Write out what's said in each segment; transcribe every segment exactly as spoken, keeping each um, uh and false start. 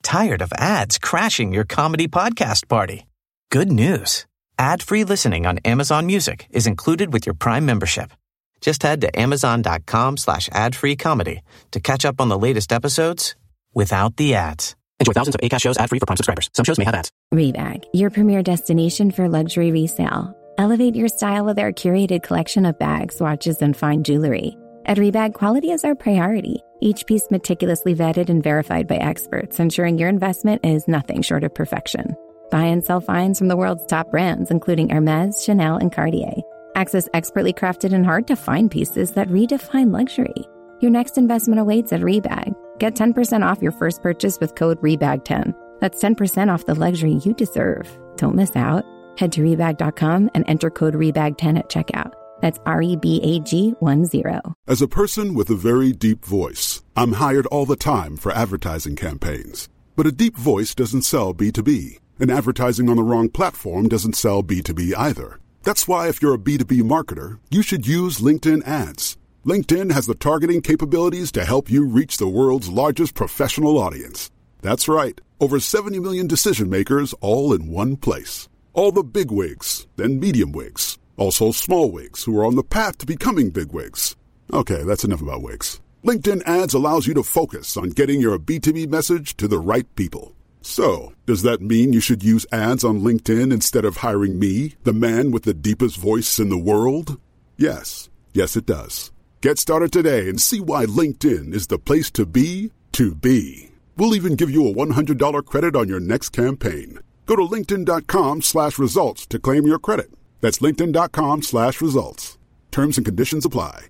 tired of ads crashing your comedy podcast party? Good news. Ad-free listening on Amazon Music is included with your Prime membership. Just head to amazon.com slash ad-free comedy to catch up on the latest episodes without the ads. Enjoy thousands of Acast shows ad-free for Prime subscribers. Some shows may have ads. Rebag, your premier destination for luxury resale. Elevate your style with our curated collection of bags, watches, and fine jewelry. At Rebag, quality is our priority. Each piece meticulously vetted and verified by experts, ensuring your investment is nothing short of perfection. Buy and sell finds from the world's top brands, including Hermes, Chanel, and Cartier. Access expertly crafted and hard-to-find pieces that redefine luxury. Your next investment awaits at Rebag. Get ten percent off your first purchase with code rebag ten. That's ten percent off the luxury you deserve. Don't miss out. Head to rebag dot com and enter code rebag ten at checkout. That's R E B A G one zero. As a person with a very deep voice, I'm hired all the time for advertising campaigns. But a deep voice doesn't sell B two B. And advertising on the wrong platform doesn't sell B two B either. That's why if you're a B two B marketer, you should use LinkedIn ads. LinkedIn has the targeting capabilities to help you reach the world's largest professional audience. That's right. Over seventy million decision makers all in one place. All the big wigs, then medium wigs. Also small wigs who are on the path to becoming big wigs. Okay, that's enough about wigs. LinkedIn ads allows you to focus on getting your B two B message to the right people. So, does that mean you should use ads on LinkedIn instead of hiring me, the man with the deepest voice in the world? Yes. Yes, it does. Get started today and see why LinkedIn is the place to be, to be. We'll even give you a one hundred dollars credit on your next campaign. Go to linkedin.com slash results to claim your credit. That's linkedin.com slash results. Terms and conditions apply.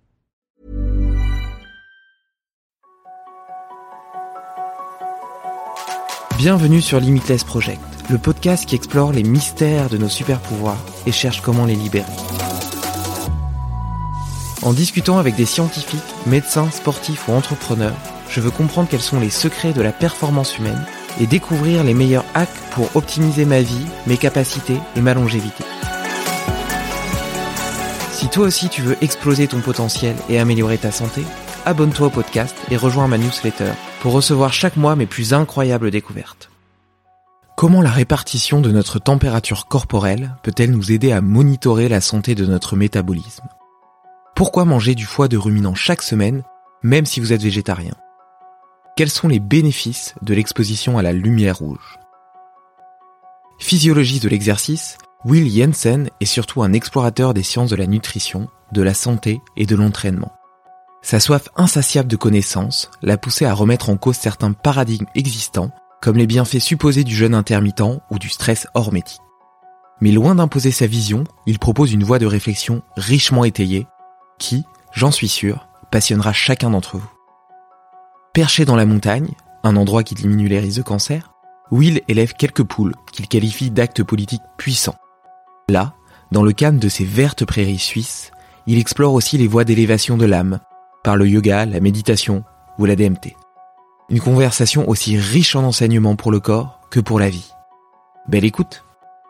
Bienvenue sur Limitless Project, le podcast qui explore les mystères de nos super-pouvoirs et cherche comment les libérer. En discutant avec des scientifiques, médecins, sportifs ou entrepreneurs, je veux comprendre quels sont les secrets de la performance humaine et découvrir les meilleurs hacks pour optimiser ma vie, mes capacités et ma longévité. Si toi aussi tu veux exploser ton potentiel et améliorer ta santé, abonne-toi au podcast et rejoins ma newsletter pour recevoir chaque mois mes plus incroyables découvertes. Comment la répartition de notre température corporelle peut-elle nous aider à monitorer la santé de notre métabolisme ? Pourquoi manger du foie de ruminant chaque semaine, même si vous êtes végétarien ? Quels sont les bénéfices de l'exposition à la lumière rouge ? Physiologiste de l'exercice, Will Jensen est surtout un explorateur des sciences de la nutrition, de la santé et de l'entraînement. Sa soif insatiable de connaissances l'a poussé à remettre en cause certains paradigmes existants, comme les bienfaits supposés du jeûne intermittent ou du stress hormétique. Mais loin d'imposer sa vision, il propose une voie de réflexion richement étayée, qui, j'en suis sûr, passionnera chacun d'entre vous. Perché dans la montagne, un endroit qui diminue les risques de cancer, Will élève quelques poules qu'il qualifie d'actes politiques puissants. Là, dans le calme de ces vertes prairies suisses, il explore aussi les voies d'élévation de l'âme, par le yoga, la méditation ou la D M T. Une conversation aussi riche en enseignements pour le corps que pour la vie. Belle écoute!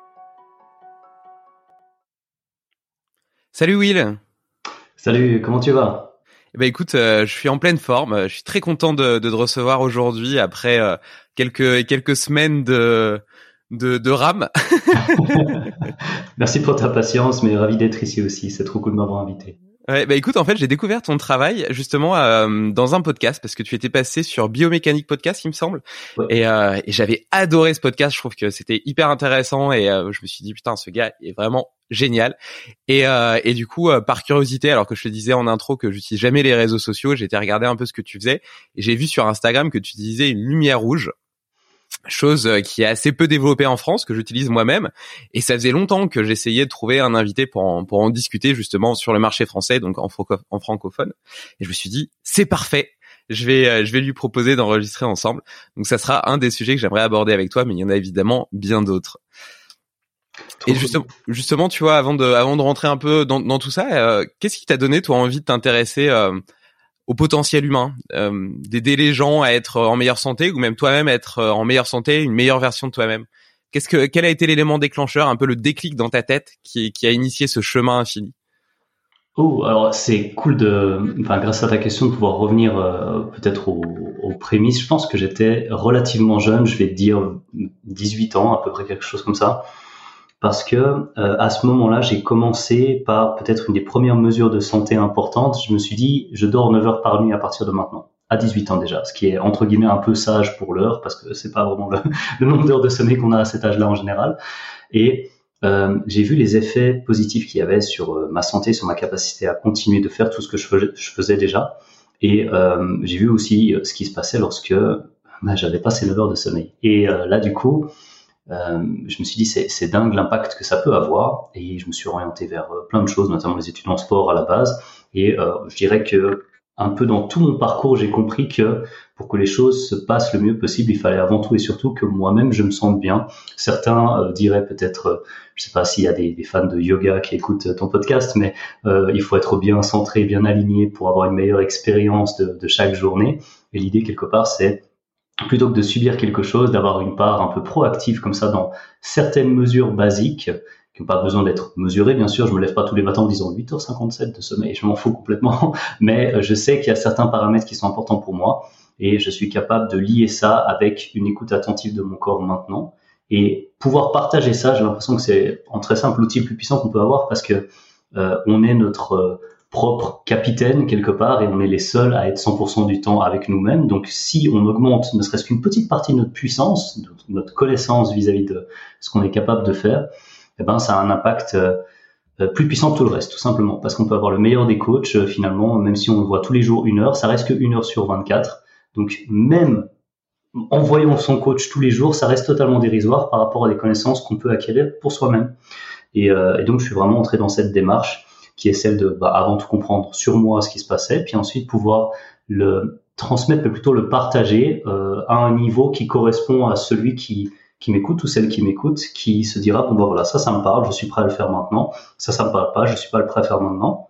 Salut Will! Salut, comment tu vas? Eh ben écoute, euh, je suis en pleine forme. Je suis très content de, de te recevoir aujourd'hui après euh, quelques quelques semaines de de, de rame. Merci pour ta patience, mais ravi d'être ici aussi. C'est trop cool de m'avoir invité. Ouais, bah écoute, en fait, j'ai découvert ton travail justement euh, dans un podcast parce que tu étais passé sur Biomécanique Podcast, il me semble, ouais. et, euh, et j'avais adoré ce podcast. Je trouve que c'était hyper intéressant et euh, je me suis dit putain, ce gars est vraiment génial. Et, euh, et du coup, euh, par curiosité, alors que je te disais en intro que j'utilise jamais les réseaux sociaux, j'ai été regarder un peu ce que tu faisais et j'ai vu sur Instagram que tu utilisais une lumière rouge. Chose qui est assez peu développée en France, que j'utilise moi-même, et ça faisait longtemps que j'essayais de trouver un invité pour en, pour en discuter justement sur le marché français, donc en, franco- en francophone. Et je me suis dit, c'est parfait, je vais je vais lui proposer d'enregistrer ensemble. Donc ça sera un des sujets que j'aimerais aborder avec toi, mais il y en a évidemment bien d'autres. Et justement, justement, tu vois, avant de avant de rentrer un peu dans, dans tout ça, euh, qu'est-ce qui t'a donné toi envie de t'intéresser euh, au potentiel humain, euh, d'aider les gens à être en meilleure santé ou même toi-même à être en meilleure santé, une meilleure version de toi-même. Qu'est-ce que, quel a été l'élément déclencheur, un peu le déclic dans ta tête qui, qui a initié ce chemin infini? Oh, alors c'est cool de, enfin, grâce à ta question, de pouvoir revenir euh, peut-être aux, aux prémices. Je pense que j'étais relativement jeune, je vais te dire dix-huit ans, à peu près quelque chose comme ça, parce que euh, à ce moment-là, j'ai commencé par peut-être une des premières mesures de santé importantes. Je me suis dit, je dors neuf heures par nuit à partir de maintenant, à dix-huit ans déjà, ce qui est entre guillemets un peu sage pour l'heure, parce que c'est pas vraiment le, le nombre d'heures de sommeil qu'on a à cet âge-là en général. Et Euh, j'ai vu les effets positifs qu'il y avait sur euh, ma santé, sur ma capacité à continuer de faire tout ce que je, fais, je faisais déjà. Et euh, j'ai vu aussi euh, ce qui se passait lorsque bah, j'avais pas ces neuf heures de sommeil. Et euh, là, du coup, euh, je me suis dit, c'est, c'est dingue l'impact que ça peut avoir. Et je me suis orienté vers euh, plein de choses, notamment les études en sport à la base. Et euh, je dirais que un peu dans tout mon parcours, j'ai compris que pour que les choses se passent le mieux possible, il fallait avant tout et surtout que moi-même je me sente bien. Certains euh, diraient peut-être, euh, je sais pas s'il y a des, des fans de yoga qui écoutent ton podcast, mais euh, il faut être bien centré, bien aligné pour avoir une meilleure expérience de, de chaque journée. Et l'idée quelque part, c'est plutôt que de subir quelque chose, d'avoir une part un peu proactive comme ça dans certaines mesures basiques qui n'ont pas besoin d'être mesurées. Bien sûr, je me lève pas tous les matins en disant huit heures cinquante-sept de sommeil, je m'en fous complètement, mais je sais qu'il y a certains paramètres qui sont importants pour moi et je suis capable de lier ça avec une écoute attentive de mon corps maintenant et pouvoir partager ça. J'ai l'impression que c'est un très simple outil le plus puissant qu'on peut avoir parce que euh, on est notre euh, propre capitaine quelque part et on est les seuls à être cent pour cent du temps avec nous-mêmes. Donc si on augmente ne serait-ce qu'une petite partie de notre puissance, de notre connaissance vis-à-vis de ce qu'on est capable de faire, eh ben, ça a un impact euh, plus puissant que tout le reste, tout simplement. Parce qu'on peut avoir le meilleur des coachs, euh, finalement, même si on le voit tous les jours une heure, ça reste que une heure sur vingt-quatre. Donc, même en voyant son coach tous les jours, ça reste totalement dérisoire par rapport à des connaissances qu'on peut acquérir pour soi-même. Et, euh, et donc, je suis vraiment entré dans cette démarche qui est celle de, bah, avant tout comprendre sur moi ce qui se passait, puis ensuite pouvoir le transmettre, mais plutôt le partager euh, à un niveau qui correspond à celui qui qui m'écoute ou celle qui m'écoute, qui se dira, bon ben voilà, ça, ça me parle, je suis prêt à le faire maintenant, ça, ça me parle pas, je suis pas prêt à le faire maintenant.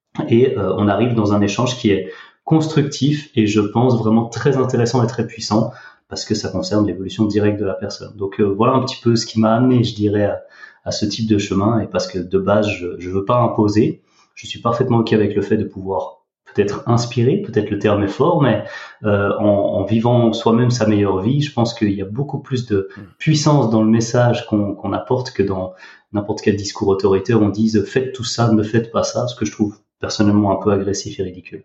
Et euh, on arrive dans un échange qui est constructif et je pense vraiment très intéressant et très puissant parce que ça concerne l'évolution directe de la personne. Donc euh, voilà un petit peu ce qui m'a amené, je dirais, à, à ce type de chemin et parce que de base, je, je veux pas imposer, je suis parfaitement ok avec le fait de pouvoir peut-être inspiré, peut-être le terme est fort, mais euh, en, en vivant soi-même sa meilleure vie, je pense qu'il y a beaucoup plus de puissance dans le message qu'on, qu'on apporte que dans n'importe quel discours autoritaire. On dise « faites tout ça, ne faites pas ça », ce que je trouve personnellement un peu agressif et ridicule.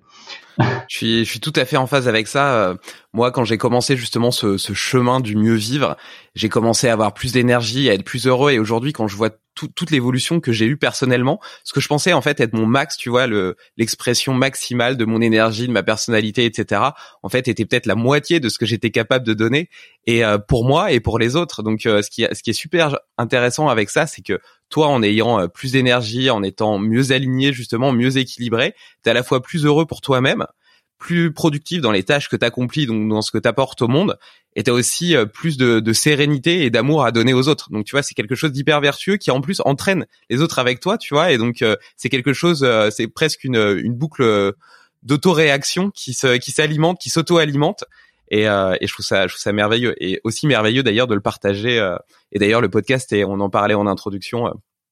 Je suis, je suis tout à fait en phase avec ça. Moi, quand j'ai commencé justement ce, ce chemin du mieux vivre, j'ai commencé à avoir plus d'énergie, à être plus heureux. Et aujourd'hui, quand je vois tout, toute l'évolution que j'ai eue personnellement, ce que je pensais en fait être mon max, tu vois, le, l'expression maximale de mon énergie, de ma personnalité, et cetera, en fait, était peut-être la moitié de ce que j'étais capable de donner. Et euh, pour moi et pour les autres. Donc, euh, ce qui, ce qui est super intéressant avec ça, c'est que toi, en ayant euh, plus d'énergie, en étant mieux aligné, justement, mieux équilibré, t'es à la fois plus heureux pour toi-même, plus productif dans les tâches que t'accomplis, donc dans ce que t'apportes au monde, et t'as aussi euh, plus de, de sérénité et d'amour à donner aux autres. Donc tu vois, c'est quelque chose d'hyper vertueux qui en plus entraîne les autres avec toi, tu vois, et donc euh, c'est quelque chose, euh, c'est presque une, une boucle euh, d'auto-réaction qui se, qui s'alimente, qui s'auto-alimente. Et, euh, et je trouve ça, je trouve ça merveilleux, et aussi merveilleux d'ailleurs de le partager. Euh, et d'ailleurs le podcast, et on en parlait en introduction, euh,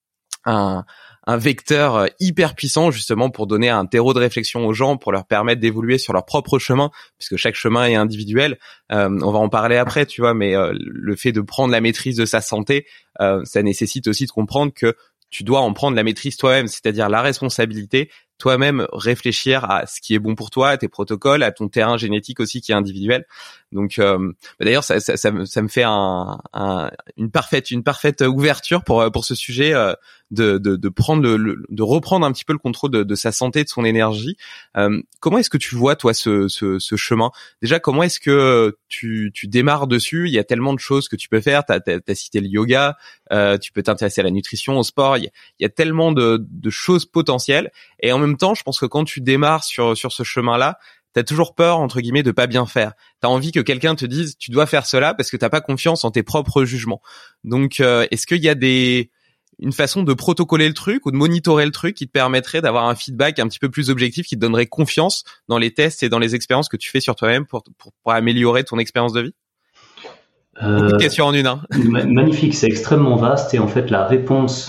un un vecteur hyper puissant justement pour donner un terreau de réflexion aux gens, pour leur permettre d'évoluer sur leur propre chemin, puisque chaque chemin est individuel. Euh, on va en parler après, tu vois, mais euh, le fait de prendre la maîtrise de sa santé, euh, ça nécessite aussi de comprendre que tu dois en prendre la maîtrise toi-même, c'est-à-dire la responsabilité, toi-même réfléchir à ce qui est bon pour toi, à tes protocoles, à ton terrain génétique aussi qui est individuel. Donc, euh, bah d'ailleurs, ça, ça, ça, me, ça me fait un, un, une parfaite, une parfaite ouverture pour pour ce sujet euh, de, de, de prendre le, le, de reprendre un petit peu le contrôle de, de sa santé, de son énergie. Euh, comment est-ce que tu vois toi ce, ce, ce chemin ? Déjà, comment est-ce que tu, tu démarres dessus ? Il y a tellement de choses que tu peux faire. T'as, t'as, t'as cité le yoga, euh, tu peux t'intéresser à la nutrition, au sport. Il y a, il y a tellement de, de choses potentielles. Et en même temps, je pense que quand tu démarres sur sur ce chemin-là, t'as toujours peur, entre guillemets, de pas bien faire. T'as envie que quelqu'un te dise, tu dois faire cela, parce que t'as pas confiance en tes propres jugements. Donc, euh, est-ce qu'il y a des, une façon de protocoler le truc ou de monitorer le truc qui te permettrait d'avoir un feedback un petit peu plus objectif, qui te donnerait confiance dans les tests et dans les expériences que tu fais sur toi-même pour, pour, pour améliorer ton expérience de vie? euh, Beaucoup de questions en une, hein. Magnifique, c'est extrêmement vaste et en fait, la réponse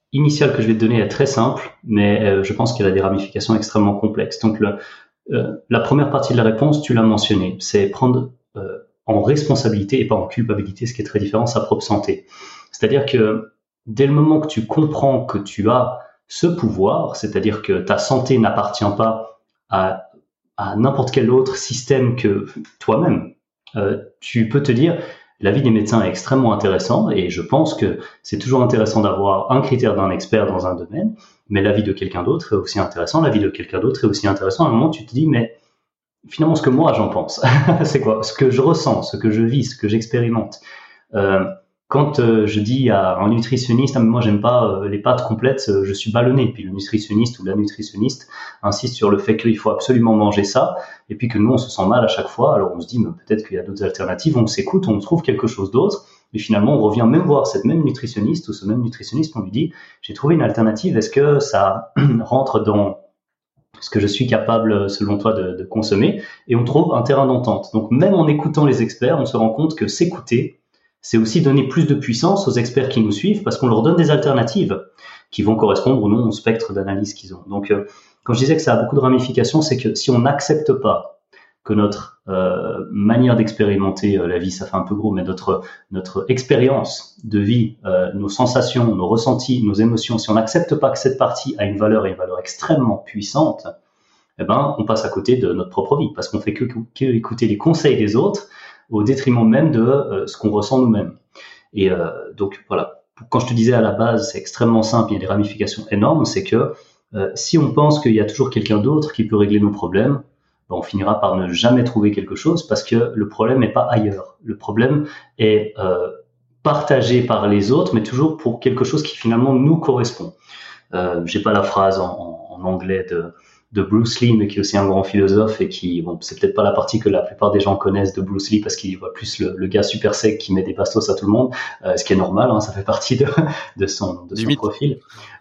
initiale que je vais te donner est très simple, mais euh, je pense qu'elle a des ramifications extrêmement complexes. Donc, le, euh, la première partie de la réponse, tu l'as mentionné, c'est prendre euh, en responsabilité et pas en culpabilité, ce qui est très différent, sa propre santé. C'est-à-dire que dès le moment que tu comprends que tu as ce pouvoir, c'est-à-dire que ta santé n'appartient pas à, à n'importe quel autre système que toi-même, euh, tu peux te dire... L'avis des médecins est extrêmement intéressant et je pense que c'est toujours intéressant d'avoir un critère d'un expert dans un domaine, mais l'avis de quelqu'un d'autre est aussi intéressant, l'avis de quelqu'un d'autre est aussi intéressant. À un moment, tu te dis, mais finalement, ce que moi j'en pense, c'est quoi? Ce que je ressens, ce que je vis, ce que j'expérimente. Euh, quand euh, je dis à un nutritionniste, ah, mais moi j'aime pas euh, les pâtes complètes, euh, je suis ballonné. Puis le nutritionniste ou la nutritionniste insiste sur le fait qu'il faut absolument manger ça, et puis que nous on se sent mal à chaque fois. Alors on se dit, mais peut-être qu'il y a d'autres alternatives. On s'écoute, on trouve quelque chose d'autre, et finalement on revient même voir cette même nutritionniste ou ce même nutritionniste, on lui dit, j'ai trouvé une alternative. Est-ce que ça rentre dans ce que je suis capable, selon toi, de, de consommer? Et on trouve un terrain d'entente. Donc même en écoutant les experts, on se rend compte que s'écouter, c'est aussi donner plus de puissance aux experts qui nous suivent parce qu'on leur donne des alternatives qui vont correspondre ou non au spectre d'analyse qu'ils ont. Donc, euh, quand je disais que ça a beaucoup de ramifications, c'est que si on n'accepte pas que notre euh, manière d'expérimenter euh, la vie, ça fait un peu gros, mais notre notre expérience de vie, euh, nos sensations, nos ressentis, nos émotions, si on n'accepte pas que cette partie a une valeur et une valeur extrêmement puissante, eh ben, on passe à côté de notre propre vie parce qu'on fait que, que écouter les conseils des autres au détriment même de euh, ce qu'on ressent nous-mêmes. Et euh, donc voilà, quand je te disais à la base, c'est extrêmement simple, il y a des ramifications énormes, c'est que euh, si on pense qu'il y a toujours quelqu'un d'autre qui peut régler nos problèmes, ben, on finira par ne jamais trouver quelque chose parce que le problème n'est pas ailleurs. Le problème est euh, partagé par les autres, mais toujours pour quelque chose qui finalement nous correspond. Euh, j'ai pas la phrase en, en, en anglais de de Bruce Lee, mais qui est aussi un grand philosophe et qui, bon, c'est peut-être pas la partie que la plupart des gens connaissent de Bruce Lee parce qu'il voit plus le, le gars super sec qui met des bastos à tout le monde, euh, ce qui est normal, hein, ça fait partie de, de son, de son profil.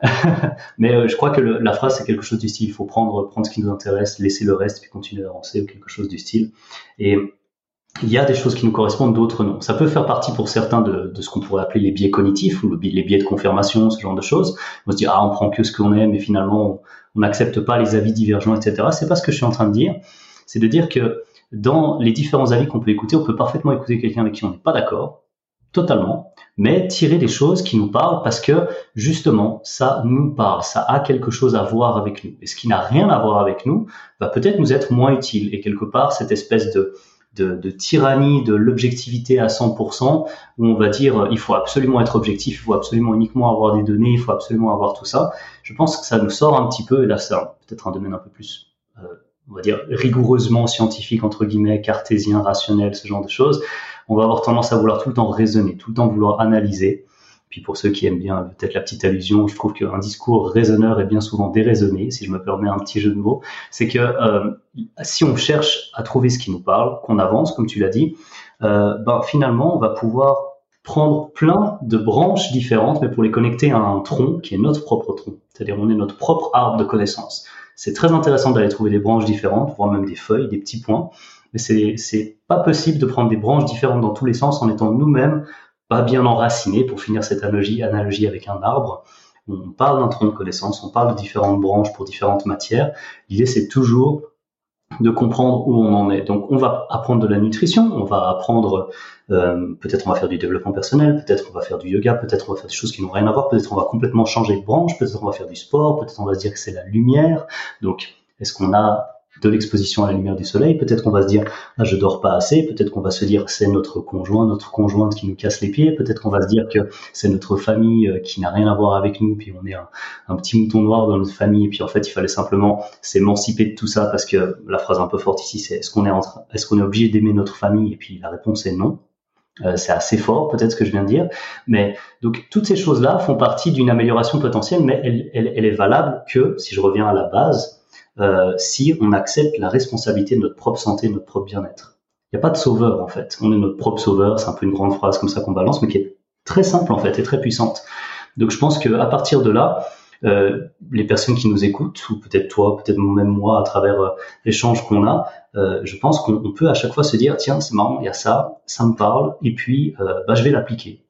Mais euh, je crois que le, la phrase c'est quelque chose du style, il faut prendre, prendre ce qui nous intéresse, laisser le reste puis continuer d'avancer ou quelque chose du style. Et il y a des choses qui nous correspondent, d'autres non. Ça peut faire partie pour certains de, de ce qu'on pourrait appeler les biais cognitifs ou le, les biais de confirmation, ce genre de choses. On se dit, ah, on prend que ce qu'on aime et finalement, on, on n'accepte pas les avis divergents, et cetera. C'est pas ce que je suis en train de dire. C'est de dire que dans les différents avis qu'on peut écouter, on peut parfaitement écouter quelqu'un avec qui on n'est pas d'accord, totalement, mais tirer des choses qui nous parlent parce que, justement, ça nous parle, ça a quelque chose à voir avec nous. Et ce qui n'a rien à voir avec nous va peut-être nous être moins utile. Et quelque part, cette espèce de De, de tyrannie de l'objectivité à cent pour cent, où on va dire il faut absolument être objectif, il faut absolument uniquement avoir des données, il faut absolument avoir tout ça. Je pense que ça nous sort un petit peu, et là c'est peut-être un domaine un peu plus, euh, on va dire, rigoureusement scientifique, entre guillemets, cartésien, rationnel, ce genre de choses. On va avoir tendance à vouloir tout le temps raisonner, tout le temps vouloir analyser. Puis pour ceux qui aiment bien peut-être la petite allusion, je trouve qu'un discours raisonneur est bien souvent déraisonné, si je me permets un petit jeu de mots. C'est que euh, si on cherche à trouver ce qui nous parle, qu'on avance, comme tu l'as dit, euh, ben finalement on va pouvoir prendre plein de branches différentes, mais pour les connecter à un tronc qui est notre propre tronc. C'est-à-dire on est notre propre arbre de connaissances. C'est très intéressant d'aller trouver des branches différentes, voire même des feuilles, des petits points, mais c'est c'est pas possible de prendre des branches différentes dans tous les sens en étant nous-mêmes pas bien enraciné, pour finir cette analogie, analogie avec un arbre. On parle d'un tronc de connaissances, on parle de différentes branches pour différentes matières. L'idée, c'est toujours de comprendre où on en est. Donc, on va apprendre de la nutrition, on va apprendre, euh, peut-être on va faire du développement personnel, peut-être on va faire du yoga, peut-être on va faire des choses qui n'ont rien à voir, peut-être on va complètement changer de branche, peut-être on va faire du sport, peut-être on va se dire que c'est la lumière. Donc, est-ce qu'on a de l'exposition à la lumière du soleil? Peut-être qu'on va se dire ah, je dors pas assez, peut-être qu'on va se dire c'est notre conjoint, notre conjointe qui nous casse les pieds, peut-être qu'on va se dire que c'est notre famille qui n'a rien à voir avec nous, puis on est un, un petit mouton noir dans notre famille, et puis en fait il fallait simplement s'émanciper de tout ça, parce que la phrase un peu forte ici c'est est-ce qu'on est en train, est-ce qu'on est obligé d'aimer notre famille? Et puis la réponse est non. Euh, c'est assez fort peut-être ce que je viens de dire, mais donc toutes ces choses-là font partie d'une amélioration potentielle, mais elle, elle, elle est valable que, si je reviens à la base, Euh, si on accepte la responsabilité de notre propre santé, de notre propre bien-être. Il n'y a pas de sauveur en fait. On est notre propre sauveur, c'est un peu une grande phrase comme ça qu'on balance, mais qui est très simple en fait et très puissante. Donc je pense qu'à partir de là, euh, les personnes qui nous écoutent, ou peut-être toi, peut-être même moi, à travers euh, l'échange qu'on a, euh, je pense qu'on on peut à chaque fois se dire tiens, c'est marrant, il y a ça, ça me parle, et puis euh, bah, je vais l'appliquer.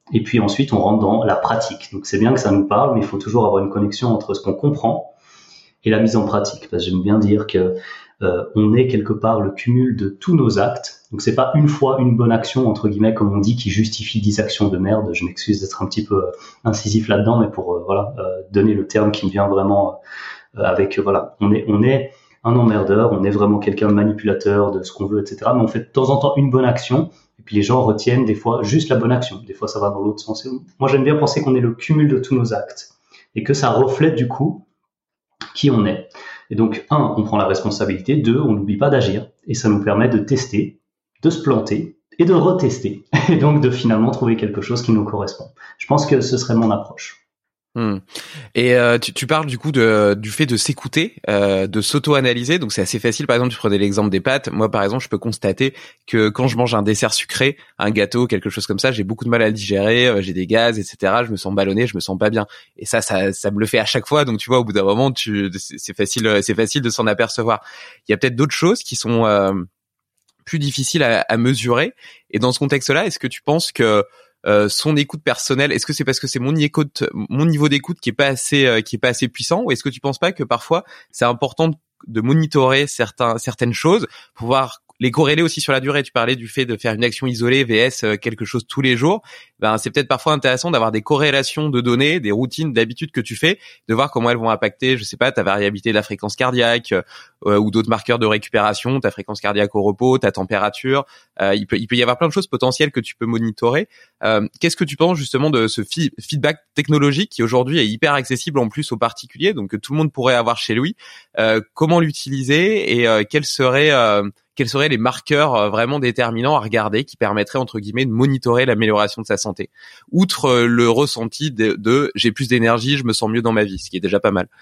et puis ensuite on rentre dans la pratique. Donc c'est bien que ça nous parle, mais il faut toujours avoir une connexion entre ce qu'on comprend et la mise en pratique, parce que j'aime bien dire que euh, on est quelque part le cumul de tous nos actes. Donc c'est pas une fois une bonne action entre guillemets comme on dit qui justifie dix actions de merde. Je m'excuse d'être un petit peu euh, incisif là-dedans, mais pour euh, voilà euh, donner le terme qui me vient vraiment euh, avec euh, voilà on est on est un emmerdeur, on est vraiment quelqu'un de manipulateur de ce qu'on veut, et cetera. Mais on fait de temps en temps une bonne action, et puis les gens retiennent des fois juste la bonne action. Des fois ça va dans l'autre sens. Et moi j'aime bien penser qu'on est le cumul de tous nos actes et que ça reflète du coup qui on est. Et donc, un, on prend la responsabilité. Deux, on n'oublie pas d'agir. Et ça nous permet de tester, de se planter et de retester. Et donc, de finalement trouver quelque chose qui nous correspond. Je pense que ce serait mon approche. Hum. Et euh, tu, tu parles du coup de, du fait de s'écouter, euh, de s'auto-analyser. Donc c'est assez facile. Par exemple, tu prenais l'exemple des pâtes. Moi, par exemple, je peux constater que quand je mange un dessert sucré, un gâteau, quelque chose comme ça, j'ai beaucoup de mal à le digérer. Euh, j'ai des gaz, et cetera. Je me sens ballonné, je me sens pas bien. Et ça, ça, ça me le fait à chaque fois. Donc tu vois, au bout d'un moment, tu, c'est, c'est facile, c'est facile de s'en apercevoir. Il y a peut-être d'autres choses qui sont euh, plus difficiles à, à mesurer. Et dans ce contexte-là, est-ce que tu penses que Euh, son écoute personnelle, est-ce que c'est parce que c'est mon écoute, mon niveau d'écoute qui est pas assez, euh, qui est pas assez puissant, ou est-ce que tu penses pas que parfois c'est important de, de monitorer certains, certaines choses pour pouvoir les corréler aussi sur la durée? Tu parlais du fait de faire une action isolée vs quelque chose tous les jours. Ben c'est peut-être parfois intéressant d'avoir des corrélations de données, des routines, d'habitudes que tu fais, de voir comment elles vont impacter, je sais pas, ta variabilité de la fréquence cardiaque euh, ou d'autres marqueurs de récupération, ta fréquence cardiaque au repos, ta température. Euh, il peut, il peut y avoir plein de choses potentielles que tu peux monitorer. Euh, qu'est-ce que tu penses justement de ce fi- feedback technologique qui aujourd'hui est hyper accessible en plus aux particuliers, donc que tout le monde pourrait avoir chez lui? Euh, comment l'utiliser et euh, quels seraient euh, quels seraient les marqueurs euh, vraiment déterminants à regarder qui permettraient entre guillemets de monitorer l'amélioration de sa santé, outre euh, le ressenti de, de j'ai plus d'énergie, je me sens mieux dans ma vie, ce qui est déjà pas mal.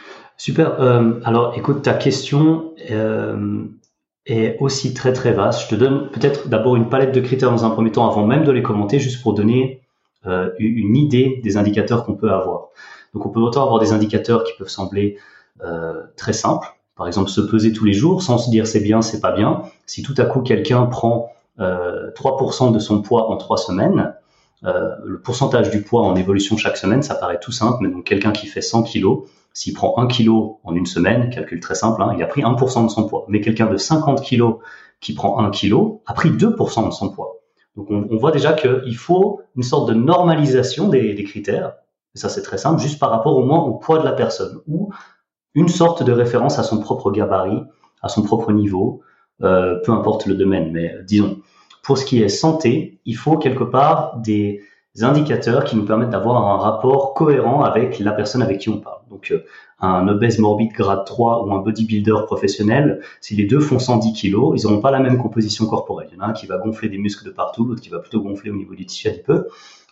Super. Euh, alors écoute, ta question euh, est aussi très très vaste. Je te donne peut-être d'abord une palette de critères dans un premier temps avant même de les commenter, juste pour donner euh, une idée des indicateurs qu'on peut avoir. Donc on peut autant avoir des indicateurs qui peuvent sembler euh, très simples. Par exemple, se peser tous les jours sans se dire c'est bien, c'est pas bien. Si tout à coup quelqu'un prend euh, trois pour cent de son poids en trois semaines, euh, le pourcentage du poids en évolution chaque semaine, ça paraît tout simple, mais donc quelqu'un qui fait cent kilos, s'il prend un kilo en une semaine, calcul très simple, hein, il a pris un pour cent de son poids. Mais quelqu'un de cinquante kilos qui prend un kilo a pris deux pour cent de son poids. Donc on, on voit déjà qu'il faut une sorte de normalisation des, des critères, et ça c'est très simple, juste par rapport au moins au poids de la personne, ou une sorte de référence à son propre gabarit, à son propre niveau, euh, peu importe le domaine, mais euh, disons, pour ce qui est santé, il faut quelque part des indicateurs qui nous permettent d'avoir un rapport cohérent avec la personne avec qui on parle. Donc euh, un obèse morbide grade trois ou un bodybuilder professionnel, si les deux font cent dix kilos, ils n'auront pas la même composition corporelle. Il y en a un qui va gonfler des muscles de partout, l'autre qui va plutôt gonfler au niveau du tissu adipeux.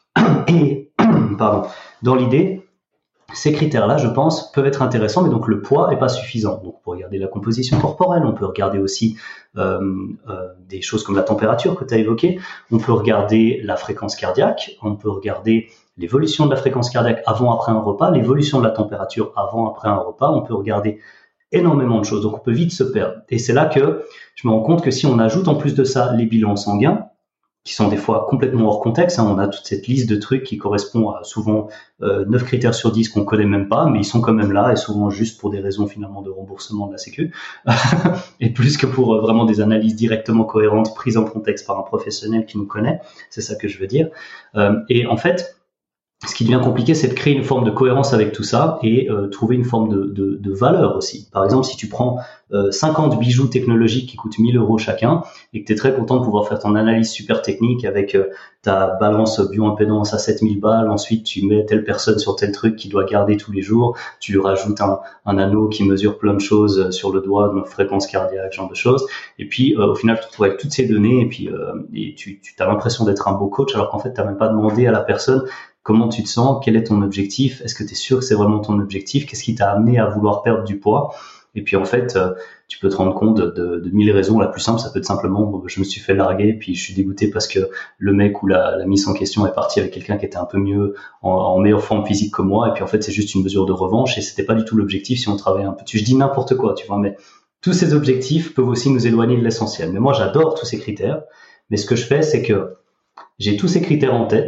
Et, pardon, dans l'idée, ces critères-là, je pense, peuvent être intéressants, mais donc le poids est pas suffisant. Donc, on peut regarder la composition corporelle, on peut regarder aussi euh, euh, des choses comme la température que tu as évoquée, on peut regarder la fréquence cardiaque, on peut regarder l'évolution de la fréquence cardiaque avant-après un repas, l'évolution de la température avant-après un repas, on peut regarder énormément de choses, donc on peut vite se perdre. Et c'est là que je me rends compte que si on ajoute en plus de ça les bilans sanguins, qui sont des fois complètement hors contexte, hein. On a toute cette liste de trucs qui correspond à souvent euh, neuf critères sur dix qu'on connaît même pas, mais ils sont quand même là, et souvent juste pour des raisons finalement de remboursement de la Sécu, et plus que pour euh, vraiment des analyses directement cohérentes, prises en contexte par un professionnel qui nous connaît, c'est ça que je veux dire. Euh, et en fait, ce qui devient compliqué, c'est de créer une forme de cohérence avec tout ça et euh, trouver une forme de, de, de valeur aussi. Par exemple, si tu prends euh, cinquante bijoux technologiques qui coûtent mille euros chacun et que tu es très content de pouvoir faire ton analyse super technique avec euh, ta balance bioimpédance à sept mille balles, ensuite tu mets telle personne sur tel truc qu'il doit garder tous les jours, tu lui rajoutes un, un anneau qui mesure plein de choses sur le doigt, donc fréquence cardiaque, genre de choses, et puis euh, au final tu te retrouves avec toutes ces données et puis euh, et tu, tu as l'impression d'être un beau coach alors qu'en fait tu n'as même pas demandé à la personne comment tu te sens, quel est ton objectif, est-ce que tu es sûr que c'est vraiment ton objectif, qu'est-ce qui t'a amené à vouloir perdre du poids. Et puis en fait, euh, tu peux te rendre compte de, de, de mille raisons. La plus simple, ça peut être simplement, bon, je me suis fait larguer, puis je suis dégoûté parce que le mec ou la, la mise en question est parti avec quelqu'un qui était un peu mieux, en, en meilleure forme physique que moi. Et puis en fait, c'est juste une mesure de revanche et c'était pas du tout l'objectif si on travaille un peu. Je dis n'importe quoi, tu vois, mais tous ces objectifs peuvent aussi nous éloigner de l'essentiel. Mais moi, j'adore tous ces critères. Mais ce que je fais, c'est que j'ai tous ces critères en tête.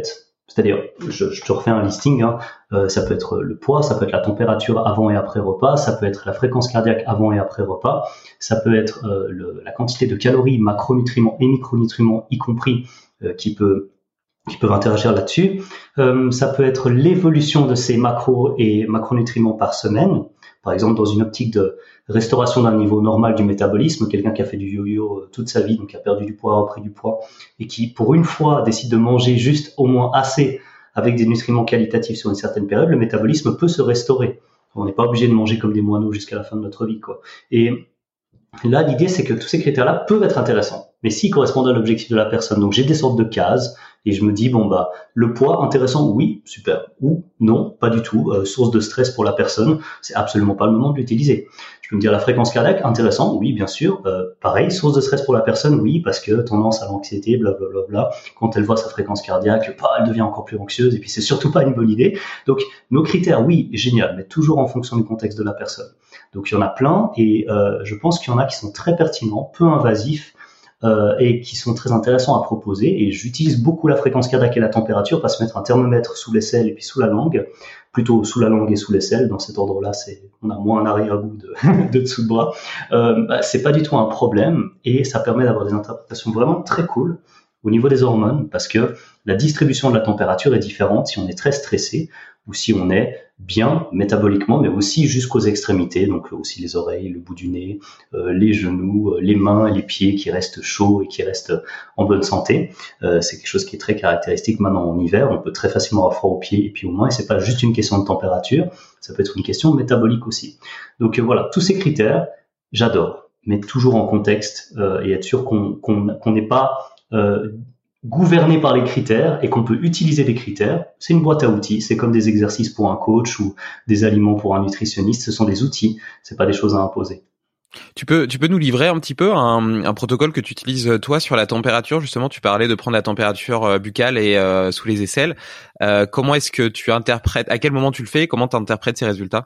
C'est-à-dire, je, je te refais un listing, hein. euh, ça peut être le poids, ça peut être la température avant et après repas, ça peut être la fréquence cardiaque avant et après repas, ça peut être euh, le, la quantité de calories, macronutriments et micronutriments y compris euh, qui peut qui peuvent interagir là-dessus. Euh, ça peut être l'évolution de ces macros et macronutriments par semaine. Par exemple, dans une optique de restauration d'un niveau normal du métabolisme, quelqu'un qui a fait du yo-yo toute sa vie, donc qui a perdu du poids, repris du poids, et qui, pour une fois, décide de manger juste au moins assez avec des nutriments qualitatifs sur une certaine période, le métabolisme peut se restaurer. On n'est pas obligé de manger comme des moineaux jusqu'à la fin de notre vie, quoi. Et là, l'idée, c'est que tous ces critères-là peuvent être intéressants, mais s'ils correspondent à l'objectif de la personne. Donc, j'ai des sortes de cases, et je me dis, bon, bah, le poids, intéressant, oui, super. Ou non, pas du tout. Euh, source de stress pour la personne, c'est absolument pas le moment de l'utiliser. Je peux me dire, la fréquence cardiaque, intéressant, oui, bien sûr. Euh, pareil, source de stress pour la personne, oui, parce que tendance à l'anxiété, blablabla. Bla, bla. Quand elle voit sa fréquence cardiaque, bah, elle devient encore plus anxieuse, et puis c'est surtout pas une bonne idée. Donc, nos critères, oui, génial, mais toujours en fonction du contexte de la personne. Donc, il y en a plein, et euh, je pense qu'il y en a qui sont très pertinents, peu invasifs, Euh, et qui sont très intéressants à proposer. Et j'utilise beaucoup la fréquence cardiaque et la température, pas se mettre un thermomètre sous l'aisselle et puis sous la langue, plutôt sous la langue et sous l'aisselle. Dans cet ordre-là, c'est, on a moins un arrière-goût de, de dessous de bras. Euh, bah, c'est pas du tout un problème et ça permet d'avoir des interprétations vraiment très cool au niveau des hormones, parce que la distribution de la température est différente si on est très stressé ou si on est bien métaboliquement, mais aussi jusqu'aux extrémités, donc aussi les oreilles, le bout du nez, euh, les genoux, les mains et les pieds qui restent chauds et qui restent en bonne santé. Euh, c'est quelque chose qui est très caractéristique maintenant en hiver. On peut très facilement avoir froid aux pieds et puis aux mains, et c'est pas juste une question de température, ça peut être une question métabolique aussi. Donc euh, voilà, tous ces critères, j'adore, mais toujours en contexte euh, et être sûr qu'on qu'on qu'on n'est pas euh, gouverné par les critères et qu'on peut utiliser des critères. C'est une boîte à outils, c'est comme des exercices pour un coach ou des aliments pour un nutritionniste, ce sont des outils, c'est pas des choses à imposer. Tu peux, tu peux nous livrer un petit peu un, un protocole que tu utilises toi sur la température. Justement, tu parlais de prendre la température buccale et euh, sous les aisselles. Euh, comment est-ce que tu interprètes, à quel moment tu le fais, comment tu interprètes ces résultats?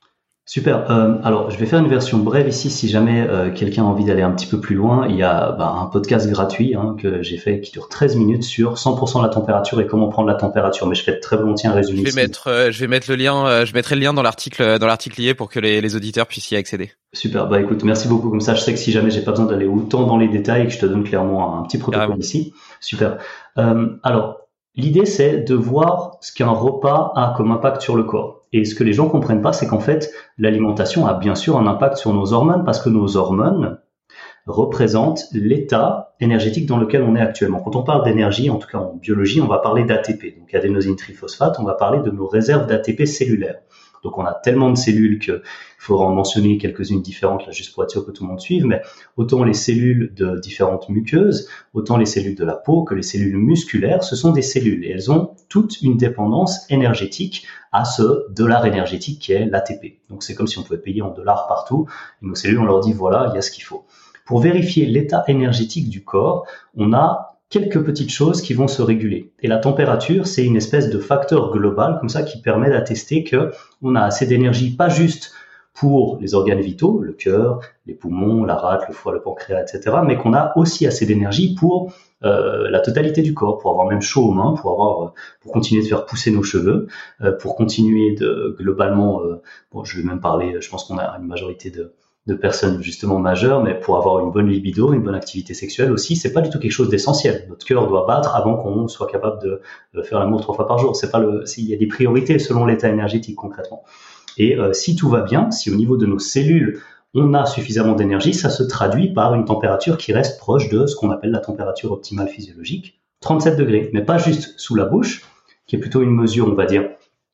Super. Euh, alors, je vais faire une version brève ici. Si jamais euh, quelqu'un a envie d'aller un petit peu plus loin, il y a bah, un podcast gratuit hein, que j'ai fait qui dure treize minutes sur cent pour cent la température et comment prendre la température. Mais je fais très volontiers un résumé. Je vais ici. mettre, euh, je vais mettre le lien. Euh, je mettrai le lien dans l'article, dans l'article lié pour que les, les auditeurs puissent y accéder. Super. Bah écoute, merci beaucoup. Comme ça, je sais que si jamais j'ai pas besoin d'aller autant dans les détails et que je te donne clairement un, un petit protocole Carrément. Ici. Super. Euh, alors. L'idée, c'est de voir ce qu'un repas a comme impact sur le corps. Et ce que les gens comprennent pas, c'est qu'en fait, l'alimentation a bien sûr un impact sur nos hormones parce que nos hormones représentent l'état énergétique dans lequel on est actuellement. Quand on parle d'énergie, en tout cas en biologie, on va parler d'A T P, donc adénosine triphosphate, on va parler de nos réserves d'A T P cellulaires. Donc on a tellement de cellules qu'il faudra en mentionner quelques-unes différentes, là, juste pour être sûr que tout le monde suive, mais autant les cellules de différentes muqueuses, autant les cellules de la peau que les cellules musculaires, ce sont des cellules et elles ont toute une dépendance énergétique à ce dollar énergétique qui est l'A T P. Donc c'est comme si on pouvait payer en dollars partout, et nos cellules, on leur dit voilà, il y a ce qu'il faut. Pour vérifier l'état énergétique du corps, on a quelques petites choses qui vont se réguler. Et la température, c'est une espèce de facteur global comme ça qui permet d'attester que on a assez d'énergie, pas juste pour les organes vitaux, le cœur, les poumons, la rate, le foie, le pancréas, et cetera, mais qu'on a aussi assez d'énergie pour euh, la totalité du corps, pour avoir même chaud aux mains, pour avoir, pour continuer de faire pousser nos cheveux, euh, pour continuer de globalement, euh, bon, je vais même parler, je pense qu'on a une majorité de de personnes justement majeures, mais pour avoir une bonne libido, une bonne activité sexuelle aussi, c'est pas du tout quelque chose d'essentiel. Notre cœur doit battre avant qu'on soit capable de, de faire l'amour trois fois par jour. C'est pas le, il y a des priorités selon l'état énergétique concrètement. Et euh, si tout va bien, si au niveau de nos cellules on a suffisamment d'énergie, ça se traduit par une température qui reste proche de ce qu'on appelle la température optimale physiologique, trente-sept degrés, mais pas juste sous la bouche, qui est plutôt une mesure, on va dire,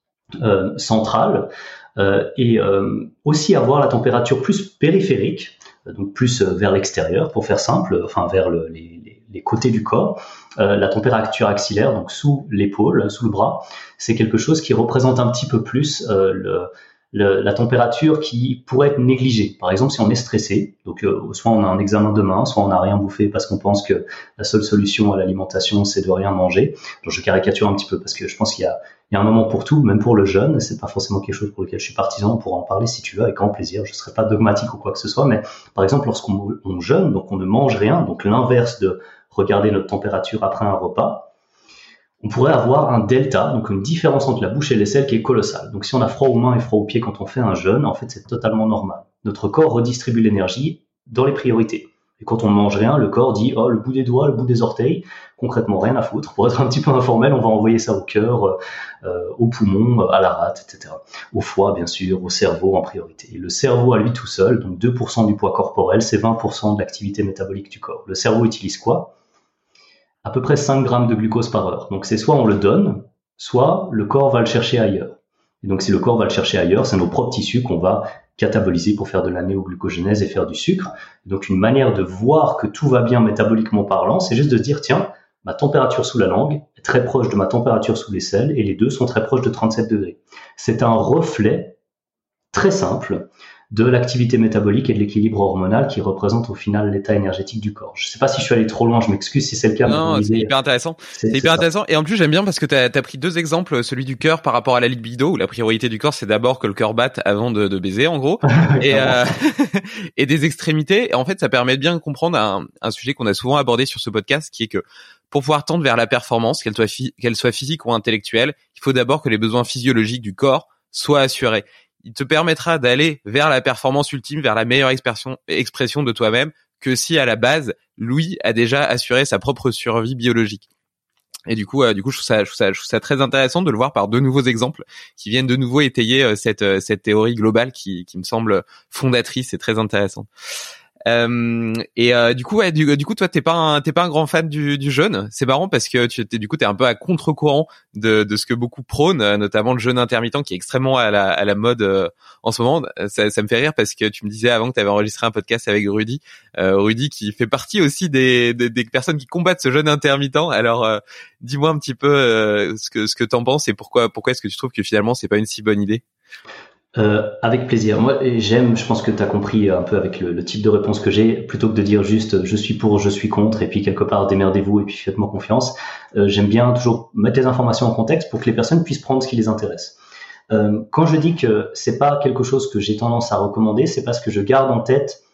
euh, centrale. Euh, et euh, aussi avoir la température plus périphérique, donc plus euh, vers l'extérieur, pour faire simple, enfin vers le, les, les, les côtés du corps. Euh, la température axillaire, donc sous l'épaule, sous le bras, c'est quelque chose qui représente un petit peu plus euh, le, le, la température qui pourrait être négligée. Par exemple, si on est stressé, donc euh, soit on a un examen demain, soit on n'a rien bouffé parce qu'on pense que la seule solution à l'alimentation, c'est de rien manger. Donc je caricature un petit peu parce que je pense qu'il y a Il y a un moment pour tout, même pour le jeûne. C'est pas forcément quelque chose pour lequel je suis partisan. On pourra en parler si tu veux, avec grand plaisir. Je serai pas dogmatique ou quoi que ce soit, mais par exemple, lorsqu'on on jeûne, donc on ne mange rien, donc l'inverse de regarder notre température après un repas, on pourrait avoir un delta, donc une différence entre la bouche et l'aisselle qui est colossale. Donc si on a froid aux mains et froid aux pieds quand on fait un jeûne, en fait c'est totalement normal. Notre corps redistribue l'énergie dans les priorités. Et quand on ne mange rien, le corps dit « Oh, le bout des doigts, le bout des orteils », concrètement rien à foutre. Pour être un petit peu informel, on va envoyer ça au cœur, euh, au poumon, à la rate, et cetera. Au foie, bien sûr, au cerveau en priorité. Et le cerveau à lui tout seul, donc deux pour cent du poids corporel, c'est vingt pour cent de l'activité métabolique du corps. Le cerveau utilise quoi ? À peu près cinq grammes de glucose par heure. Donc c'est soit on le donne, soit le corps va le chercher ailleurs. Et donc si le corps va le chercher ailleurs, c'est nos propres tissus qu'on va cataboliser pour faire de la néoglucogénèse et faire du sucre. Donc une manière de voir que tout va bien métaboliquement parlant, c'est juste de se dire, tiens, ma température sous la langue est très proche de ma température sous l'aisselle et les deux sont très proches de trente-sept degrés. C'est un reflet très simple de l'activité métabolique et de l'équilibre hormonal qui représente au final l'état énergétique du corps. Je sais pas si je suis allé trop loin, je m'excuse si c'est le cas. Non, c'est hyper intéressant. C'est, c'est hyper ça. intéressant. Et en plus, j'aime bien parce que tu as pris deux exemples, celui du cœur par rapport à la libido, où la priorité du corps, c'est d'abord que le cœur batte avant de, de baiser, en gros. et, euh, et des extrémités. Et en fait, ça permet de bien comprendre un, un sujet qu'on a souvent abordé sur ce podcast, qui est que pour pouvoir tendre vers la performance, qu'elle soit, fi- qu'elle soit physique ou intellectuelle, il faut d'abord que les besoins physiologiques du corps soient assurés. Il te permettra d'aller vers la performance ultime, vers la meilleure expression, expression de toi-même, que si à la base, Louis a déjà assuré sa propre survie biologique. Et du coup, euh, du coup, je trouve ça, je trouve ça, je trouve ça très intéressant de le voir par deux nouveaux exemples qui viennent de nouveau étayer euh, cette, euh, cette théorie globale qui, qui me semble fondatrice et très intéressante. Euh, et euh, du coup, ouais, du, du coup, toi, t'es pas un, t'es pas un grand fan du, du jeûne. C'est marrant parce que tu, t'es, du coup, t'es un peu à contre-courant de, de ce que beaucoup prônent, notamment le jeûne intermittent qui est extrêmement à la, à la mode euh, en ce moment. Ça, ça me fait rire parce que tu me disais avant que t'avais enregistré un podcast avec Rudy, euh, Rudy qui fait partie aussi des, des, des personnes qui combattent ce jeûne intermittent. Alors, euh, dis-moi un petit peu euh, ce que, ce que t'en penses et pourquoi, pourquoi est-ce que tu trouves que finalement c'est pas une si bonne idée? Euh, avec plaisir. Moi, j'aime, je pense que tu as compris un peu avec le, le type de réponse que j'ai, plutôt que de dire juste je suis pour, je suis contre, et puis quelque part démerdez-vous et puis faites-moi confiance. Euh, j'aime bien toujours mettre les informations en contexte pour que les personnes puissent prendre ce qui les intéresse. Euh, quand je dis que c'est pas quelque chose que j'ai tendance à recommander, c'est parce que je garde en tête,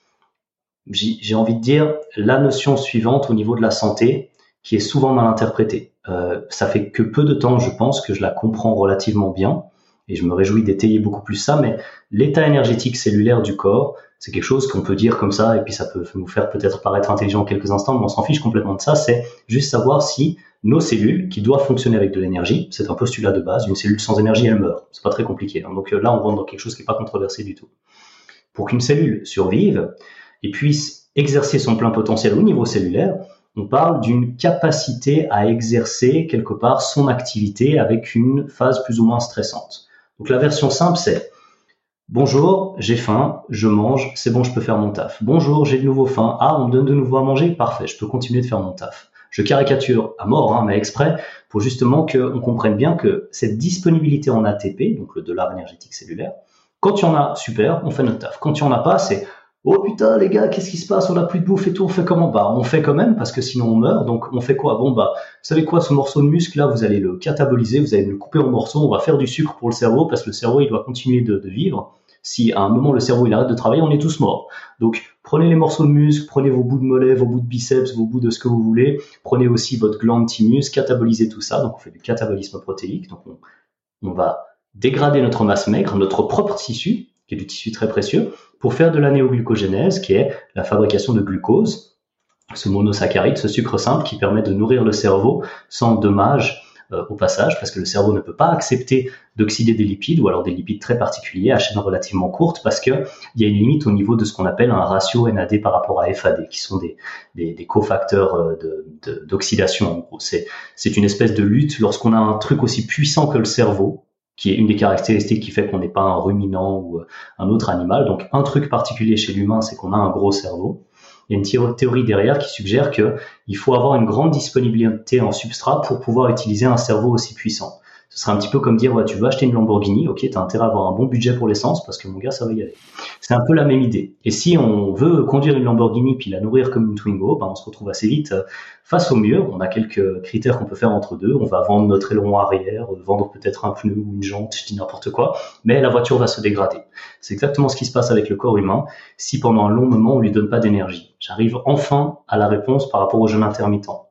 j'ai, j'ai envie de dire, la notion suivante au niveau de la santé, qui est souvent mal interprétée. Euh, ça fait que peu de temps, je pense, que je la comprends relativement bien. Et je me réjouis d'étayer beaucoup plus ça, mais l'état énergétique cellulaire du corps, c'est quelque chose qu'on peut dire comme ça, et puis ça peut nous faire peut-être paraître intelligent en quelques instants, mais on s'en fiche complètement de ça. C'est juste savoir si nos cellules, qui doivent fonctionner avec de l'énergie, c'est un postulat de base, une cellule sans énergie, elle meurt. C'est pas très compliqué. Hein. Donc là, on rentre dans quelque chose qui n'est pas controversé du tout. Pour qu'une cellule survive et puisse exercer son plein potentiel au niveau cellulaire, on parle d'une capacité à exercer quelque part son activité avec une phase plus ou moins stressante. Donc la version simple, c'est « Bonjour, j'ai faim, je mange, c'est bon, je peux faire mon taf. Bonjour, j'ai de nouveau faim, ah, on me donne de nouveau à manger, parfait, je peux continuer de faire mon taf. » Je caricature à mort, hein, mais exprès, pour justement qu'on comprenne bien que cette disponibilité en A T P, donc le dollar énergétique cellulaire, quand il y en a, super, on fait notre taf. Quand il n'y en a pas, c'est « Oh putain, les gars, qu'est-ce qui se passe? On n'a plus de bouffe et tout, on fait comment? » Bah, on fait quand même, parce que sinon on meurt, donc on fait quoi? Bon, bah, vous savez quoi, ce morceau de muscle, là, vous allez le cataboliser, vous allez le couper en morceaux, on va faire du sucre pour le cerveau, parce que le cerveau, il doit continuer de, de vivre. Si à un moment, le cerveau, il arrête de travailler, on est tous morts. Donc, prenez les morceaux de muscle, prenez vos bouts de mollets, vos bouts de biceps, vos bouts de ce que vous voulez, prenez aussi votre glande thymus, catabolisez tout ça, donc on fait du catabolisme protéique, donc on, on va dégrader notre masse maigre, notre propre tissu, qui est du tissu très précieux, pour faire de la néoglucogénèse, qui est la fabrication de glucose, ce monosaccharide, ce sucre simple qui permet de nourrir le cerveau sans dommage euh, au passage, parce que le cerveau ne peut pas accepter d'oxyder des lipides, ou alors des lipides très particuliers à chaîne relativement courte, parce qu'il y a une limite au niveau de ce qu'on appelle un ratio N A D par rapport à F A D, qui sont des, des, des cofacteurs de, de, d'oxydation. En gros, c'est, c'est une espèce de lutte lorsqu'on a un truc aussi puissant que le cerveau, qui est une des caractéristiques qui fait qu'on n'est pas un ruminant ou un autre animal. Donc, un truc particulier chez l'humain, c'est qu'on a un gros cerveau. Il y a une théorie derrière qui suggère qu'il faut avoir une grande disponibilité en substrat pour pouvoir utiliser un cerveau aussi puissant. Ce serait un petit peu comme dire, ouais, tu veux acheter une Lamborghini, ok, tu as intérêt à avoir un bon budget pour l'essence parce que mon gars, ça va y aller. C'est un peu la même idée. Et si on veut conduire une Lamborghini puis la nourrir comme une Twingo, ben on se retrouve assez vite face au mur. On a quelques critères qu'on peut faire entre deux. On va vendre notre aileron arrière, vendre peut-être un pneu ou une jante, je dis n'importe quoi, mais la voiture va se dégrader. C'est exactement ce qui se passe avec le corps humain si pendant un long moment on lui donne pas d'énergie. J'arrive enfin à la réponse par rapport au jeûne intermittent.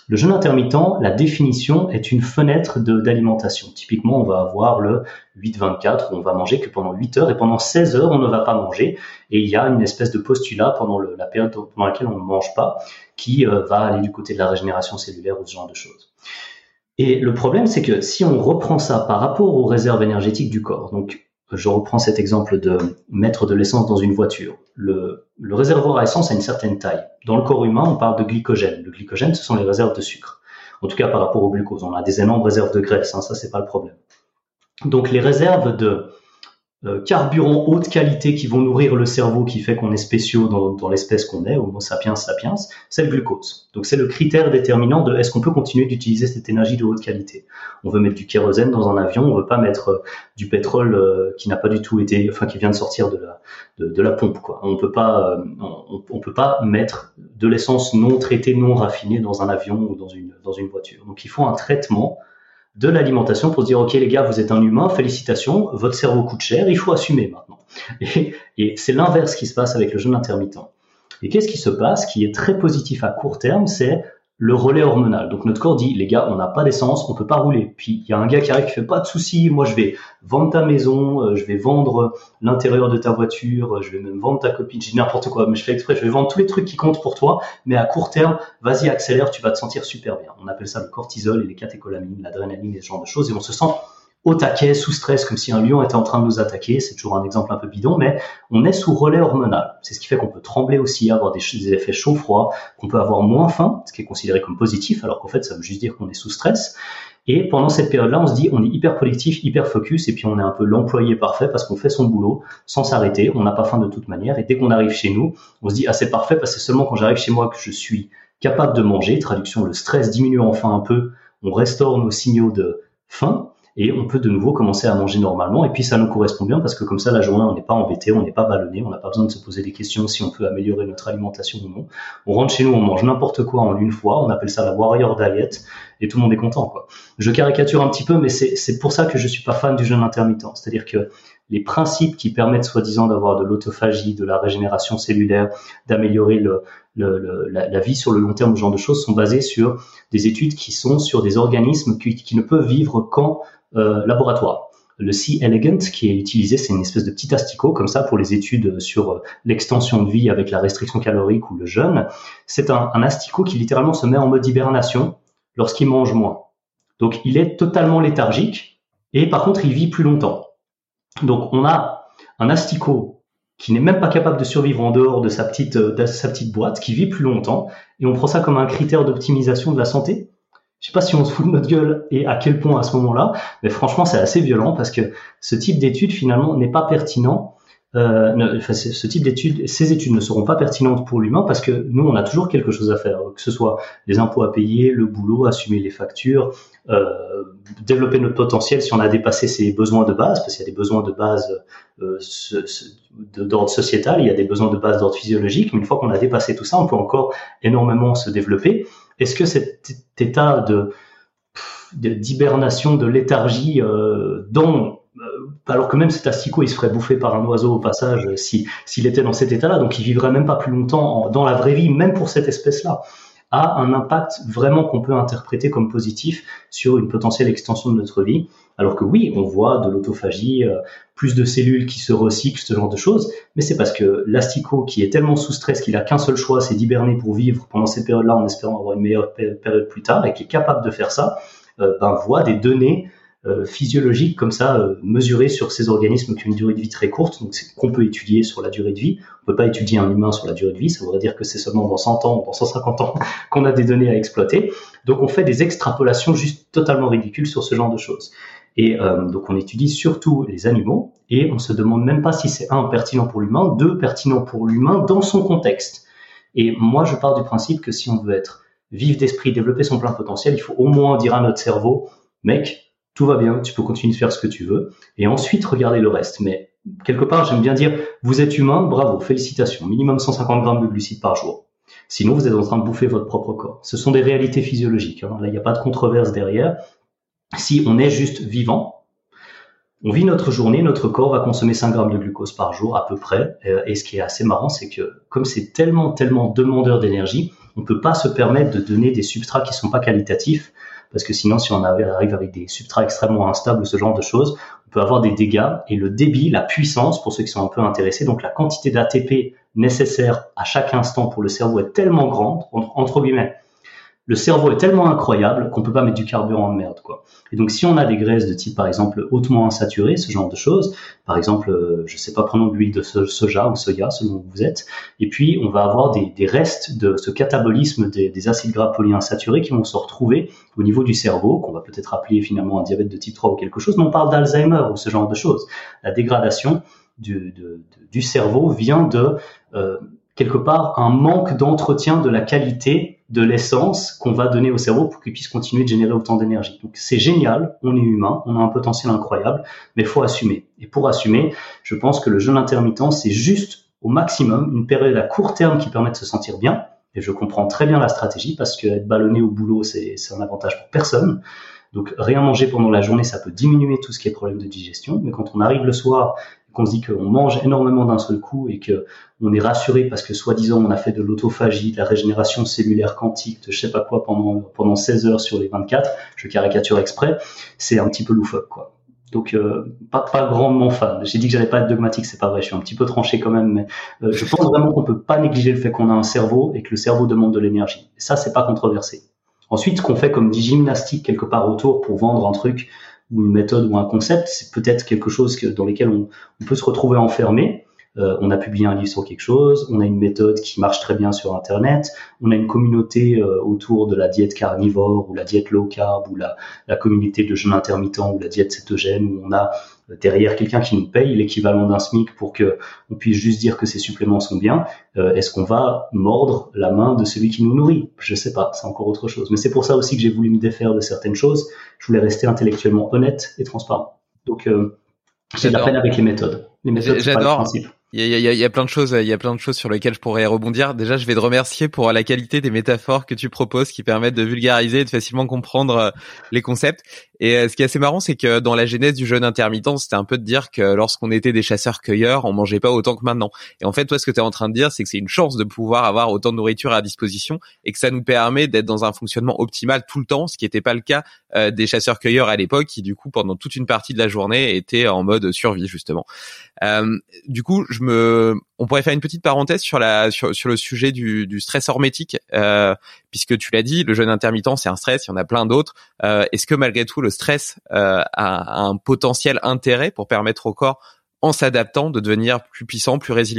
Le jeûne intermittent, la définition est une fenêtre de, d'alimentation. Typiquement, on va avoir le huit vingt-quatre où on va manger que pendant huit heures et pendant seize heures, on ne va pas manger. Et il y a une espèce de postulat pendant le, la période pendant laquelle on ne mange pas qui euh, va aller du côté de la régénération cellulaire ou ce genre de choses. Et le problème, c'est que si on reprend ça par rapport aux réserves énergétiques du corps, donc je reprends cet exemple de mettre de l'essence dans une voiture. Le, le réservoir à essence a une certaine taille. Dans le corps humain, on parle de glycogène. Le glycogène, ce sont les réserves de sucre. En tout cas, par rapport au glucose. On a des énormes réserves de graisse, hein, ça, c'est pas le problème. Donc, les réserves de euh, carburants haute qualité qui vont nourrir le cerveau, qui fait qu'on est spéciaux dans, dans l'espèce qu'on est, Homo sapiens sapiens, c'est le glucose. Donc, c'est le critère déterminant de est-ce qu'on peut continuer d'utiliser cette énergie de haute qualité. On veut mettre du kérosène dans un avion, on veut pas mettre euh, du pétrole euh, qui n'a pas du tout été, enfin qui vient de sortir de la de, de la pompe, quoi. On peut pas, euh, on, on peut pas mettre de l'essence non traitée, non raffinée dans un avion ou dans une dans une voiture. Donc, il faut un traitement de l'alimentation pour se dire, ok les gars, vous êtes un humain, félicitations, votre cerveau coûte cher, il faut assumer maintenant. Et, et c'est l'inverse qui se passe avec le jeûne intermittent. Et qu'est-ce qui se passe, qui est très positif à court terme, c'est le relais hormonal. Donc notre corps dit, les gars, on n'a pas d'essence, on peut pas rouler. Puis il y a un gars qui arrive qui fait, pas de souci, moi je vais vendre ta maison, je vais vendre l'intérieur de ta voiture, je vais même vendre ta copine, je dis n'importe quoi, mais je fais exprès, je vais vendre tous les trucs qui comptent pour toi, mais à court terme, vas-y, accélère, tu vas te sentir super bien. On appelle ça le cortisol et les catécholamines, l'adrénaline et ce genre de choses, et on se sent au taquet, sous stress, comme si un lion était en train de nous attaquer. C'est toujours un exemple un peu bidon, mais on est sous relais hormonal. C'est ce qui fait qu'on peut trembler aussi, avoir des, des effets chaud-froid, qu'on peut avoir moins faim, ce qui est considéré comme positif, alors qu'en fait, ça veut juste dire qu'on est sous stress. Et pendant cette période-là, on se dit, on est hyper productif, hyper focus, et puis on est un peu l'employé parfait parce qu'on fait son boulot sans s'arrêter, on n'a pas faim de toute manière, et dès qu'on arrive chez nous, on se dit, ah, c'est parfait parce que c'est seulement quand j'arrive chez moi que je suis capable de manger. Traduction, le stress diminue enfin un peu, on restaure nos signaux de faim, et on peut de nouveau commencer à manger normalement, et puis ça nous correspond bien parce que comme ça la journée on n'est pas embêté, on n'est pas ballonné, on n'a pas besoin de se poser des questions si on peut améliorer notre alimentation ou non. On rentre chez nous, on mange n'importe quoi en une fois, on appelle ça la warrior diet, et tout le monde est content, quoi. Je caricature un petit peu, mais c'est, c'est pour ça que je suis pas fan du jeûne intermittent, c'est-à-dire que les principes qui permettent soi-disant d'avoir de l'autophagie, de la régénération cellulaire, d'améliorer le, le, le, la, la vie sur le long terme, ce genre de choses, sont basés sur des études qui sont sur des organismes qui, qui ne peuvent vivre qu'en Euh, laboratoire. Le C. elegans qui est utilisé, c'est une espèce de petit asticot comme ça pour les études sur l'extension de vie avec la restriction calorique ou le jeûne. C'est un, un asticot qui littéralement se met en mode hibernation lorsqu'il mange moins. Donc il est totalement léthargique et par contre il vit plus longtemps. Donc on a un asticot qui n'est même pas capable de survivre en dehors de sa petite, de sa petite boîte, qui vit plus longtemps, et on prend ça comme un critère d'optimisation de la santé. Je sais pas si on se fout de notre gueule et à quel point à ce moment-là, mais franchement, c'est assez violent parce que ce type d'études, finalement, n'est pas pertinent. Euh, ne, enfin, ce type d'études, ces études ne seront pas pertinentes pour l'humain parce que nous, on a toujours quelque chose à faire, que ce soit les impôts à payer, le boulot, assumer les factures, euh, développer notre potentiel si on a dépassé ses besoins de base, parce qu'il y a des besoins de base euh, ce, ce, d'ordre sociétal, il y a des besoins de base d'ordre physiologique, mais une fois qu'on a dépassé tout ça, on peut encore énormément se développer. Est-ce que cet état de, de d'hibernation, de léthargie, euh, dans, euh, alors que même cet asticot, il se ferait bouffer par un oiseau au passage, si s'il était dans cet état-là, donc il vivrait même pas plus longtemps en, dans la vraie vie, même pour cette espèce-là, a un impact vraiment qu'on peut interpréter comme positif sur une potentielle extension de notre vie. Alors que oui, on voit de l'autophagie, euh, plus de cellules qui se recyclent, ce genre de choses, mais c'est parce que l'asticot qui est tellement sous stress qu'il a qu'un seul choix, c'est d'hiberner pour vivre pendant ces périodes-là en espérant avoir une meilleure période plus tard, et qui est capable de faire ça, euh, ben voit des données euh, physiologiques comme ça euh, mesurées sur ces organismes qui ont une durée de vie très courte, donc c'est qu'on peut étudier sur la durée de vie. On peut pas étudier un humain sur la durée de vie, ça voudrait dire que c'est seulement dans cent ans ou dans cent cinquante ans qu'on a des données à exploiter. Donc on fait des extrapolations juste totalement ridicules sur ce genre de choses. Et euh, donc on étudie surtout les animaux et on se demande même pas si c'est un, pertinent pour l'humain, deux, pertinent pour l'humain dans son contexte. Et moi je pars du principe que si on veut être vif d'esprit, développer son plein potentiel, il faut au moins dire à notre cerveau, mec, tout va bien, tu peux continuer de faire ce que tu veux, et ensuite regarder le reste. Mais quelque part j'aime bien dire, vous êtes humain, bravo, félicitations, minimum cent cinquante grammes de glucides par jour. Sinon vous êtes en train de bouffer votre propre corps. Ce sont des réalités physiologiques, hein. Là il n'y a pas de controverse derrière. Si on est juste vivant, on vit notre journée, notre corps va consommer cinq grammes de glucose par jour à peu près. Et ce qui est assez marrant, c'est que comme c'est tellement, tellement demandeur d'énergie, On peut pas se permettre de donner des substrats qui sont pas qualitatifs, parce que sinon, si on arrive avec des substrats extrêmement instables ou ce genre de choses, on peut avoir des dégâts. Et le débit, la puissance, pour ceux qui sont un peu intéressés, donc la quantité d'A T P nécessaire à chaque instant pour le cerveau est tellement grande, entre, entre guillemets, le cerveau est tellement incroyable qu'on peut pas mettre du carburant de merde, quoi. Et donc, si on a des graisses de type, par exemple, hautement insaturées, ce genre de choses, par exemple, euh, je sais pas, prenons de l'huile de soja ou soya, selon où vous êtes, et puis on va avoir des, des restes de ce catabolisme des, des acides gras polyinsaturés qui vont se retrouver au niveau du cerveau, qu'on va peut-être appeler finalement un diabète de type trois ou quelque chose, mais on parle d'Alzheimer ou ce genre de choses. La dégradation du, de, de, du cerveau vient de, euh, quelque part, un manque d'entretien de la qualité de l'essence qu'on va donner au cerveau pour qu'il puisse continuer de générer autant d'énergie. Donc c'est génial, on est humain, on a un potentiel incroyable, mais il faut assumer. Et pour assumer, je pense que le jeûne intermittent, c'est juste au maximum une période à court terme qui permet de se sentir bien. Et je comprends très bien la stratégie parce que être ballonné au boulot, c'est, c'est un avantage pour personne. Donc rien manger pendant la journée, ça peut diminuer tout ce qui est problème de digestion. Mais quand on arrive le soir, qu'on se dit qu'on mange énormément d'un seul coup et que on est rassuré parce que soi-disant on a fait de l'autophagie, de la régénération cellulaire quantique, de je sais pas quoi pendant pendant seize heures sur les vingt-quatre, je caricature exprès, c'est un petit peu loufoque, quoi. Donc euh, pas pas grandement fan. J'ai dit que j'allais pas être dogmatique, c'est pas vrai, je suis un petit peu tranché quand même, mais euh, je pense vraiment qu'on peut pas négliger le fait qu'on a un cerveau et que le cerveau demande de l'énergie. Et ça, c'est pas controversé. Ensuite, ce qu'on fait comme dit gymnastique quelque part autour pour vendre un truc ou une méthode ou un concept, c'est peut-être quelque chose que, dans lequel on, on peut se retrouver enfermé. Euh, on a publié un livre sur quelque chose, on a une méthode qui marche très bien sur Internet, on a une communauté euh, autour de la diète carnivore ou la diète low carb ou la, la communauté de jeûne intermittent ou la diète cétogène où on a derrière quelqu'un qui nous paye l'équivalent d'un SMIC pour que on puisse juste dire que ces suppléments sont bien. Euh, est-ce qu'on va mordre la main de celui qui nous nourrit ? Je sais pas, c'est encore autre chose. Mais c'est pour ça aussi que j'ai voulu me défaire de certaines choses. Je voulais rester intellectuellement honnête et transparent. Donc euh, j'ai de la peine avec les méthodes. Les méthodes, c'est pas le principe. Il y a, il y a, il y a plein de choses, il y a plein de choses sur lesquelles je pourrais rebondir. Déjà, je vais te remercier pour la qualité des métaphores que tu proposes, qui permettent de vulgariser et de facilement comprendre les concepts. Et ce qui est assez marrant, c'est que dans la genèse du jeûne intermittent, c'était un peu de dire que lorsqu'on était des chasseurs-cueilleurs, on mangeait pas autant que maintenant. Et en fait, toi, ce que tu es en train de dire, c'est que c'est une chance de pouvoir avoir autant de nourriture à disposition et que ça nous permet d'être dans un fonctionnement optimal tout le temps, ce qui n'était pas le cas euh, des chasseurs-cueilleurs à l'époque, qui du coup, pendant toute une partie de la journée, étaient en mode survie, justement. Euh, du coup, je me, on pourrait faire une petite parenthèse sur la, sur, sur le sujet du, du stress hormétique, euh, puisque tu l'as dit, le jeûne intermittent, c'est un stress, il y en a plein d'autres. Euh, est-ce que malgré tout, le stress euh, a, a un potentiel intérêt pour permettre au corps, en s'adaptant, de devenir plus puissant, plus résilient ?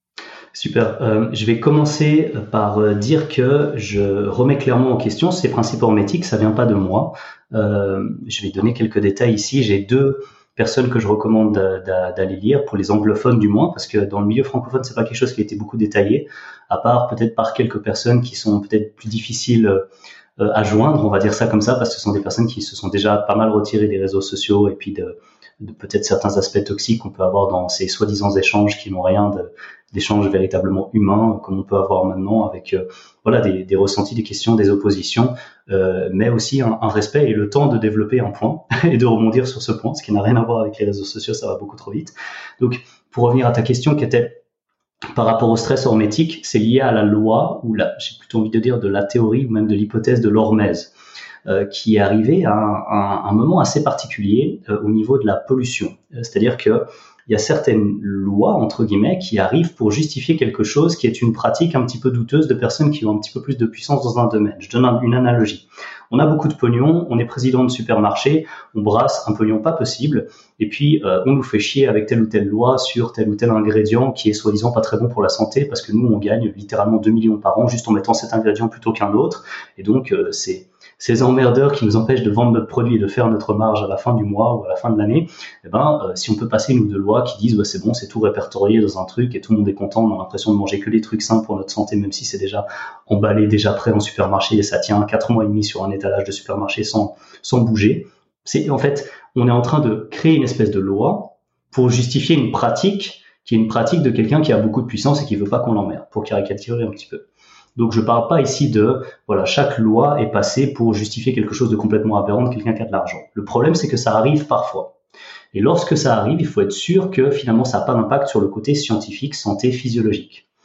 Super. Euh, je vais commencer par dire que je remets clairement en question ces principes hormétiques, ça vient pas de moi. Euh, je vais donner quelques détails ici. J'ai deux personnes que je recommande d'aller lire, pour les anglophones du moins, parce que dans le milieu francophone, c'est pas quelque chose qui a été beaucoup détaillé, à part peut-être par quelques personnes qui sont peut-être plus difficiles euh, à joindre, on va dire ça comme ça, parce que ce sont des personnes qui se sont déjà pas mal retirées des réseaux sociaux et puis de, de peut-être certains aspects toxiques qu'on peut avoir dans ces soi-disant échanges qui n'ont rien de, d'échanges véritablement humains, comme on peut avoir maintenant avec euh, voilà des, des ressentis, des questions, des oppositions, euh, mais aussi un, un respect et le temps de développer un point et de rebondir sur ce point, ce qui n'a rien à voir avec les réseaux sociaux, ça va beaucoup trop vite. Donc, pour revenir à ta question qui était par rapport au stress hormétique, c'est lié à la loi, ou la, j'ai plutôt envie de dire de la théorie ou même de l'hypothèse de l'hormèse, euh, qui est arrivée à un, à un moment assez particulier euh, au niveau de la pollution. Euh, c'est-à-dire que il y a certaines lois, entre guillemets, qui arrivent pour justifier quelque chose qui est une pratique un petit peu douteuse de personnes qui ont un petit peu plus de puissance dans un domaine. Je donne un, une analogie. On a beaucoup de pognon, on est président de supermarché, on brasse un pognon pas possible, et puis euh, on nous fait chier avec telle ou telle loi sur tel ou tel ingrédient qui est soi-disant pas très bon pour la santé, parce que nous, on gagne littéralement deux millions par an juste en mettant cet ingrédient plutôt qu'un autre, et donc euh, c'est ces emmerdeurs qui nous empêchent de vendre notre produit et de faire notre marge à la fin du mois ou à la fin de l'année, eh ben, euh, si on peut passer une ou deux lois qui disent ouais, c'est bon, c'est tout répertorié dans un truc et tout le monde est content, on a l'impression de manger que des trucs sains pour notre santé, même si c'est déjà emballé, déjà prêt en supermarché et ça tient quatre mois et demi sur un étalage de supermarché sans, sans bouger. C'est, en fait, on est en train de créer une espèce de loi pour justifier une pratique qui est une pratique de quelqu'un qui a beaucoup de puissance et qui veut pas qu'on l'emmerde, pour caricaturer un petit peu. Donc je parle pas ici de voilà chaque loi est passée pour justifier quelque chose de complètement aberrant de quelqu'un qui a de l'argent. Le problème c'est que ça arrive parfois. Et lorsque ça arrive, il faut être sûr que finalement ça n'a pas d'impact sur le côté scientifique, santé, physiologique.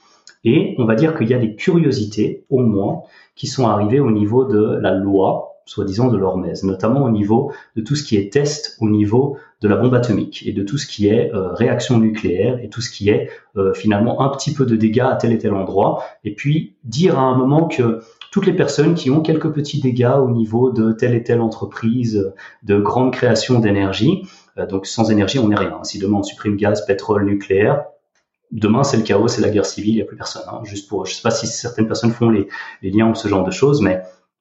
Et on va dire qu'il y a des curiosités, au moins, qui sont arrivées au niveau de la loi, soi-disant de l'Hormèse, notamment au niveau de tout ce qui est test au niveau de la bombe atomique et de tout ce qui est euh, réaction nucléaire et tout ce qui est euh, finalement un petit peu de dégâts à tel et tel endroit. Et puis dire à un moment que toutes les personnes qui ont quelques petits dégâts au niveau de telle et telle entreprise, de grande création d'énergie, euh, donc sans énergie on n'est rien. Si demain on supprime gaz, pétrole, nucléaire, demain c'est le chaos, c'est la guerre civile, il n'y a plus personne. Hein. Juste pour, je sais pas si certaines personnes font les, les liens ou ce genre de choses, mais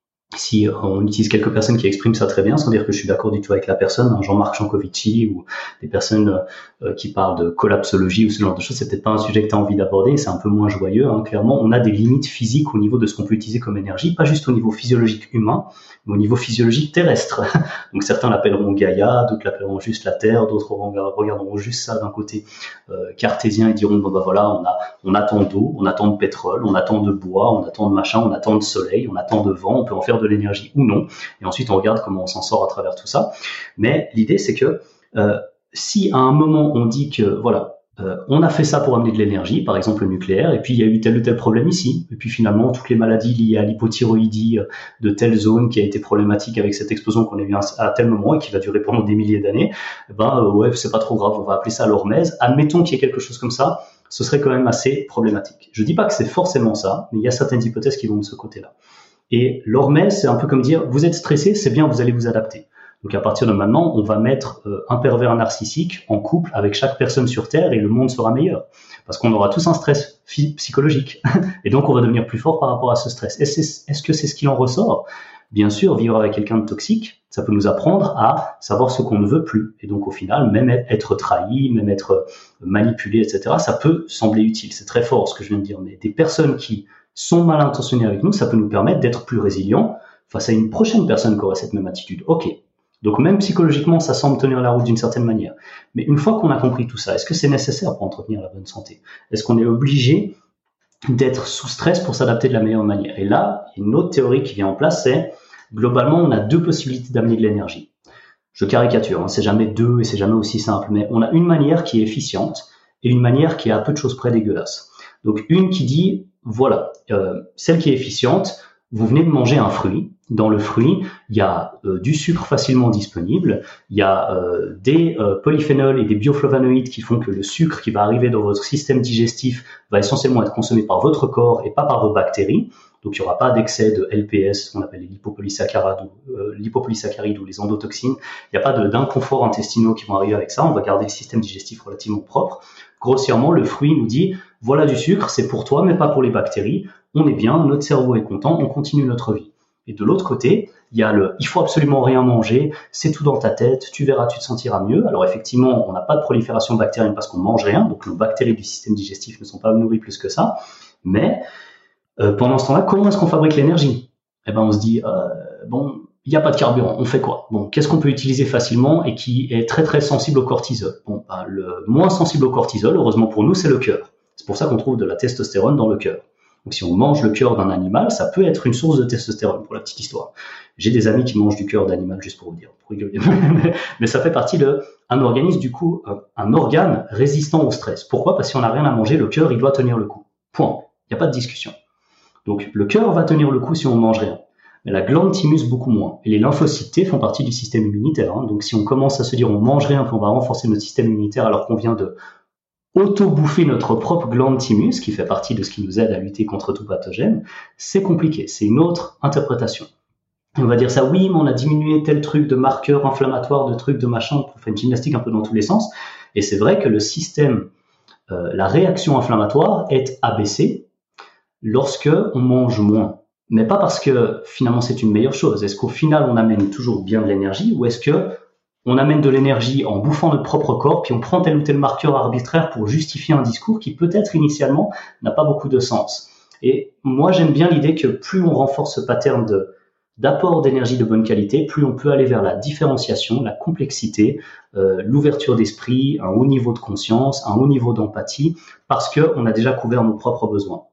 si on utilise quelques personnes qui expriment ça très bien, sans dire que je suis d'accord du tout avec la personne, hein, Jean-Marc Jancovici ou des personnes euh, qui parlent de collapsologie ou ce genre de choses, c'est peut-être pas un sujet que tu as envie d'aborder, c'est un peu moins joyeux. Hein. Clairement, on a des limites physiques au niveau de ce qu'on peut utiliser comme énergie, pas juste au niveau physiologique humain, mais au niveau physiologique terrestre. Donc certains l'appelleront Gaïa, d'autres l'appelleront juste la Terre, d'autres regarderont juste ça d'un côté euh, cartésien et diront bon bah voilà, on a on attend d'eau, on attend de pétrole, on attend de bois, on attend de machin, on attend de soleil, on attend de vent, on peut en faire de l'énergie ou non, et ensuite on regarde comment on s'en sort à travers tout ça. Mais l'idée c'est que euh, si à un moment on dit que voilà, euh, on a fait ça pour amener de l'énergie, par exemple le nucléaire, et puis il y a eu tel ou tel problème ici, et puis finalement toutes les maladies liées à l'hypothyroïdie de telle zone qui a été problématique avec cette explosion qu'on a eu à tel moment et qui va durer pendant des milliers d'années, ben euh, ouais c'est pas trop grave, on va appeler ça l'hormèse. Admettons qu'il y ait quelque chose comme ça, ce serait quand même assez problématique. Je dis pas que c'est forcément ça, mais il y a certaines hypothèses qui vont de ce côté-là. Et l'hormèse, c'est un peu comme dire, vous êtes stressé, c'est bien, vous allez vous adapter. Donc à partir de maintenant, on va mettre euh, un pervers narcissique en couple avec chaque personne sur Terre et le monde sera meilleur. Parce qu'on aura tous un stress psychologique. Et donc on va devenir plus fort par rapport à ce stress. Est-ce, est-ce que c'est ce qu'il en ressort ? Bien sûr, vivre avec quelqu'un de toxique, ça peut nous apprendre à savoir ce qu'on ne veut plus. Et donc au final, même être trahi, même être manipulé, et cetera, ça peut sembler utile. C'est très fort ce que je viens de dire. Mais des personnes qui sont mal intentionnées avec nous, ça peut nous permettre d'être plus résilients face à une prochaine personne qui aura cette même attitude. Ok. Donc même psychologiquement, ça semble tenir la route d'une certaine manière. Mais une fois qu'on a compris tout ça, est-ce que c'est nécessaire pour entretenir la bonne santé ? Est-ce qu'on est obligé d'être sous stress pour s'adapter de la meilleure manière ? Et là, une autre théorie qui vient en place, c'est globalement, on a deux possibilités d'amener de l'énergie. Je caricature, hein, c'est jamais deux et c'est jamais aussi simple, mais on a une manière qui est efficiente et une manière qui est à peu de choses près dégueulasse. Donc une qui dit, voilà, euh, celle qui est efficiente, vous venez de manger un fruit. Dans le fruit, il y a euh, du sucre facilement disponible, il y a euh, des euh, polyphénols et des bioflavonoïdes qui font que le sucre qui va arriver dans votre système digestif va essentiellement être consommé par votre corps et pas par vos bactéries. Donc il n'y aura pas d'excès de L P S, qu'on appelle les lipopolysaccharides ou, euh, lipopolysaccharides ou les endotoxines. Il n'y a pas de, d'inconfort intestinaux qui vont arriver avec ça. On va garder le système digestif relativement propre. Grossièrement, le fruit nous dit, voilà du sucre, c'est pour toi, mais pas pour les bactéries. On est bien, notre cerveau est content, on continue notre vie. Et de l'autre côté, il y a le, il faut absolument rien manger, c'est tout dans ta tête, tu verras, tu te sentiras mieux. Alors effectivement, on n'a pas de prolifération bactérienne parce qu'on mange rien, donc nos bactéries du système digestif ne sont pas nourries plus que ça. Mais euh, pendant ce temps-là, comment est-ce qu'on fabrique l'énergie ? Eh ben, on se dit, euh, bon, il n'y a pas de carburant, on fait quoi ? Bon, qu'est-ce qu'on peut utiliser facilement et qui est très très sensible au cortisol ? Bon, ben, le moins sensible au cortisol, heureusement pour nous, c'est le cœur. C'est pour ça qu'on trouve de la testostérone dans le cœur. Donc si on mange le cœur d'un animal, ça peut être une source de testostérone, pour la petite histoire. J'ai des amis qui mangent du cœur d'animal, juste pour vous dire, pour rigoler. Mais ça fait partie de un organisme, du coup, un organe résistant au stress. Pourquoi ? Parce que si on n'a rien à manger, le cœur, il doit tenir le coup. Point. Il n'y a pas de discussion. Donc le cœur va tenir le coup si on mange rien. Mais la glande thymus, beaucoup moins. Et les lymphocytes T font partie du système immunitaire. Hein. Donc si on commence à se dire on mange rien, puis on va renforcer notre système immunitaire alors qu'on vient de auto-bouffer notre propre glande thymus, qui fait partie de ce qui nous aide à lutter contre tout pathogène, c'est compliqué, c'est une autre interprétation. On va dire ça, oui, mais on a diminué tel truc de marqueur inflammatoire, de trucs, de machin, pour faire une gymnastique un peu dans tous les sens, et c'est vrai que le système, euh, la réaction inflammatoire est abaissée lorsque on mange moins. Mais pas parce que finalement c'est une meilleure chose. Est-ce qu'au final on amène toujours bien de l'énergie, ou est-ce que on amène de l'énergie en bouffant notre propre corps, puis on prend tel ou tel marqueur arbitraire pour justifier un discours qui peut-être initialement n'a pas beaucoup de sens. Et moi j'aime bien l'idée que plus on renforce ce pattern de, d'apport d'énergie de bonne qualité, plus on peut aller vers la différenciation, la complexité, euh, l'ouverture d'esprit, un haut niveau de conscience, un haut niveau d'empathie, parce qu'on a déjà couvert nos propres besoins.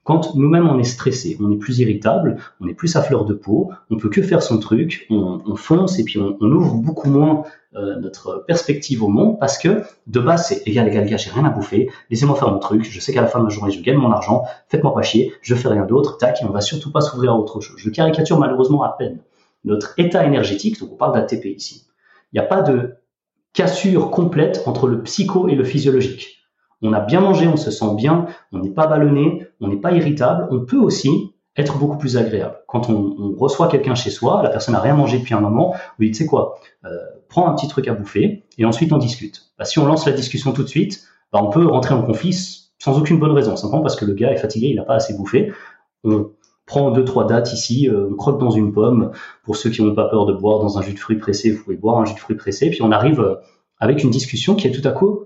Quand nous-mêmes on est stressé, on est plus irritable, on est plus à fleur de peau, on peut que faire son truc, on, on fonce et puis on, on ouvre beaucoup moins euh, notre perspective au monde parce que de base c'est égal, égal, égal, j'ai rien à bouffer, laissez-moi faire mon truc, je sais qu'à la fin de ma journée je gagne mon argent, faites-moi pas chier, je fais rien d'autre, tac, et on va surtout pas s'ouvrir à autre chose. Je caricature malheureusement à peine. Notre état énergétique, donc on parle d'A T P ici, il n'y a pas de cassure complète entre le psycho et le physiologique. On a bien mangé, on se sent bien, on n'est pas ballonné, on n'est pas irritable, on peut aussi être beaucoup plus agréable. Quand on, on reçoit quelqu'un chez soi, la personne n'a rien mangé depuis un moment, vous lui dites, tu sais quoi, euh, prends un petit truc à bouffer et ensuite on discute. Bah, si on lance la discussion tout de suite, bah, on peut rentrer en conflit sans aucune bonne raison, simplement parce que le gars est fatigué, il n'a pas assez bouffé. On prend deux, trois dates ici, euh, on croque dans une pomme. Pour ceux qui n'ont pas peur de boire dans un jus de fruits pressé, vous pouvez boire un jus de fruits pressé, puis on arrive euh, avec une discussion qui est tout à coup,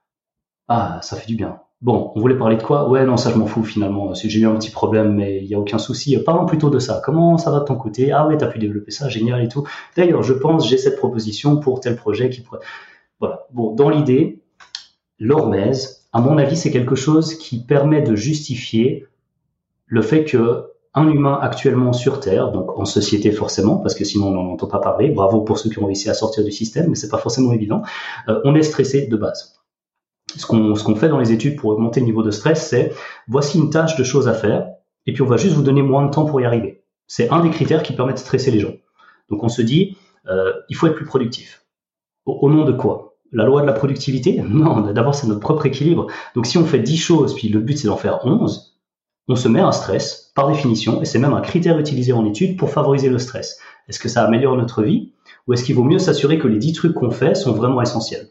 ah, ça fait du bien. Bon, on voulait parler de quoi? Ouais, non, ça je m'en fous finalement. J'ai eu un petit problème, mais il n'y a aucun souci. Parlons plutôt de ça. Comment ça va de ton côté? Ah ouais, t'as pu développer ça, génial et tout. D'ailleurs, je pense, j'ai cette proposition pour tel projet qui pourrait... Voilà. Bon, dans l'idée, l'hormèse, à mon avis, c'est quelque chose qui permet de justifier le fait que un humain actuellement sur Terre, donc en société forcément, parce que sinon on n'en entend pas parler, bravo pour ceux qui ont réussi à sortir du système, mais c'est pas forcément évident, euh, on est stressé de base. Ce qu'on, ce qu'on fait dans les études pour augmenter le niveau de stress, c'est voici une tâche de choses à faire, et puis on va juste vous donner moins de temps pour y arriver. C'est un des critères qui permet de stresser les gens. Donc on se dit, euh, il faut être plus productif. Au, au nom de quoi? La loi de la productivité? Non, d'abord c'est notre propre équilibre. Donc si on fait dix choses, puis le but c'est d'en faire onze, on se met un stress, par définition, et c'est même un critère utilisé en études pour favoriser le stress. Est-ce que ça améliore notre vie, ou est-ce qu'il vaut mieux s'assurer que les dix trucs qu'on fait sont vraiment essentiels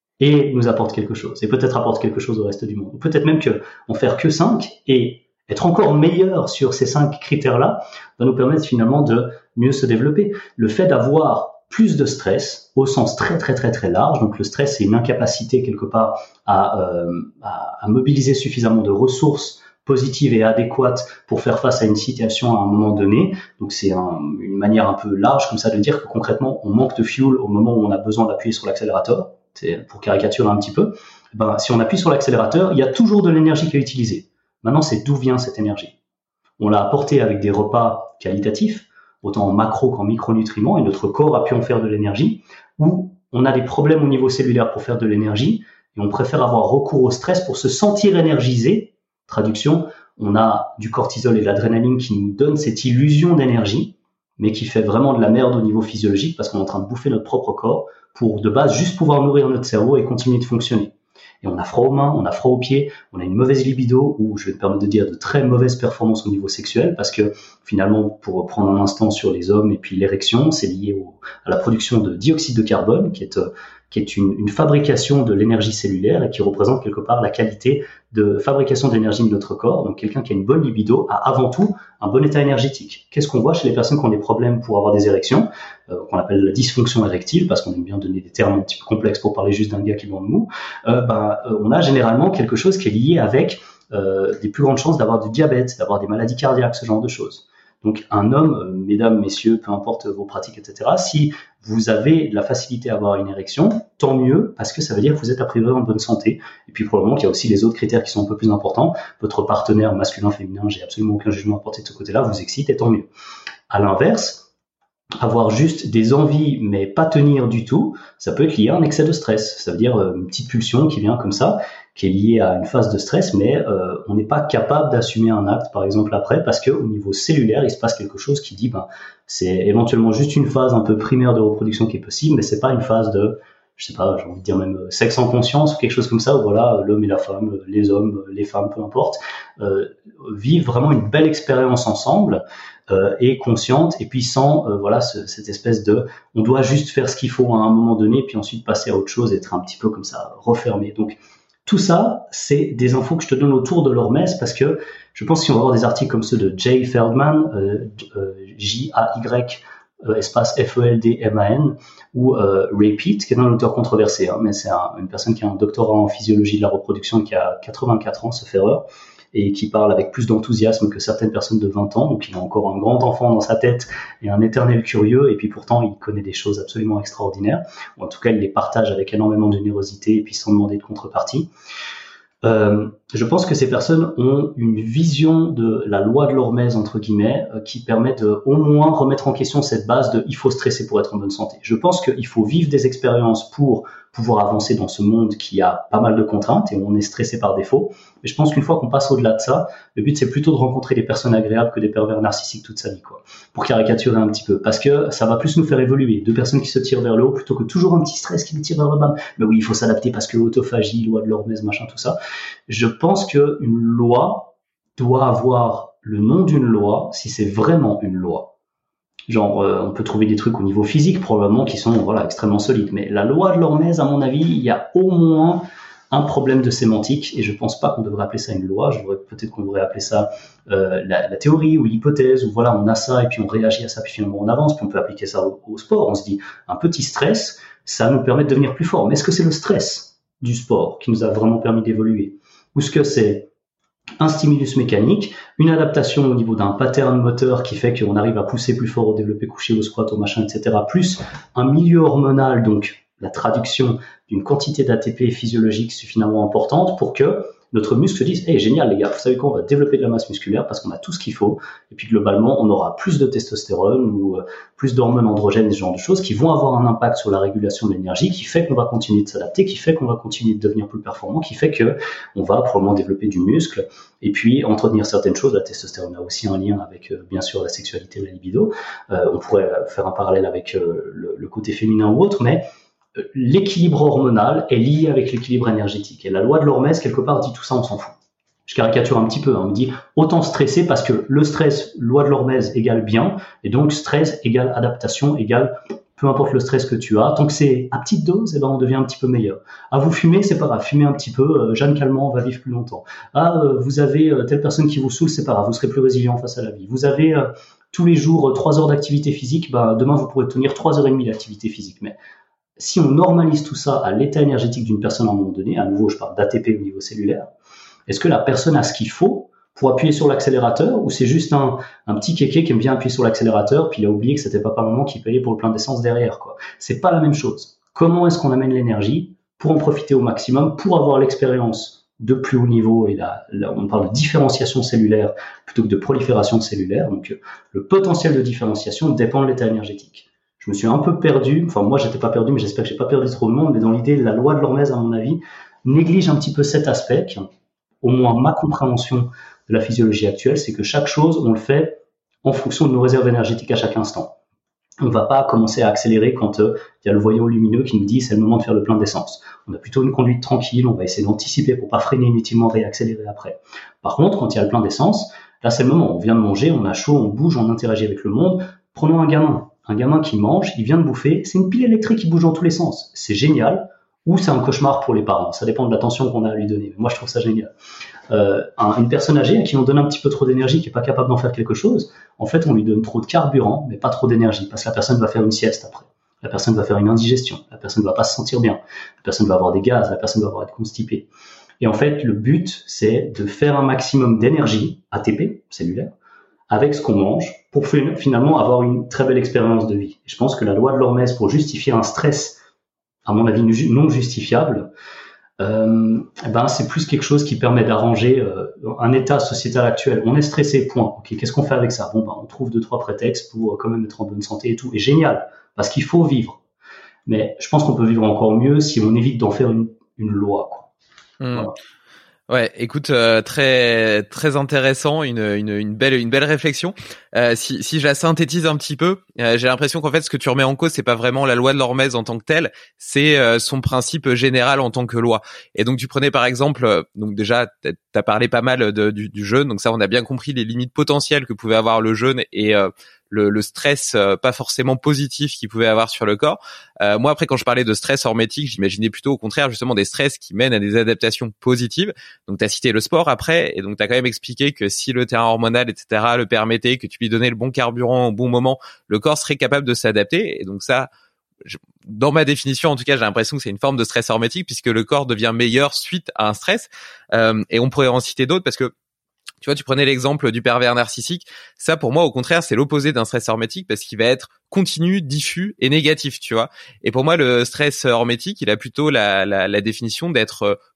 et nous apportent quelque chose, et peut-être apportent quelque chose au reste du monde. Ou peut-être même que en faire que cinq, et être encore meilleur sur ces cinq critères-là, va nous permettre finalement de mieux se développer. Le fait d'avoir plus de stress, au sens très très très très large, donc le stress c'est une incapacité quelque part à, euh, à, à mobiliser suffisamment de ressources positive et adéquate pour faire face à une situation à un moment donné. Donc c'est un, une manière un peu large comme ça de dire que concrètement on manque de fuel au moment où on a besoin d'appuyer sur l'accélérateur. C'est pour caricaturer un petit peu. Ben, si on appuie sur l'accélérateur, il y a toujours de l'énergie qui est utilisée. Maintenant, c'est d'où vient cette énergie. On l'a apportée avec des repas qualitatifs, autant en macro qu'en micronutriments, et notre corps a pu en faire de l'énergie, ou on a des problèmes au niveau cellulaire pour faire de l'énergie, et on préfère avoir recours au stress pour se sentir énergisé. Traduction, on a du cortisol et de l'adrénaline qui nous donnent cette illusion d'énergie, mais qui fait vraiment de la merde au niveau physiologique parce qu'on est en train de bouffer notre propre corps pour, de base, juste pouvoir nourrir notre cerveau et continuer de fonctionner. Et on a froid aux mains, on a froid aux pieds, on a une mauvaise libido, ou je vais me permettre de dire de très mauvaises performances au niveau sexuel, parce que finalement, pour prendre un instant sur les hommes et puis l'érection, c'est lié au, à la production de dioxyde de carbone, qui est, qui est une, une fabrication de l'énergie cellulaire et qui représente quelque part la qualité de fabrication d'énergie de notre corps. Donc quelqu'un qui a une bonne libido a avant tout un bon état énergétique. Qu'est-ce qu'on voit chez les personnes qui ont des problèmes pour avoir des érections, euh, qu'on appelle la dysfonction érectile, parce qu'on aime bien donner des termes un petit peu complexes pour parler juste d'un gars qui est dans le mou, euh, ben, euh, on a généralement quelque chose qui est lié avec euh, des plus grandes chances d'avoir du diabète, d'avoir des maladies cardiaques, ce genre de choses. Donc un homme, euh, mesdames, messieurs, peu importe vos pratiques, et cetera, si vous avez de la facilité à avoir une érection, tant mieux, parce que ça veut dire que vous êtes a priori en bonne santé. Et puis probablement qu'il y a aussi les autres critères qui sont un peu plus importants. Votre partenaire masculin, féminin, j'ai absolument aucun jugement à porter de ce côté-là, vous excite, et tant mieux. À l'inverse, avoir juste des envies mais pas tenir du tout, ça peut être lié à un excès de stress. Ça veut dire une petite pulsion qui vient comme ça, qui est liée à une phase de stress, mais euh, on n'est pas capable d'assumer un acte, par exemple, après, parce qu'au niveau cellulaire, il se passe quelque chose qui dit, ben, c'est éventuellement juste une phase un peu primaire de reproduction qui est possible, mais c'est pas une phase de, je sais pas, j'ai envie de dire même sexe en conscience ou quelque chose comme ça, où voilà, l'homme et la femme, les hommes, les femmes, peu importe, euh, vivent vraiment une belle expérience ensemble, euh, et consciente, et puis sans, euh, voilà, ce, cette espèce de, on doit juste faire ce qu'il faut à un moment donné, puis ensuite passer à autre chose, être un petit peu comme ça, refermé. Donc, tout ça, c'est des infos que je te donne autour de l'hormèse, parce que je pense que si on va voir des articles comme ceux de Jay Feldman, euh, euh, J A Y, euh, espace F E L D M A N, ou euh, Ray Peat, qui est un auteur controversé, hein, mais c'est un, une personne qui a un doctorat en physiologie de la reproduction, qui a quatre-vingt-quatre ans, sauf erreur, et qui parle avec plus d'enthousiasme que certaines personnes de vingt ans, donc il a encore un grand enfant dans sa tête et un éternel curieux, et puis pourtant il connaît des choses absolument extraordinaires, ou en tout cas il les partage avec énormément de générosité et puis sans demander de contrepartie. Euh, je pense que ces personnes ont une vision de la loi de l'hormèse entre guillemets euh, qui permet de au moins remettre en question cette base de il faut stresser pour être en bonne santé. Je pense qu'il faut vivre des expériences pour pouvoir avancer dans ce monde qui a pas mal de contraintes et où on est stressé par défaut. Mais je pense qu'une fois qu'on passe au-delà de ça, le but c'est plutôt de rencontrer des personnes agréables que des pervers narcissiques toute sa vie, quoi. Pour caricaturer un petit peu, parce que ça va plus nous faire évoluer. Deux personnes qui se tirent vers le haut plutôt que toujours un petit stress qui nous tire vers le bas. Mais oui, il faut s'adapter parce que autophagie, loi de l'hormèse, machin, tout ça. Je pense que une loi doit avoir le nom d'une loi si c'est vraiment une loi. Genre, euh, on peut trouver des trucs au niveau physique probablement qui sont voilà extrêmement solides. Mais la loi de l'hormèse, à mon avis, il y a au moins un problème de sémantique et je pense pas qu'on devrait appeler ça une loi. Je devrais, peut-être qu'on devrait appeler ça euh, la, la théorie ou l'hypothèse ou voilà, on a ça et puis on réagit à ça puis finalement on avance. Puis on peut appliquer ça au, au sport. On se dit un petit stress, ça nous permet de devenir plus fort. Mais est-ce que c'est le stress du sport qui nous a vraiment permis d'évoluer ou est-ce que c'est un stimulus mécanique, une adaptation au niveau d'un pattern moteur qui fait qu'on arrive à pousser plus fort au développé couché, au squat, au machin, et cetera, plus un milieu hormonal, donc la traduction d'une quantité d'A T P physiologique suffisamment importante pour que notre muscle se dise « Hey, génial les gars, vous savez quoi, on va développer de la masse musculaire parce qu'on a tout ce qu'il faut. » Et puis globalement, on aura plus de testostérone ou euh, plus d'hormones androgènes, ce genre de choses qui vont avoir un impact sur la régulation de l'énergie, qui fait qu'on va continuer de s'adapter, qui fait qu'on va continuer de devenir plus performant, qui fait que on va probablement développer du muscle et puis entretenir certaines choses. La testostérone a aussi un lien avec, euh, bien sûr, la sexualité et la libido. Euh, on pourrait faire un parallèle avec euh, le, le côté féminin ou autre, mais l'équilibre hormonal est lié avec l'équilibre énergétique. Et la loi de l'hormèse, quelque part, dit tout ça, on s'en fout. Je caricature un petit peu, hein. On me dit autant stresser parce que le stress, loi de l'hormèse égale bien, et donc stress égale adaptation égale peu importe le stress que tu as. Tant que c'est à petite dose, eh ben, on devient un petit peu meilleur. Ah, vous fumez, c'est pas grave, fumez un petit peu, euh, Jeanne Calment va vivre plus longtemps. Ah, euh, vous avez euh, telle personne qui vous saoule, c'est pas grave, vous serez plus résilient face à la vie. Vous avez euh, tous les jours euh, trois heures d'activité physique, ben, demain vous pourrez tenir trois heures et demie d'activité physique. Mais si on normalise tout ça à l'état énergétique d'une personne à un moment donné, à nouveau je parle d'A T P au niveau cellulaire, est-ce que la personne a ce qu'il faut pour appuyer sur l'accélérateur ou c'est juste un, un petit kéké qui aime bien appuyer sur l'accélérateur puis il a oublié que c'était papa-maman qui payait pour le plein d'essence derrière, quoi. C'est pas la même chose. Comment est-ce qu'on amène l'énergie pour en profiter au maximum, pour avoir l'expérience de plus haut niveau et là, là on parle de différenciation cellulaire plutôt que de prolifération cellulaire. Donc le potentiel de différenciation dépend de l'état énergétique. Je me suis un peu perdu, enfin moi j'étais pas perdu, mais j'espère que j'ai pas perdu trop de monde, mais dans l'idée, la loi de l'hormèse, à mon avis, néglige un petit peu cet aspect, qui, au moins ma compréhension de la physiologie actuelle, c'est que chaque chose, on le fait en fonction de nos réserves énergétiques à chaque instant. On va pas commencer à accélérer quand euh, il y a le voyant lumineux qui nous dit c'est le moment de faire le plein d'essence. On a plutôt une conduite tranquille, on va essayer d'anticiper pour pas freiner inutilement, réaccélérer après. Par contre, quand il y a le plein d'essence, là c'est le moment, on vient de manger, on a chaud, on bouge, on interagit avec le monde. Prenons un gamin. Un gamin qui mange, il vient de bouffer, c'est une pile électrique qui bouge dans tous les sens. C'est génial, ou c'est un cauchemar pour les parents. Ça dépend de l'attention qu'on a à lui donner. Mais moi, je trouve ça génial. Euh, un, une personne âgée à qui on donne un petit peu trop d'énergie, qui est pas capable d'en faire quelque chose, en fait, on lui donne trop de carburant, mais pas trop d'énergie, parce que la personne va faire une sieste après. La personne va faire une indigestion. La personne va pas se sentir bien. La personne va avoir des gaz. La personne va avoir être constipée. Et en fait, le but, c'est de faire un maximum d'énergie, A T P, cellulaire, avec ce qu'on mange, pour finalement avoir une très belle expérience de vie. Et je pense que la loi de l'hormèse, pour justifier un stress, à mon avis, non justifiable, euh, ben c'est plus quelque chose qui permet d'arranger euh, un état sociétal actuel. On est stressé, point. Ok, qu'est-ce qu'on fait avec ça? Bon, ben on trouve deux, trois prétextes pour euh, quand même être en bonne santé et tout. Et génial, parce qu'il faut vivre. Mais je pense qu'on peut vivre encore mieux si on évite d'en faire une, une loi, quoi. Mmh. Voilà. Ouais, écoute, euh, très très intéressant, une une une belle une belle réflexion. Euh, si si je la synthétise un petit peu, euh, j'ai l'impression qu'en fait ce que tu remets en cause, c'est pas vraiment la loi de l'hormèse en tant que telle, c'est euh, son principe général en tant que loi. Et donc tu prenais par exemple, euh, donc déjà t'as parlé pas mal de, du, du jeûne, donc ça on a bien compris les limites potentielles que pouvait avoir le jeûne et euh, le, le stress euh, pas forcément positif qu'il pouvait avoir sur le corps. Euh, moi après quand je parlais de stress hormétique, j'imaginais plutôt au contraire justement des stress qui mènent à des adaptations positives. Donc tu as cité le sport après et donc tu as quand même expliqué que si le terrain hormonal et cetera le permettait, que tu lui donnais le bon carburant au bon moment, le corps serait capable de s'adapter. Et donc ça, je, dans ma définition en tout cas, j'ai l'impression que c'est une forme de stress hormétique puisque le corps devient meilleur suite à un stress. Euh, et on pourrait en citer d'autres parce que tu vois, tu prenais l'exemple du pervers narcissique. Ça, pour moi, au contraire, c'est l'opposé d'un stress hormétique parce qu'il va être continu, diffus et négatif, tu vois. Et pour moi, le stress hormétique, il a plutôt la, la, la définition d'être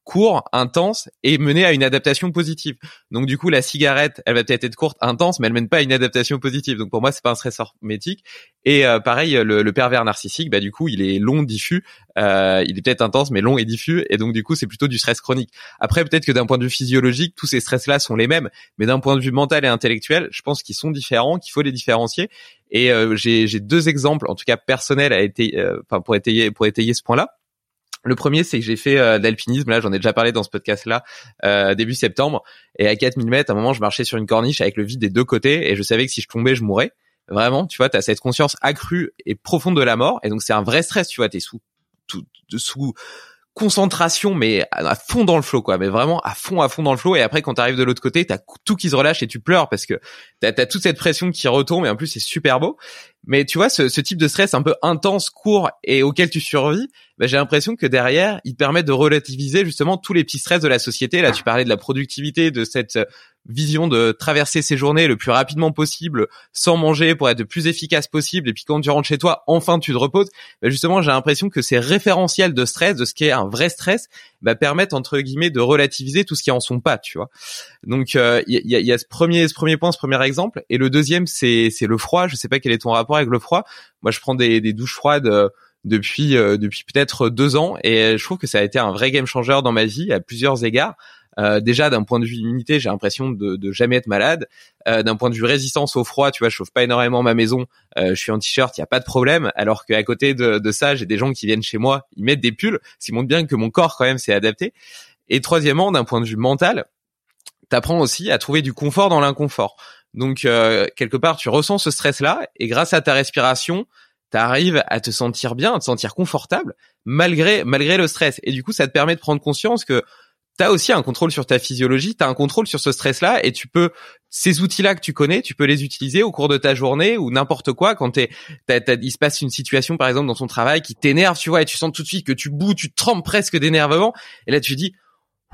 court, intense et mener à une adaptation positive. Donc du coup, la cigarette, elle va peut-être être courte, intense, mais elle mène pas à une adaptation positive. Donc pour moi, c'est pas un stress hormétique. Et euh, pareil, le, le pervers narcissique, bah du coup, il est long, diffus. Euh, il est peut-être intense, mais long et diffus. Et donc du coup, c'est plutôt du stress chronique. Après, peut-être que d'un point de vue physiologique, tous ces stress-là sont les mêmes, mais d'un point de vue mental et intellectuel, je pense qu'ils sont différents, qu'il faut les différencier. Et euh, j'ai, j'ai deux exemples, en tout cas personnels, à été, euh, enfin pour étayer, pour étayer ce point-là. Le premier, c'est que j'ai fait euh, d'alpinisme. Là, j'en ai déjà parlé dans ce podcast-là, euh, début septembre. Et à quatre mille mètres, à un moment, je marchais sur une corniche avec le vide des deux côtés, et je savais que si je tombais, je mourrais. Vraiment, tu vois, t'as cette conscience accrue et profonde de la mort, et donc c'est un vrai stress. Tu vois, t'es sous, tout, sous concentration, mais à fond dans le flow, quoi. Mais vraiment à fond, à fond dans le flow. Et après, quand t'arrives de l'autre côté, t'as tout qui se relâche et tu pleures parce que t'as, t'as toute cette pression qui retombe. Et en plus, c'est super beau. Mais tu vois, ce, ce type de stress un peu intense, court et auquel tu survis, bah, j'ai l'impression que derrière, il te permet de relativiser justement tous les petits stress de la société. Là, tu parlais de la productivité, de cette vision de traverser ses journées le plus rapidement possible, sans manger pour être le plus efficace possible. Et puis quand tu rentres chez toi, enfin, tu te reposes. Bah, justement, j'ai l'impression que ces référentiels de stress, de ce qui est un vrai stress, bah, permettent entre guillemets de relativiser tout ce qui en sont pas, tu vois. Donc, il euh, y, y, a, y a ce premier, ce premier point, ce premier exemple. Et le deuxième, c'est, c'est le froid. Je sais pas quel est ton rapport avec le froid. Moi, je prends des, des douches froides euh, depuis euh, depuis peut-être deux ans et je trouve que ça a été un vrai game changer dans ma vie à plusieurs égards. Euh, déjà d'un point de vue immunité, j'ai l'impression de, de jamais être malade. Euh, d'un point de vue résistance au froid, tu vois, je chauffe pas énormément ma maison. Euh, je suis en t-shirt, il y a pas de problème. Alors qu'à côté de, de ça, j'ai des gens qui viennent chez moi, ils mettent des pulls, ce qui montre bien que mon corps quand même s'est adapté. Et troisièmement, d'un point de vue mental, t'apprends aussi à trouver du confort dans l'inconfort. Donc euh, quelque part, tu ressens ce stress-là et grâce à ta respiration, t'arrives à te sentir bien, à te sentir confortable malgré malgré le stress. Et du coup, ça te permet de prendre conscience que t'as aussi un contrôle sur ta physiologie, t'as un contrôle sur ce stress-là et tu peux, ces outils-là que tu connais, tu peux les utiliser au cours de ta journée ou n'importe quoi quand t'es, t'as, t'as, il se passe une situation, par exemple, dans ton travail qui t'énerve, tu vois, et tu sens tout de suite que tu boues, tu trembles presque d'énervement. Et là, tu dis,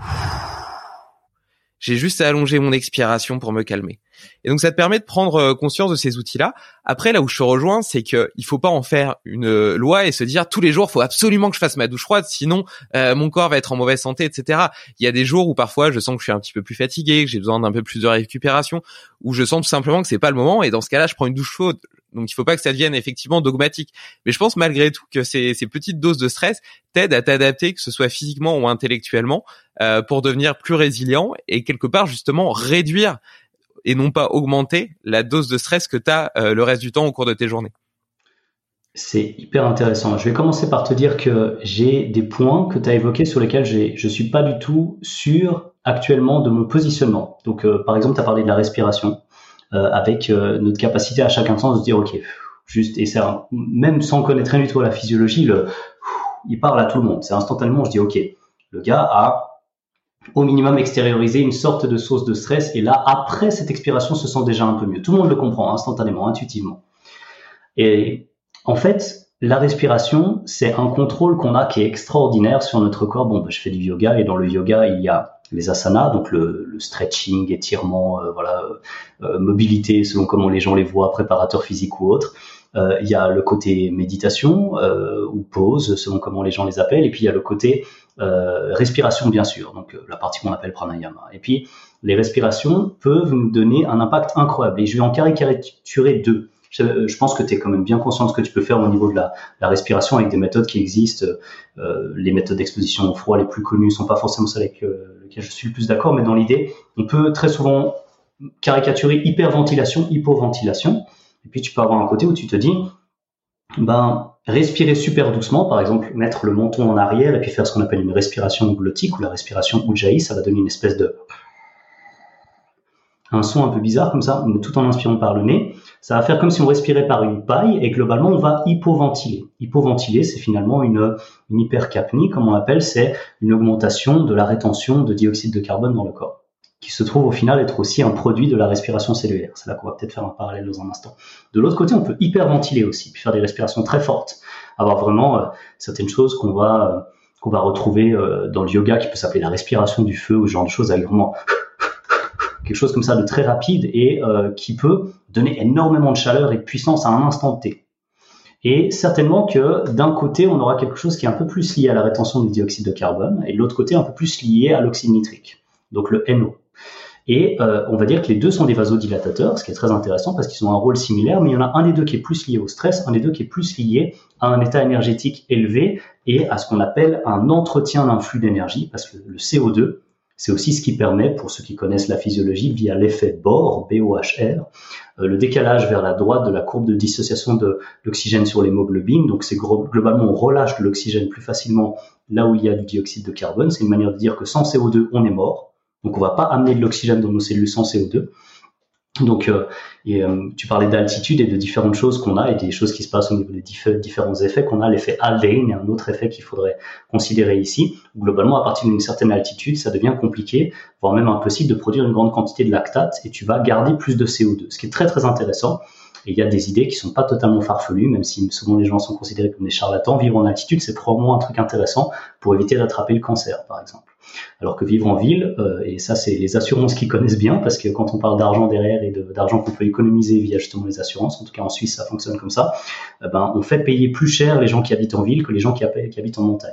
j'ai juste à allonger mon expiration pour me calmer. Et donc, ça te permet de prendre conscience de ces outils-là. Après, là où je te rejoins, c'est que il faut pas en faire une loi et se dire tous les jours, faut absolument que je fasse ma douche froide, sinon euh, mon corps va être en mauvaise santé, et cetera. Il y a des jours où parfois je sens que je suis un petit peu plus fatigué, que j'ai besoin d'un peu plus de récupération, où je sens tout simplement que c'est pas le moment. Et dans ce cas-là, je prends une douche chaude. Donc, il faut pas que ça devienne effectivement dogmatique. Mais je pense malgré tout que ces, ces petites doses de stress t'aident à t'adapter, que ce soit physiquement ou intellectuellement, euh, pour devenir plus résilient et quelque part justement réduire et non pas augmenter la dose de stress que tu as euh, le reste du temps au cours de tes journées. C'est hyper intéressant. Je vais commencer par te dire que j'ai des points que tu as évoqués sur lesquels j'ai, je suis pas du tout sûr actuellement de mon positionnement. Donc, euh, par exemple, tu as parlé de la respiration. Euh, avec euh, notre capacité à chaque instant de se dire ok, juste, et c'est un, même sans connaître rien du tout à la physiologie, le, il parle à tout le monde, c'est instantanément, je dis ok, le gars a au minimum extériorisé une sorte de source de stress et là après cette expiration se sent déjà un peu mieux, tout le monde le comprend instantanément, intuitivement. Et en fait la respiration, c'est un contrôle qu'on a qui est extraordinaire sur notre corps. Bon, ben, je fais du yoga et dans le yoga, il y a les asanas, donc le, le stretching, étirement, euh, voilà, euh, mobilité selon comment les gens les voient, préparateur physique ou autre. Euh, il y a le côté méditation euh, ou pause selon comment les gens les appellent. Et puis il y a le côté euh, respiration, bien sûr, donc euh, la partie qu'on appelle pranayama. Et puis les respirations peuvent nous donner un impact incroyable. Et je vais en caricaturer deux. Je pense que tu es quand même bien conscient de ce que tu peux faire au niveau de la, la respiration avec des méthodes qui existent. Euh, les méthodes d'exposition au froid les plus connues sont pas forcément celles avec euh, lesquelles je suis le plus d'accord, mais dans l'idée, on peut très souvent caricaturer hyperventilation, hypoventilation. Et puis tu peux avoir un côté où tu te dis, ben respirer super doucement, par exemple mettre le menton en arrière et puis faire ce qu'on appelle une respiration glottique ou la respiration ujjayi, ça va donner une espèce de un son un peu bizarre comme ça, tout en inspirant par le nez. Ça va faire comme si on respirait par une paille et globalement on va hypoventiler. Hypoventiler, c'est finalement une, une hypercapnie, comme on l'appelle, c'est une augmentation de la rétention de dioxyde de carbone dans le corps, qui se trouve au final être aussi un produit de la respiration cellulaire. C'est là qu'on va peut-être faire un parallèle dans un instant. De l'autre côté, on peut hyperventiler aussi, puis faire des respirations très fortes, avoir vraiment euh, certaines choses qu'on va euh, qu'on va retrouver euh, dans le yoga, qui peut s'appeler la respiration du feu ou ce genre de choses, avec vraiment quelque chose comme ça de très rapide et euh, qui peut donner énormément de chaleur et de puissance à un instant T. Et certainement que d'un côté, on aura quelque chose qui est un peu plus lié à la rétention du dioxyde de carbone, et de l'autre côté, un peu plus lié à l'oxyde nitrique, donc le N O. Et euh, on va dire que les deux sont des vasodilatateurs, ce qui est très intéressant parce qu'ils ont un rôle similaire, mais il y en a un des deux qui est plus lié au stress, un des deux qui est plus lié à un état énergétique élevé et à ce qu'on appelle un entretien d'un flux d'énergie, parce que le C O deux, c'est aussi ce qui permet, pour ceux qui connaissent la physiologie, via l'effet Bohr, B O H R, euh, le décalage vers la droite de la courbe de dissociation de l'oxygène sur l'hémoglobine. Donc c'est gros, globalement, on relâche de l'oxygène plus facilement là où il y a du dioxyde de carbone. C'est une manière de dire que sans C O deux, on est mort. Donc on va pas amener de l'oxygène dans nos cellules sans C O deux. Donc euh, et, euh, tu parlais d'altitude et de différentes choses qu'on a et des choses qui se passent au niveau des diff- différents effets qu'on a. L'effet Haldane est un autre effet qu'il faudrait considérer ici. Globalement, à partir d'une certaine altitude, ça devient compliqué, voire même impossible de produire une grande quantité de lactate et tu vas garder plus de C O deux, ce qui est très très intéressant. Et il y a des idées qui sont pas totalement farfelues, même si souvent les gens sont considérés comme des charlatans. Vivre en altitude, c'est probablement un truc intéressant pour éviter d'attraper le cancer, par exemple. Alors que vivre en ville, euh, et ça c'est les assurances qui connaissent bien, parce que quand on parle d'argent derrière et de, d'argent qu'on peut économiser via justement les assurances, en tout cas en Suisse ça fonctionne comme ça, euh, ben, on fait payer plus cher les gens qui habitent en ville que les gens qui, qui habitent en montagne.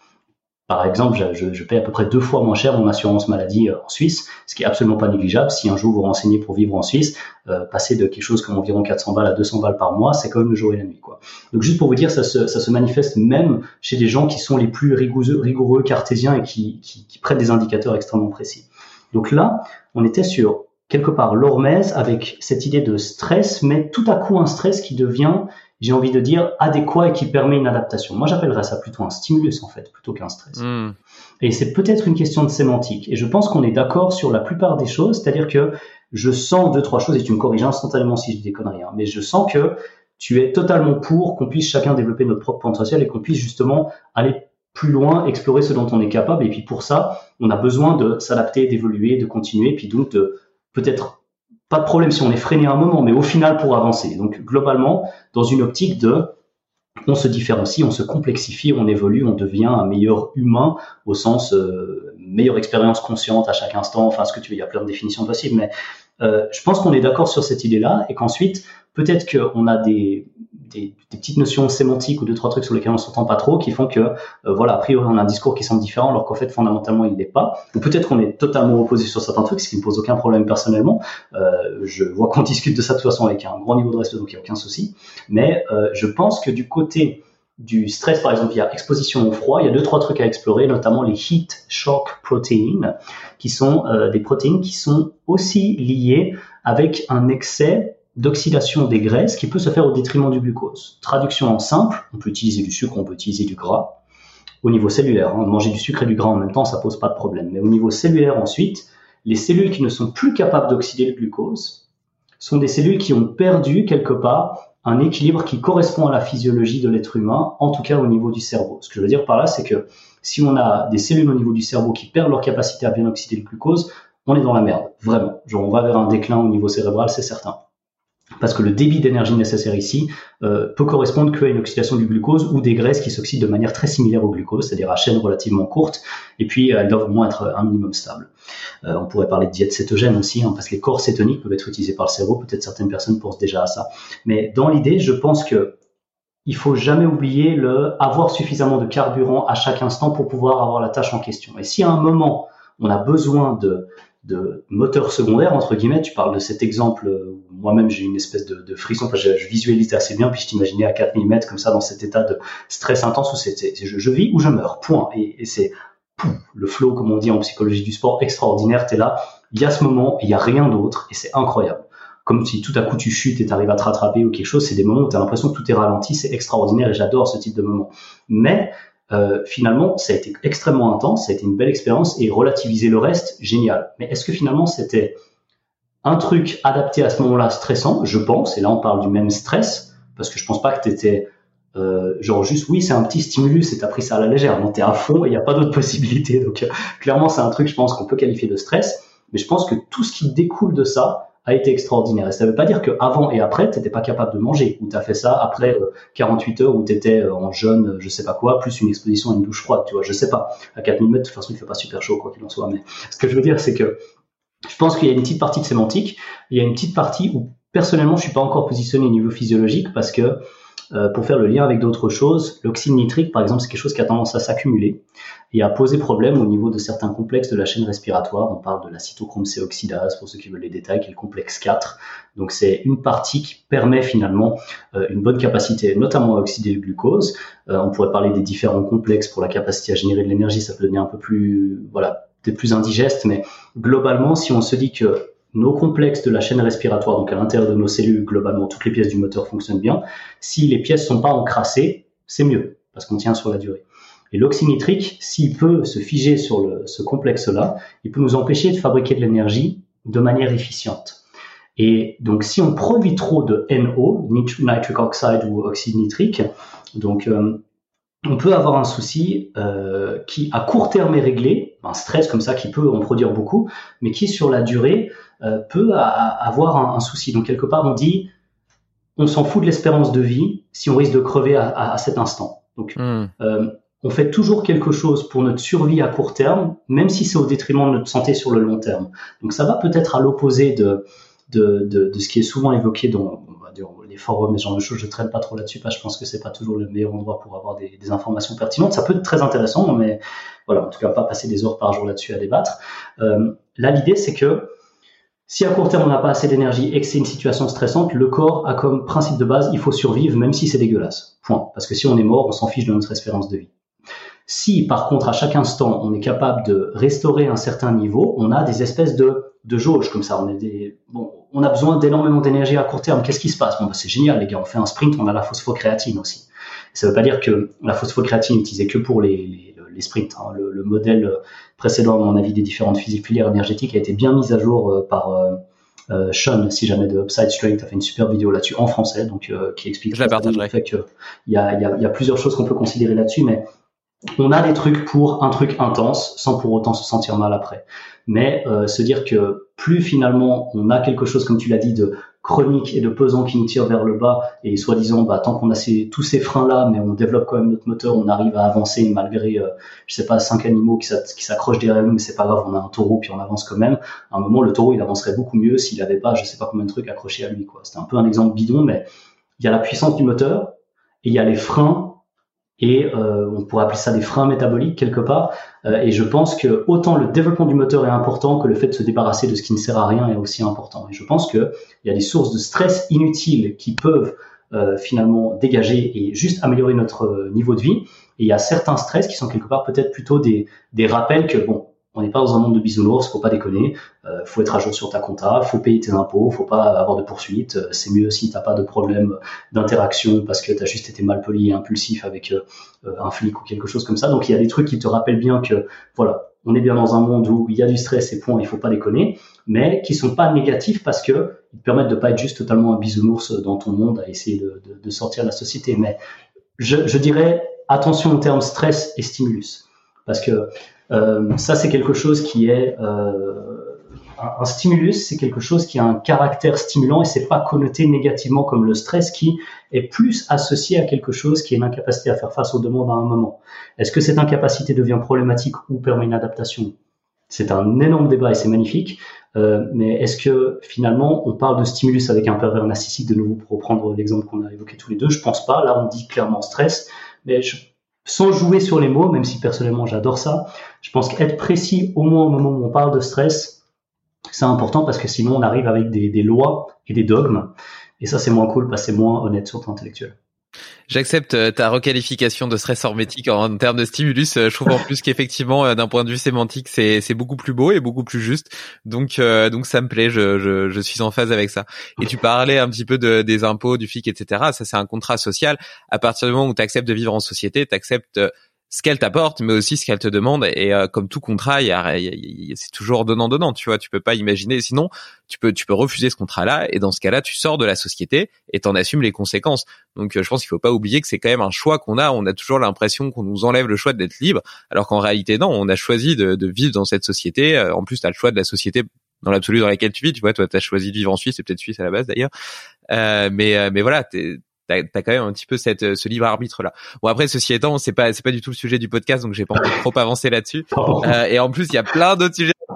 Par exemple, je, je paie à peu près deux fois moins cher mon assurance maladie en Suisse, ce qui est absolument pas négligeable. Si un jour vous vous renseignez pour vivre en Suisse, euh, passer de quelque chose comme environ quatre cents balles à deux cents balles par mois, c'est quand même le jour et la nuit, quoi. Donc juste pour vous dire, ça se, ça se manifeste même chez des gens qui sont les plus rigoureux, rigoureux cartésiens et qui, qui, qui prennent des indicateurs extrêmement précis. Donc là, on était sur quelque part l'hormèse avec cette idée de stress, mais tout à coup un stress qui devient, j'ai envie de dire, adéquat et qui permet une adaptation. Moi, j'appellerais ça plutôt un stimulus, en fait, plutôt qu'un stress. Mmh. Et c'est peut-être une question de sémantique. Et je pense qu'on est d'accord sur la plupart des choses, c'est-à-dire que je sens deux, trois choses, et tu me corriges instantanément si je dis des conneries, hein, mais je sens que tu es totalement pour qu'on puisse chacun développer notre propre potentiel et qu'on puisse justement aller plus loin, explorer ce dont on est capable. Et puis pour ça, on a besoin de s'adapter, d'évoluer, de continuer, puis donc de peut-être pas de problème si on est freiné à un moment, mais au final pour avancer. Donc globalement, dans une optique de on se différencie, on se complexifie, on évolue, on devient un meilleur humain au sens euh, meilleure expérience consciente à chaque instant, enfin ce que tu veux, il y a plein de définitions possibles, mais euh, je pense qu'on est d'accord sur cette idée-là et qu'ensuite, peut-être qu'on a des, des, des petites notions sémantiques ou deux, trois trucs sur lesquels on s'entend pas trop qui font que, euh, voilà, a priori on a un discours qui semble différent alors qu'en fait fondamentalement il l'est pas. Ou peut-être qu'on est totalement opposé sur certains trucs, ce qui me pose aucun problème personnellement. Euh, je vois qu'on discute de ça de toute façon avec un grand niveau de respect, donc il n'y a aucun souci. Mais euh, je pense que du côté du stress, par exemple, il y a exposition au froid, il y a deux, trois trucs à explorer, notamment les heat shock proteins, qui sont euh, des protéines qui sont aussi liées avec un excès d'oxydation des graisses qui peut se faire au détriment du glucose. Traduction en simple, on peut utiliser du sucre, on peut utiliser du gras. Au niveau cellulaire, hein, manger du sucre et du gras en même temps, ça pose pas de problème. Mais au niveau cellulaire ensuite, les cellules qui ne sont plus capables d'oxyder le glucose sont des cellules qui ont perdu quelque part un équilibre qui correspond à la physiologie de l'être humain, en tout cas au niveau du cerveau. Ce que je veux dire par là, c'est que si on a des cellules au niveau du cerveau qui perdent leur capacité à bien oxyder le glucose, on est dans la merde, vraiment. Genre on va vers un déclin au niveau cérébral, c'est certain. Parce que le débit d'énergie nécessaire ici euh, peut correspondre qu'à une oxydation du glucose ou des graisses qui s'oxydent de manière très similaire au glucose, c'est-à-dire à chaîne relativement courte, et puis elles doivent au moins être un minimum stable. Euh, on pourrait parler de diète cétogène aussi, hein, parce que les corps cétoniques peuvent être utilisés par le cerveau, peut-être certaines personnes pensent déjà à ça. Mais dans l'idée, je pense que il faut jamais oublier le avoir suffisamment de carburant à chaque instant pour pouvoir avoir la tâche en question. Et si à un moment, on a besoin de de moteur secondaire, entre guillemets, tu parles de cet exemple, euh, moi-même j'ai une espèce de, de frisson, enfin je, je visualisais assez bien, puis je t'imaginais à quatre mille mètres comme ça dans cet état de stress intense où c'était, je, je vis ou je meurs, point. Et, et c'est pouf, le flow, comme on dit en psychologie du sport, extraordinaire, t'es là, il y a ce moment, il y a rien d'autre, et c'est incroyable. Comme si tout à coup tu chutes et t'arrives à te rattraper ou quelque chose, c'est des moments où t'as l'impression que tout est ralenti, c'est extraordinaire et j'adore ce type de moment. Mais Euh, finalement, ça a été extrêmement intense, ça a été une belle expérience et relativiser le reste, génial. Mais est-ce que finalement c'était un truc adapté à ce moment-là stressant? Je pense, et là on parle du même stress, parce que je pense pas que t'étais euh, genre juste, oui, c'est un petit stimulus et t'as pris ça à la légère. Non, t'es à fond et il n'y a pas d'autre possibilité. Donc euh, clairement, c'est un truc, je pense, qu'on peut qualifier de stress, mais je pense que tout ce qui découle de ça a été extraordinaire. Et ça veut pas dire qu'avant et après, t'étais pas capable de manger, ou t'as fait ça après euh, quarante-huit heures où t'étais euh, en jeûne, je sais pas quoi, plus une exposition à une douche froide, tu vois, je sais pas. À quatre mille mètres, de toute façon, il fait pas super chaud, quoi qu'il en soit. Mais ce que je veux dire, c'est que je pense qu'il y a une petite partie de sémantique, il y a une petite partie où, personnellement, je suis pas encore positionné au niveau physiologique parce que euh, pour faire le lien avec d'autres choses, l'oxyde nitrique, par exemple, c'est quelque chose qui a tendance à s'accumuler et à poser problème au niveau de certains complexes de la chaîne respiratoire. On parle de la cytochrome C oxydase, pour ceux qui veulent les détails, qui est le complexe quatre. Donc, c'est une partie qui permet finalement euh, une bonne capacité, notamment à oxyder le glucose. Euh, on pourrait parler des différents complexes pour la capacité à générer de l'énergie. Ça peut devenir un peu plus, voilà, peut-être plus indigeste, mais globalement, si on se dit que nos complexes de la chaîne respiratoire, donc à l'intérieur de nos cellules, globalement, toutes les pièces du moteur fonctionnent bien. Si les pièces sont pas encrassées, c'est mieux, parce qu'on tient sur la durée. Et l'oxyde nitrique, s'il peut se figer sur le, ce complexe-là, il peut nous empêcher de fabriquer de l'énergie de manière efficiente. Et donc, si on produit trop de N O, nitric oxide ou oxyde nitrique, donc euh, on peut avoir un souci euh, qui, à court terme, est réglé, un stress comme ça qui peut en produire beaucoup, mais qui, sur la durée, euh, peut a, avoir un, un souci. Donc, quelque part, on dit, on s'en fout de l'espérance de vie si on risque de crever à, à, à cet instant. Donc, mmh. euh, on fait toujours quelque chose pour notre survie à court terme, même si c'est au détriment de notre santé sur le long terme. Donc, ça va peut-être à l'opposé de, de, de, de ce qui est souvent évoqué dans on va dire, les forums et ce genre de choses. Je ne traîne pas trop là-dessus parce que je pense que c'est pas toujours le meilleur endroit pour avoir des, des informations pertinentes. Ça peut être très intéressant, mais voilà, en tout cas, pas passer des heures par jour là-dessus à débattre. Euh, là, l'idée, c'est que si à court terme, on n'a pas assez d'énergie et que c'est une situation stressante, le corps a comme principe de base, il faut survivre même si c'est dégueulasse. Point. Parce que si on est mort, on s'en fiche de notre espérance de vie. Si, par contre, à chaque instant, on est capable de restaurer un certain niveau, on a des espèces de, de jauges comme ça. On, est des, bon, on a besoin d'énormément d'énergie à court terme. Qu'est-ce qui se passe? Bon, bah, c'est génial, les gars. On fait un sprint, on a la phosphocréatine aussi. Ça ne veut pas dire que la phosphocréatine est utilisée que pour les, les, les sprints. Hein. Le, le modèle précédent, à mon avis, des différentes filières énergétiques a été bien mis à jour euh, par euh, euh, Sean, si jamais de Upside Strength, a fait une super vidéo là-dessus en français, donc euh, qui explique le fait qu'il y a, y, a, y a plusieurs choses qu'on peut considérer là-dessus, mais on a des trucs pour un truc intense sans pour autant se sentir mal après. Mais euh, se dire que plus finalement on a quelque chose, comme tu l'as dit, de chronique et de pesant qui nous tire vers le bas et soi-disant bah, tant qu'on a ces, tous ces freins-là, mais on développe quand même notre moteur, on arrive à avancer malgré, euh, je sais pas, cinq animaux qui, qui s'accrochent derrière nous, mais c'est pas grave, on a un taureau puis on avance quand même. À un moment, le taureau il avancerait beaucoup mieux s'il avait pas, je sais pas combien de trucs accrochés à lui, quoi. C'était un peu un exemple bidon, mais il y a la puissance du moteur et il y a les freins. Et euh, on pourrait appeler ça des freins métaboliques quelque part. Euh, et je pense que autant le développement du moteur est important que le fait de se débarrasser de ce qui ne sert à rien est aussi important. Et je pense qu'il y a des sources de stress inutiles qui peuvent euh, finalement dégager et juste améliorer notre niveau de vie. Et il y a certains stress qui sont quelque part peut-être plutôt des, des rappels que bon, on n'est pas dans un monde de bisounours, faut pas déconner, euh, faut être à jour sur ta compta, faut payer tes impôts, faut pas avoir de poursuites, euh, c'est mieux si t'as pas de problème d'interaction parce que t'as juste été mal poli et impulsif avec euh, un flic ou quelque chose comme ça. Donc il y a des trucs qui te rappellent bien que voilà, on est bien dans un monde où il y a du stress et point, il faut pas déconner, mais qui sont pas négatifs parce que ils te permettent de pas être juste totalement un bisounours dans ton monde à essayer de, de, de sortir de la société. Mais je, je dirais attention au terme stress et stimulus parce que Euh, ça, c'est quelque chose qui est euh, un, un stimulus, c'est quelque chose qui a un caractère stimulant et c'est pas connoté négativement comme le stress qui est plus associé à quelque chose qui est l'incapacité à faire face aux demandes à un moment. Est-ce que cette incapacité devient problématique ou permet une adaptation? C'est un énorme débat et c'est magnifique. Euh, mais est-ce que finalement on parle de stimulus avec un pervers narcissique de nouveau pour reprendre l'exemple qu'on a évoqué tous les deux? Je pense pas. Là, on dit clairement stress, mais je sans jouer sur les mots, même si personnellement j'adore ça, je pense qu'être précis au moins au moment où on parle de stress, c'est important parce que sinon on arrive avec des, des lois et des dogmes, et ça c'est moins cool parce que c'est moins honnête sur le plan intellectuel. J'accepte ta requalification de stress hormétique en, en termes de stimulus. Je trouve en plus qu'effectivement, d'un point de vue sémantique, c'est, c'est beaucoup plus beau et beaucoup plus juste. Donc, euh, donc ça me plaît. Je, je, je suis en phase avec ça. Et tu parlais un petit peu de, des impôts, du F I C, et cetera. Ça, c'est un contrat social. À partir du moment où tu acceptes de vivre en société, tu acceptes ce qu'elle t'apporte, mais aussi ce qu'elle te demande. Et euh, comme tout contrat, il y a, il y a, il y a, c'est toujours donnant-donnant. Tu vois, tu peux pas imaginer. Sinon, tu peux, tu peux refuser ce contrat-là. Et dans ce cas-là, tu sors de la société et t'en assumes les conséquences. Donc, euh, je pense qu'il faut pas oublier que c'est quand même un choix qu'on a. On a toujours l'impression qu'on nous enlève le choix d'être libre, alors qu'en réalité, non. On a choisi de, de vivre dans cette société. Euh, en plus, t'as le choix de la société dans l'absolu dans laquelle tu vis. Tu vois, toi, t'as choisi de vivre en Suisse. C'est peut-être Suisse à la base d'ailleurs. Euh, mais, euh, mais voilà, t'es T'as, t'as quand même un petit peu cette, ce libre arbitre là. Bon après ceci étant, c'est pas c'est pas du tout le sujet du podcast, donc j'ai pas envie de trop avancer là-dessus. Euh, et en plus il y a plein d'autres sujets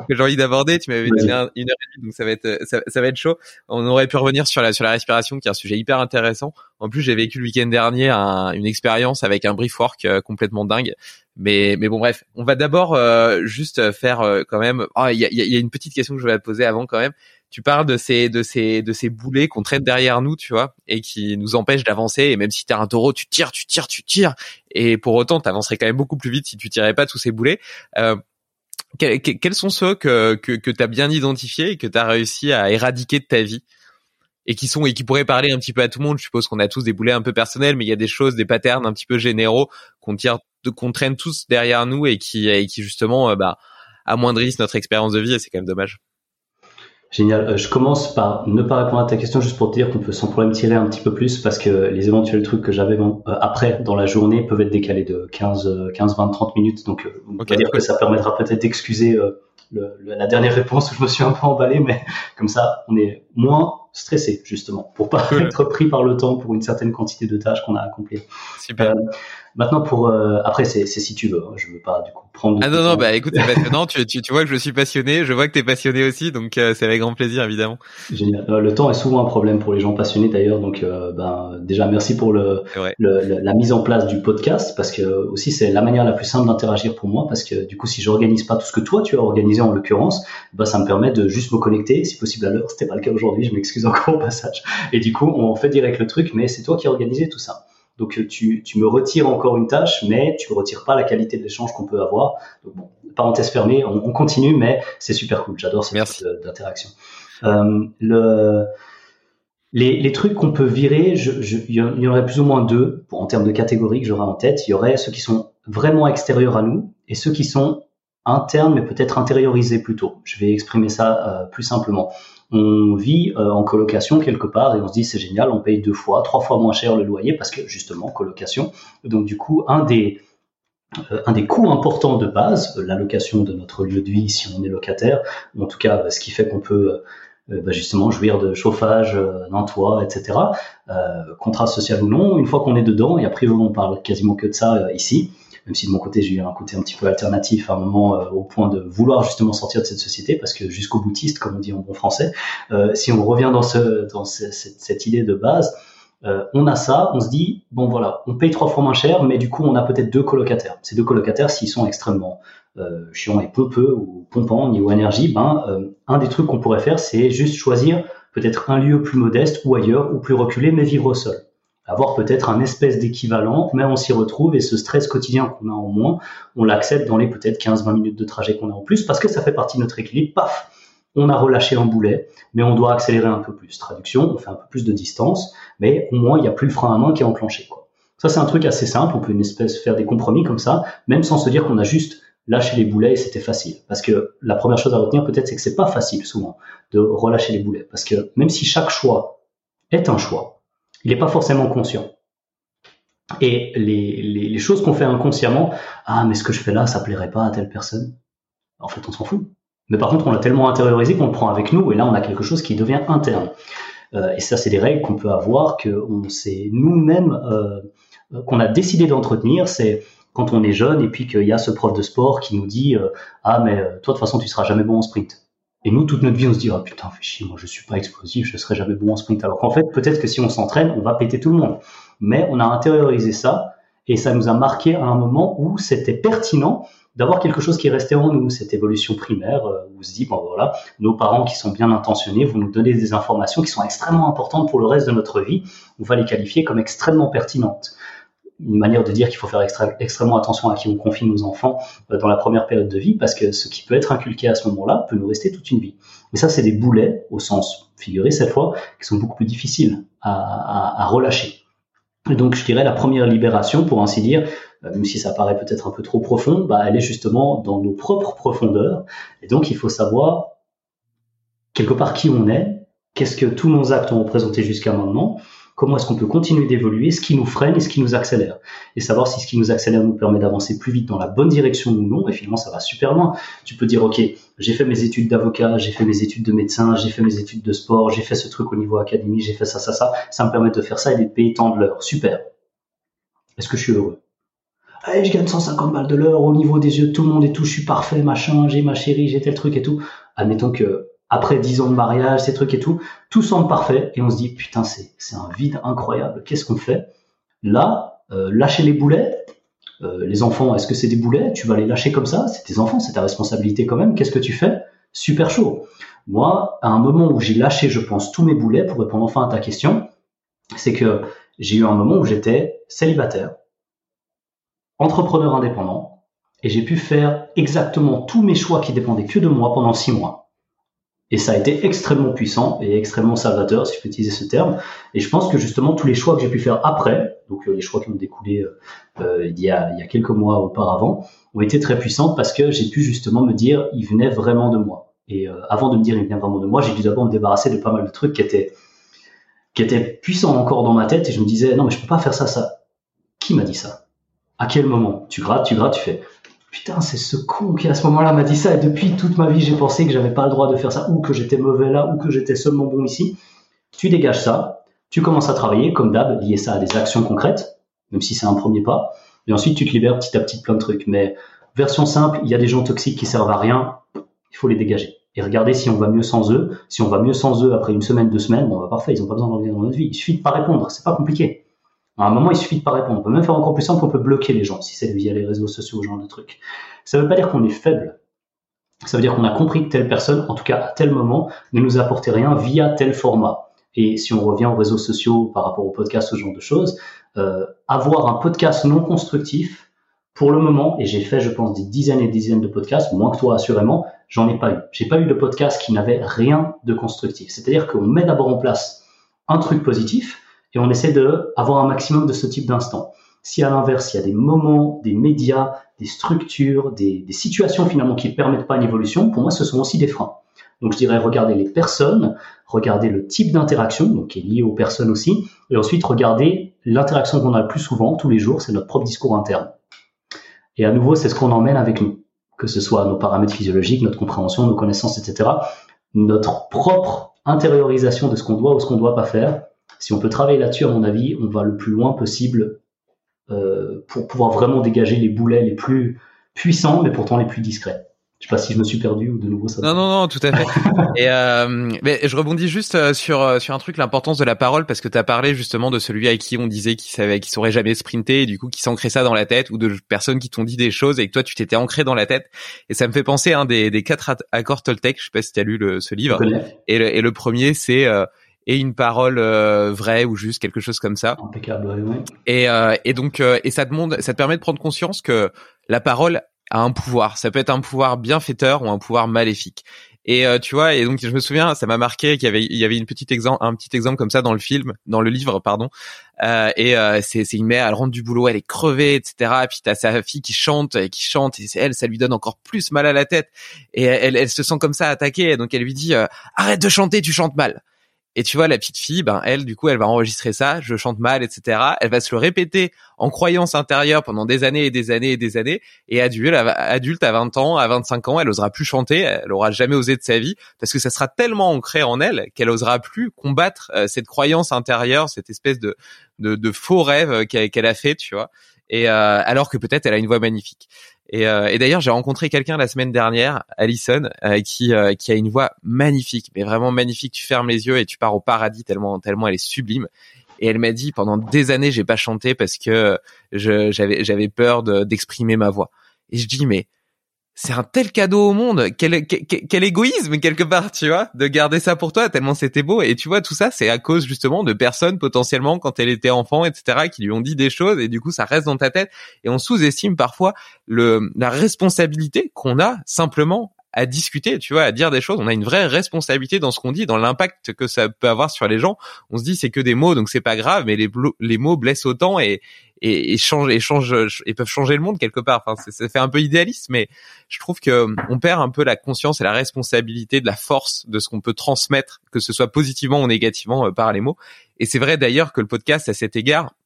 que j'ai envie d'aborder. Tu m'avais donné un, une heure et demie, donc ça va être ça, ça va être chaud. On aurait pu revenir sur la sur la respiration, qui est un sujet hyper intéressant. En plus, j'ai vécu le week-end dernier un, une expérience avec un briefwork euh, complètement dingue. Mais mais bon, bref, on va d'abord euh, juste faire euh, quand même. Oh, il y a, y a une petite question que je vais te poser avant quand même. Tu parles de ces de ces de ces boulets qu'on traîne derrière nous, tu vois, et qui nous empêchent d'avancer. Et même si t'es un taureau, tu tires, tu tires, tu tires, et pour autant, t'avancerais quand même beaucoup plus vite si tu tirais pas tous ces boulets. Euh, quels, quels sont ceux que que que t'as bien identifiés et que t'as réussi à éradiquer de ta vie, et qui sont et qui pourraient parler un petit peu à tout le monde? Je suppose qu'on a tous des boulets un peu personnels, mais il y a des choses, des patterns un petit peu généraux qu'on tire, qu'on traîne tous derrière nous et qui et qui justement, euh, bah, amoindrissent notre expérience de vie, et c'est quand même dommage. Génial. Je commence par ne pas répondre à ta question, juste pour te dire qu'on peut sans problème tirer un petit peu plus, parce que les éventuels trucs que j'avais après dans la journée peuvent être décalés de quinze, vingt, trente minutes. Donc, on okay, va dire que ça permettra peut-être d'excuser le, le, la dernière réponse où je me suis un peu emballé, mais comme ça, on est moins stressé, justement, pour pas cool. être pris par le temps pour une certaine quantité de tâches qu'on a accomplies. Super. Euh, maintenant, pour euh, après, c'est, c'est si tu veux. Hein, je veux pas du coup prendre. Ah non non, bah écoute, c'est passionnant. tu, tu tu vois que je suis passionné. Je vois que t'es passionné aussi, donc euh, c'est avec grand plaisir, évidemment. Génial. Euh, le temps est souvent un problème pour les gens passionnés d'ailleurs. Donc, euh, ben déjà merci pour le, le, le la mise en place du podcast, parce que aussi c'est la manière la plus simple d'interagir pour moi, parce que du coup, si j'organise pas tout ce que toi tu as organisé en l'occurrence, bah ça me permet de juste me connecter, si possible à l'heure. C'était pas le cas aujourd'hui. Je m'excuse encore au passage. Et du coup, on fait direct le truc, mais c'est toi qui as organisé tout ça. Donc, tu, tu me retires encore une tâche, mais tu ne retires pas la qualité de l'échange qu'on peut avoir. Donc, bon, parenthèse fermée, on, on continue, mais c'est super cool. J'adore cette Merci. type d'interaction. Euh, le, les, les trucs qu'on peut virer, je, je, il y en aurait plus ou moins deux, pour, en termes de catégories que j'aurais en tête. Il y aurait ceux qui sont vraiment extérieurs à nous et ceux qui sont internes, mais peut-être intériorisés plutôt. Je vais exprimer ça euh, plus simplement. On vit euh, en colocation quelque part et on se dit c'est génial, on paye deux fois, trois fois moins cher le loyer parce que justement colocation. Donc du coup, un des euh, un des coûts importants de base, la location de notre lieu de vie si on est locataire, ou en tout cas ce qui fait qu'on peut euh, bah, justement jouir de chauffage, euh, d'un toit, et cetera. Euh, contrat social ou non, une fois qu'on est dedans, et a priori on parle quasiment que de ça euh, ici. Même si de mon côté, j'ai eu un côté un petit peu alternatif à un moment euh, au point de vouloir justement sortir de cette société, parce que jusqu'au boutiste, comme on dit en bon français, euh, si on revient dans, ce, dans ce, cette, cette idée de base, euh, on a ça, on se dit, bon voilà, on paye trois fois moins cher, mais du coup, on a peut-être deux colocataires. Ces deux colocataires, s'ils sont extrêmement euh, chiants et pompeux ou pompants niveau énergie, ben, euh, un des trucs qu'on pourrait faire, c'est juste choisir peut-être un lieu plus modeste ou ailleurs, ou plus reculé, mais vivre seul. Avoir peut-être un espèce d'équivalent, mais on s'y retrouve et ce stress quotidien qu'on a en moins, on l'accepte dans les peut-être quinze vingt minutes de trajet qu'on a en plus, parce que ça fait partie de notre équilibre. Paf, on a relâché un boulet, mais on doit accélérer un peu plus. Traduction, on fait un peu plus de distance, mais au moins il n'y a plus le frein à main qui est enclenché, quoi. Ça, c'est un truc assez simple, on peut une espèce faire des compromis comme ça, même sans se dire qu'on a juste lâché les boulets et c'était facile. Parce que la première chose à retenir peut-être, c'est que c'est pas facile souvent de relâcher les boulets, parce que même si chaque choix est un choix, il n'est pas forcément conscient. Et les, les, les choses qu'on fait inconsciemment, ah, mais ce que je fais là, ça plairait pas à telle personne. En fait, on s'en fout. Mais par contre, on l'a tellement intériorisé qu'on le prend avec nous, et là, on a quelque chose qui devient interne. Euh, et ça, c'est des règles qu'on peut avoir, qu'on sait nous-mêmes, euh, qu'on a décidé d'entretenir. C'est quand on est jeune, et puis qu'il y a ce prof de sport qui nous dit, euh, ah, mais toi, de toute façon, tu seras jamais bon en sprint. Et nous, toute notre vie, on se dit, ah, putain, fais chier, moi, je suis pas explosif, je serai jamais bon en sprint. Alors qu'en fait, peut-être que si on s'entraîne, on va péter tout le monde. Mais on a intériorisé ça, et ça nous a marqué à un moment où c'était pertinent d'avoir quelque chose qui restait en nous, cette évolution primaire, où on se dit, bon, voilà, nos parents qui sont bien intentionnés vont nous donner des informations qui sont extrêmement importantes pour le reste de notre vie. On va les qualifier comme extrêmement pertinentes. Une manière de dire qu'il faut faire extra, extrêmement attention à qui on confie nos enfants euh, dans la première période de vie, parce que ce qui peut être inculqué à ce moment-là peut nous rester toute une vie. Mais ça, c'est des boulets, au sens figuré cette fois, qui sont beaucoup plus difficiles à, à, à relâcher. Et donc, je dirais la première libération, pour ainsi dire, euh, même si ça paraît peut-être un peu trop profond, bah, elle est justement dans nos propres profondeurs. Et donc, il faut savoir quelque part qui on est, qu'est-ce que tous nos actes ont représenté jusqu'à maintenant, comment est-ce qu'on peut continuer d'évoluer, ce qui nous freine et ce qui nous accélère. Et savoir si ce qui nous accélère nous permet d'avancer plus vite dans la bonne direction ou non. Et finalement, ça va super loin. Tu peux dire, OK, j'ai fait mes études d'avocat, j'ai fait mes études de médecin, j'ai fait mes études de sport, j'ai fait ce truc au niveau académique, j'ai fait ça, ça, ça. Ça me permet de faire ça et d'être payé tant de l'heure. Super. Est-ce que je suis heureux? hey, je gagne cent cinquante balles de l'heure, au niveau des yeux de tout le monde et tout, je suis parfait, machin, j'ai ma chérie, j'ai tel truc et tout. Admettons que après dix ans de mariage, ces trucs et tout, tout semble parfait et on se dit putain, c'est c'est un vide incroyable. Qu'est-ce qu'on fait? Là, euh, lâcher les boulets. Euh, les enfants, est-ce que c'est des boulets? Tu vas les lâcher comme ça? C'est tes enfants, c'est ta responsabilité quand même. Qu'est-ce que tu fais? Super chaud. Moi, à un moment où j'ai lâché, je pense, tous mes boulets, pour répondre enfin à ta question, c'est que j'ai eu un moment où j'étais célibataire, entrepreneur indépendant, et j'ai pu faire exactement tous mes choix qui dépendaient que de moi pendant six mois. Et ça a été extrêmement puissant et extrêmement salvateur, si je peux utiliser ce terme. Et je pense que justement, tous les choix que j'ai pu faire après, donc euh, les choix qui ont découlé euh, il, y a, il y a quelques mois auparavant, ont été très puissants parce que j'ai pu justement me dire, ils venaient vraiment de moi. Et euh, avant de me dire, ils venaient vraiment de moi, j'ai dû d'abord me débarrasser de pas mal de trucs qui étaient, qui étaient puissants encore dans ma tête. Et je me disais, non, mais je peux pas faire ça, ça. Qui m'a dit ça? À quel moment? Tu grattes, tu grattes, tu fais... Putain, c'est ce con qui à ce moment-là m'a dit ça et depuis toute ma vie j'ai pensé que j'avais pas le droit de faire ça ou que j'étais mauvais là ou que j'étais seulement bon ici. Tu dégages ça, tu commences à travailler comme d'hab, lier ça à des actions concrètes, même si c'est un premier pas, et ensuite tu te libères petit à petit de plein de trucs. Mais version simple, il y a des gens toxiques qui servent à rien, il faut les dégager. Et regarder si on va mieux sans eux. Si on va mieux sans eux après une semaine, deux semaines, bon bah parfait, ils ont pas besoin de revenir dans notre vie. Il suffit de pas répondre, c'est pas compliqué. À un moment, il suffit de pas répondre. On peut même faire encore plus simple, on peut bloquer les gens, si c'est via les réseaux sociaux, ce genre de trucs. Ça veut pas dire qu'on est faible. Ça veut dire qu'on a compris que telle personne, en tout cas à tel moment, ne nous apportait rien via tel format. Et si on revient aux réseaux sociaux par rapport au podcast, ce genre de choses, euh, avoir un podcast non constructif, pour le moment, et j'ai fait, je pense, des dizaines et des dizaines de podcasts, moins que toi assurément, j'en ai pas eu. J'ai pas eu de podcast qui n'avait rien de constructif. C'est-à-dire qu'on met d'abord en place un truc positif, et on essaie d'avoir un maximum de ce type d'instant. Si à l'inverse, il y a des moments, des médias, des structures, des, des situations finalement qui ne permettent pas une évolution, pour moi, ce sont aussi des freins. Donc je dirais regarder les personnes, regarder le type d'interaction, donc qui est lié aux personnes aussi, et ensuite regarder l'interaction qu'on a le plus souvent, tous les jours, c'est notre propre discours interne. Et à nouveau, c'est ce qu'on emmène avec nous, que ce soit nos paramètres physiologiques, notre compréhension, nos connaissances, et cetera. Notre propre intériorisation de ce qu'on doit ou ce qu'on ne doit pas faire. Si on peut travailler là-dessus, à mon avis, on va le plus loin possible euh, pour pouvoir vraiment dégager les boulets les plus puissants, mais pourtant les plus discrets. Je sais pas si je me suis perdu ou de nouveau ça. Non, non, non, tout à fait. Et euh, mais je rebondis juste sur sur un truc, l'importance de la parole, parce que tu as parlé justement de celui avec qui on disait qu'il savait, qu'il saurait jamais sprinter, et du coup qui s'ancrait ça dans la tête, ou de personnes qui t'ont dit des choses et que toi tu t'étais ancré dans la tête. Et ça me fait penser à un des, des quatre accords Toltec. Je sais pas si tu as lu le, ce livre. Et le, et le premier, c'est euh, et une parole euh, vraie ou juste quelque chose comme ça. Impeccable, ouais. Et euh, et donc euh, et ça te montre, ça te permet de prendre conscience que la parole a un pouvoir. Ça peut être un pouvoir bienfaiteur ou un pouvoir maléfique. Et euh, tu vois, et donc je me souviens, ça m'a marqué qu'il y avait il y avait une petite exemple, un petit exemple comme ça dans le film, dans le livre, pardon. Euh, et euh, c'est c'est une mère, elle rentre du boulot, elle est crevée, et cetera. Et puis t'as sa fille qui chante, et qui chante, et c'est elle, ça lui donne encore plus mal à la tête. Et elle, elle se sent comme ça attaquée. Donc elle lui dit euh, arrête de chanter, tu chantes mal. Et tu vois, la petite fille, ben elle, du coup, elle va enregistrer ça, je chante mal, et cetera. Elle va se le répéter en croyance intérieure pendant des années et des années et des années. Et adulte, adulte à vingt ans, à vingt-cinq ans, elle osera plus chanter, elle aura jamais osé de sa vie, parce que ça sera tellement ancré en elle qu'elle osera plus combattre euh, cette croyance intérieure, cette espèce de de, de faux rêve qu'elle, qu'elle a fait, tu vois. Et euh, alors que peut-être elle a une voix magnifique. Et, euh, et d'ailleurs, j'ai rencontré quelqu'un la semaine dernière, Alison, euh, qui euh, qui a une voix magnifique, mais vraiment magnifique. Tu fermes les yeux et tu pars au paradis tellement tellement elle est sublime. Et elle m'a dit pendant des années, j'ai pas chanté parce que je j'avais j'avais peur de, d'exprimer ma voix. Et je dis mais c'est un tel cadeau au monde, quel, quel, quel égoïsme quelque part, tu vois, de garder ça pour toi tellement c'était beau. Et tu vois, tout ça, c'est à cause justement de personnes potentiellement quand elle était enfant, et cetera, qui lui ont dit des choses et du coup ça reste dans ta tête. Et on sous-estime parfois le la responsabilité qu'on a simplement à discuter, tu vois, à dire des choses. On a une vraie responsabilité dans ce qu'on dit, dans l'impact que ça peut avoir sur les gens. On se dit c'est que des mots, donc c'est pas grave, mais les les mots blessent autant et et, et changent et changent et peuvent changer le monde quelque part. Enfin, c'est, ça fait un peu idéaliste, mais je trouve que on perd un peu la conscience et la responsabilité de la force de ce qu'on peut transmettre, que ce soit positivement ou négativement par les mots. Et c'est vrai d'ailleurs que le podcast, à cet égard,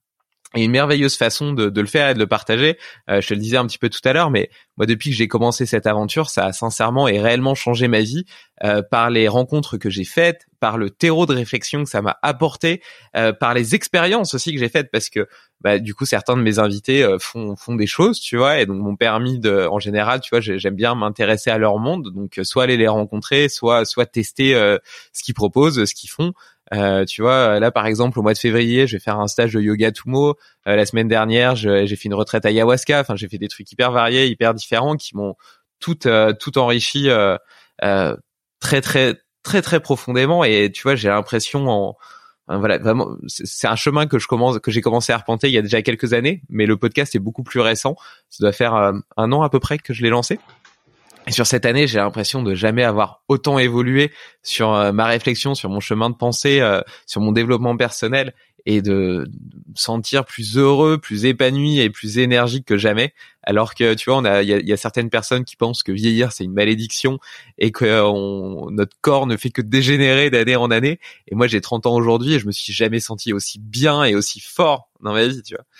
et une merveilleuse façon de, de le faire et de le partager. Euh, je te le disais un petit peu tout à l'heure, mais moi, depuis que j'ai commencé cette aventure, ça a sincèrement et réellement changé ma vie euh, par les rencontres que j'ai faites, par le terreau de réflexion que ça m'a apporté, euh, par les expériences aussi que j'ai faites, parce que bah, du coup, certains de mes invités euh, font font des choses, tu vois, et donc m'ont permis de, en général, tu vois, j'aime bien m'intéresser à leur monde, donc soit aller les rencontrer, soit soit tester euh, ce qu'ils proposent, ce qu'ils font. Euh, tu vois, là par exemple au mois de février, je vais faire un stage de yoga Tumo. Euh, la semaine dernière, je, j'ai fait une retraite ayahuasca. Enfin, j'ai fait des trucs hyper variés, hyper différents, qui m'ont tout euh, tout enrichi euh, euh, très très très très profondément. Et tu vois, j'ai l'impression en hein, voilà, vraiment, c'est, c'est un chemin que je commence, que j'ai commencé à arpenter il y a déjà quelques années, mais le podcast est beaucoup plus récent. Ça doit faire euh, un an à peu près que je l'ai lancé. Et sur cette année, j'ai l'impression de jamais avoir autant évolué sur euh, ma réflexion, sur mon chemin de pensée, euh, sur mon développement personnel, et de me sentir plus heureux, plus épanoui et plus énergique que jamais. Alors que tu vois, on a, il y a, y a certaines personnes qui pensent que vieillir c'est une malédiction et que on, notre corps ne fait que dégénérer d'année en année. Et moi, j'ai trente ans aujourd'hui et je me suis jamais senti aussi bien et aussi fort dans ma vie, tu vois.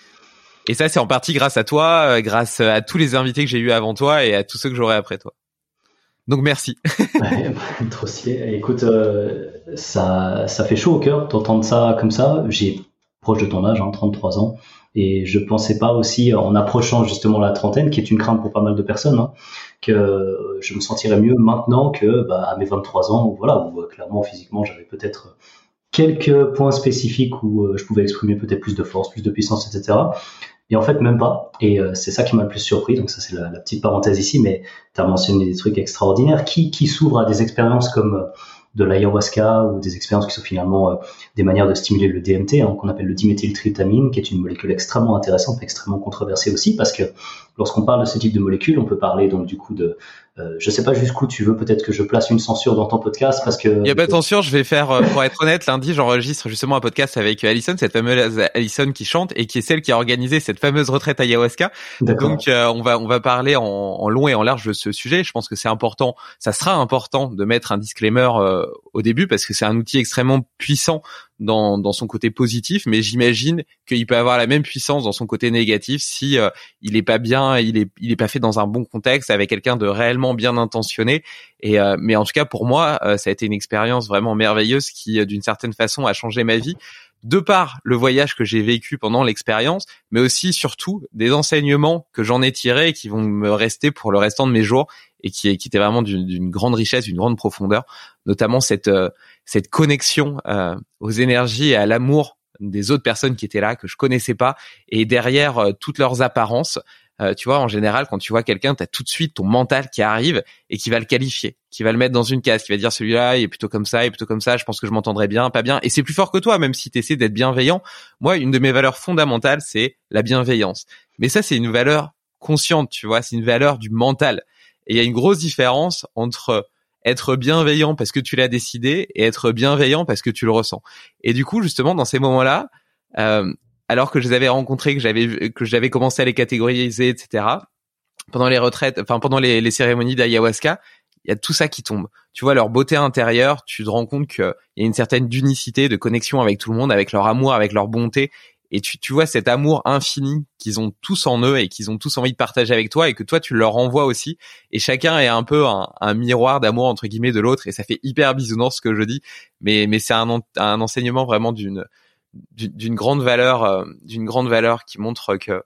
Et ça, c'est en partie grâce à toi, euh, grâce à tous les invités que j'ai eus avant toi et à tous ceux que j'aurai après toi. Donc merci. Ouais, trop stylé. Écoute, euh, ça, ça fait chaud au cœur d'entendre ça comme ça. J'ai proche de ton âge, hein, trente-trois ans, et je pensais pas aussi, en approchant justement la trentaine, qui est une crainte pour pas mal de personnes, hein, que je me sentirais mieux maintenant que bah, à mes vingt-trois ans, où, voilà, où clairement physiquement j'avais peut-être quelques points spécifiques où euh, je pouvais exprimer peut-être plus de force, plus de puissance, et cetera. Et en fait, même pas. Et euh, c'est ça qui m'a le plus surpris. Donc ça, c'est la, la petite parenthèse ici. Mais tu as mentionné des trucs extraordinaires. Qui, qui s'ouvre à des expériences comme euh, de l'ayahuasca ou des expériences qui sont finalement euh, des manières de stimuler le D M T, hein, qu'on appelle le diméthyltryptamine, qui est une molécule extrêmement intéressante, extrêmement controversée aussi, parce que lorsqu'on parle de ce type de molécule, on peut parler donc du coup de... Euh, je sais pas jusqu'où tu veux peut-être que je place une censure dans ton podcast, parce que... Il y a pas de censure, je vais faire, pour être honnête, lundi, j'enregistre justement un podcast avec Alison, cette fameuse Alison qui chante et qui est celle qui a organisé cette fameuse retraite ayahuasca. D'accord. Donc, euh, on va, on va parler en, en long et en large de ce sujet. Je pense que c'est important, ça sera important de mettre un disclaimer euh, au début, parce que c'est un outil extrêmement puissant dans, dans son côté positif, mais j'imagine qu'il peut avoir la même puissance dans son côté négatif si euh, il est pas bien, il est, il est pas fait dans un bon contexte avec quelqu'un de réellement bien intentionné. Et euh, mais en tout cas pour moi, euh, ça a été une expérience vraiment merveilleuse qui, euh, d'une certaine façon, a changé ma vie, de par le voyage que j'ai vécu pendant l'expérience, mais aussi surtout des enseignements que j'en ai tirés et qui vont me rester pour le restant de mes jours, et qui, qui étaient vraiment d'une, d'une grande richesse, d'une grande profondeur, notamment cette euh, cette connexion euh, aux énergies et à l'amour des autres personnes qui étaient là, que je connaissais pas, et derrière euh, toutes leurs apparences. Euh, tu vois, en général, quand tu vois quelqu'un, t'as tout de suite ton mental qui arrive et qui va le qualifier, qui va le mettre dans une case, qui va dire celui-là il est plutôt comme ça, il est plutôt comme ça, je pense que je m'entendrai bien, pas bien. Et c'est plus fort que toi, même si t'essaies d'être bienveillant. Moi, une de mes valeurs fondamentales, c'est la bienveillance. Mais ça, c'est une valeur consciente, tu vois, c'est une valeur du mental. Et il y a une grosse différence entre être bienveillant parce que tu l'as décidé et être bienveillant parce que tu le ressens. Et du coup, justement, dans ces moments-là, euh, alors que je les avais rencontrés, que j'avais que j'avais commencé à les catégoriser, et cetera. Pendant les retraites, enfin pendant les, les cérémonies d'ayahuasca, il y a tout ça qui tombe. Tu vois leur beauté intérieure, tu te rends compte qu'il y a une certaine unicité, de connexion avec tout le monde, avec leur amour, avec leur bonté, et tu tu vois cet amour infini qu'ils ont tous en eux et qu'ils ont tous envie de partager avec toi, et que toi tu leur renvoies aussi. Et chacun est un peu un, un miroir d'amour entre guillemets de l'autre, et ça fait hyper bisounours ce que je dis, mais mais c'est un un enseignement vraiment d'une d'une grande valeur, euh, d'une grande valeur qui montre que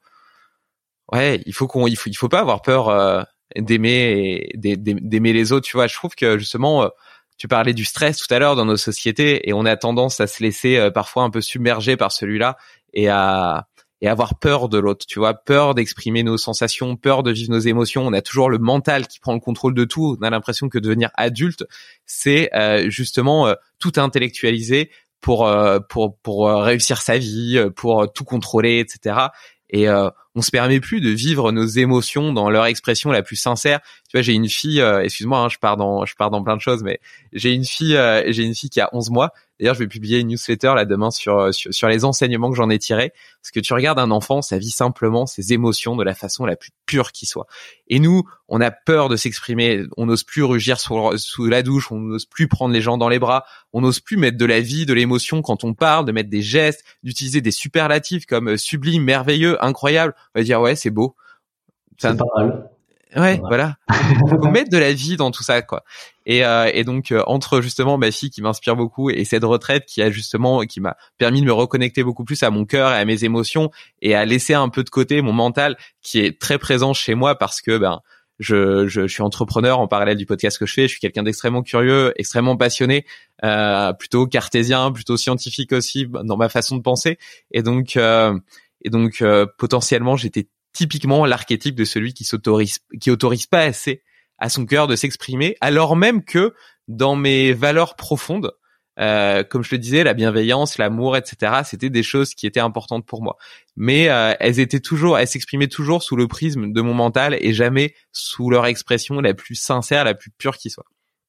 ouais, il faut qu'on, il faut, il faut pas avoir peur euh, d'aimer et d'aimer les autres. Tu vois, je trouve que justement, euh, tu parlais du stress tout à l'heure dans nos sociétés, et on a tendance à se laisser euh, parfois un peu submerger par celui-là et à et avoir peur de l'autre. Tu vois, peur d'exprimer nos sensations, peur de vivre nos émotions. On a toujours le mental qui prend le contrôle de tout. On a l'impression que devenir adulte, c'est euh, justement euh, tout intellectualiser pour euh, pour pour réussir sa vie, pour tout contrôler, et cetera. Et euh, on se permet plus de vivre nos émotions dans leur expression la plus sincère. Tu vois, j'ai une fille, euh, excuse-moi, hein, je pars dans, je pars dans plein de choses, mais j'ai une fille, euh, j'ai une fille qui a onze mois. D'ailleurs, je vais publier une newsletter là demain sur, sur sur les enseignements que j'en ai tirés. Parce que tu regardes un enfant, ça vit simplement ses émotions de la façon la plus pure qui soit. Et nous, on a peur de s'exprimer. On n'ose plus rugir sous, sous la douche. On n'ose plus prendre les gens dans les bras. On n'ose plus mettre de la vie, de l'émotion quand on parle, de mettre des gestes, d'utiliser des superlatifs comme sublime, merveilleux, incroyable. On va dire ouais, c'est beau. C'est pas mal. Ouais, voilà. Faut mettre de la vie dans tout ça, quoi. Et, euh, et donc euh, entre justement ma fille qui m'inspire beaucoup et cette retraite qui a justement qui m'a permis de me reconnecter beaucoup plus à mon cœur et à mes émotions et à laisser un peu de côté mon mental qui est très présent chez moi parce que ben je, je, je suis entrepreneur en parallèle du podcast que je fais. Je suis quelqu'un d'extrêmement curieux, extrêmement passionné, euh, plutôt cartésien, plutôt scientifique aussi dans ma façon de penser. Et donc euh, et donc euh, potentiellement j'étais typiquement l'archétype de celui qui s'autorise, qui autorise pas assez à son cœur de s'exprimer, alors même que dans mes valeurs profondes, euh, comme je le disais, la bienveillance, l'amour, et cetera, c'était des choses qui étaient importantes pour moi. Mais euh, elles étaient toujours, elles s'exprimaient toujours sous le prisme de mon mental et jamais sous leur expression la plus sincère, la plus pure qui soit.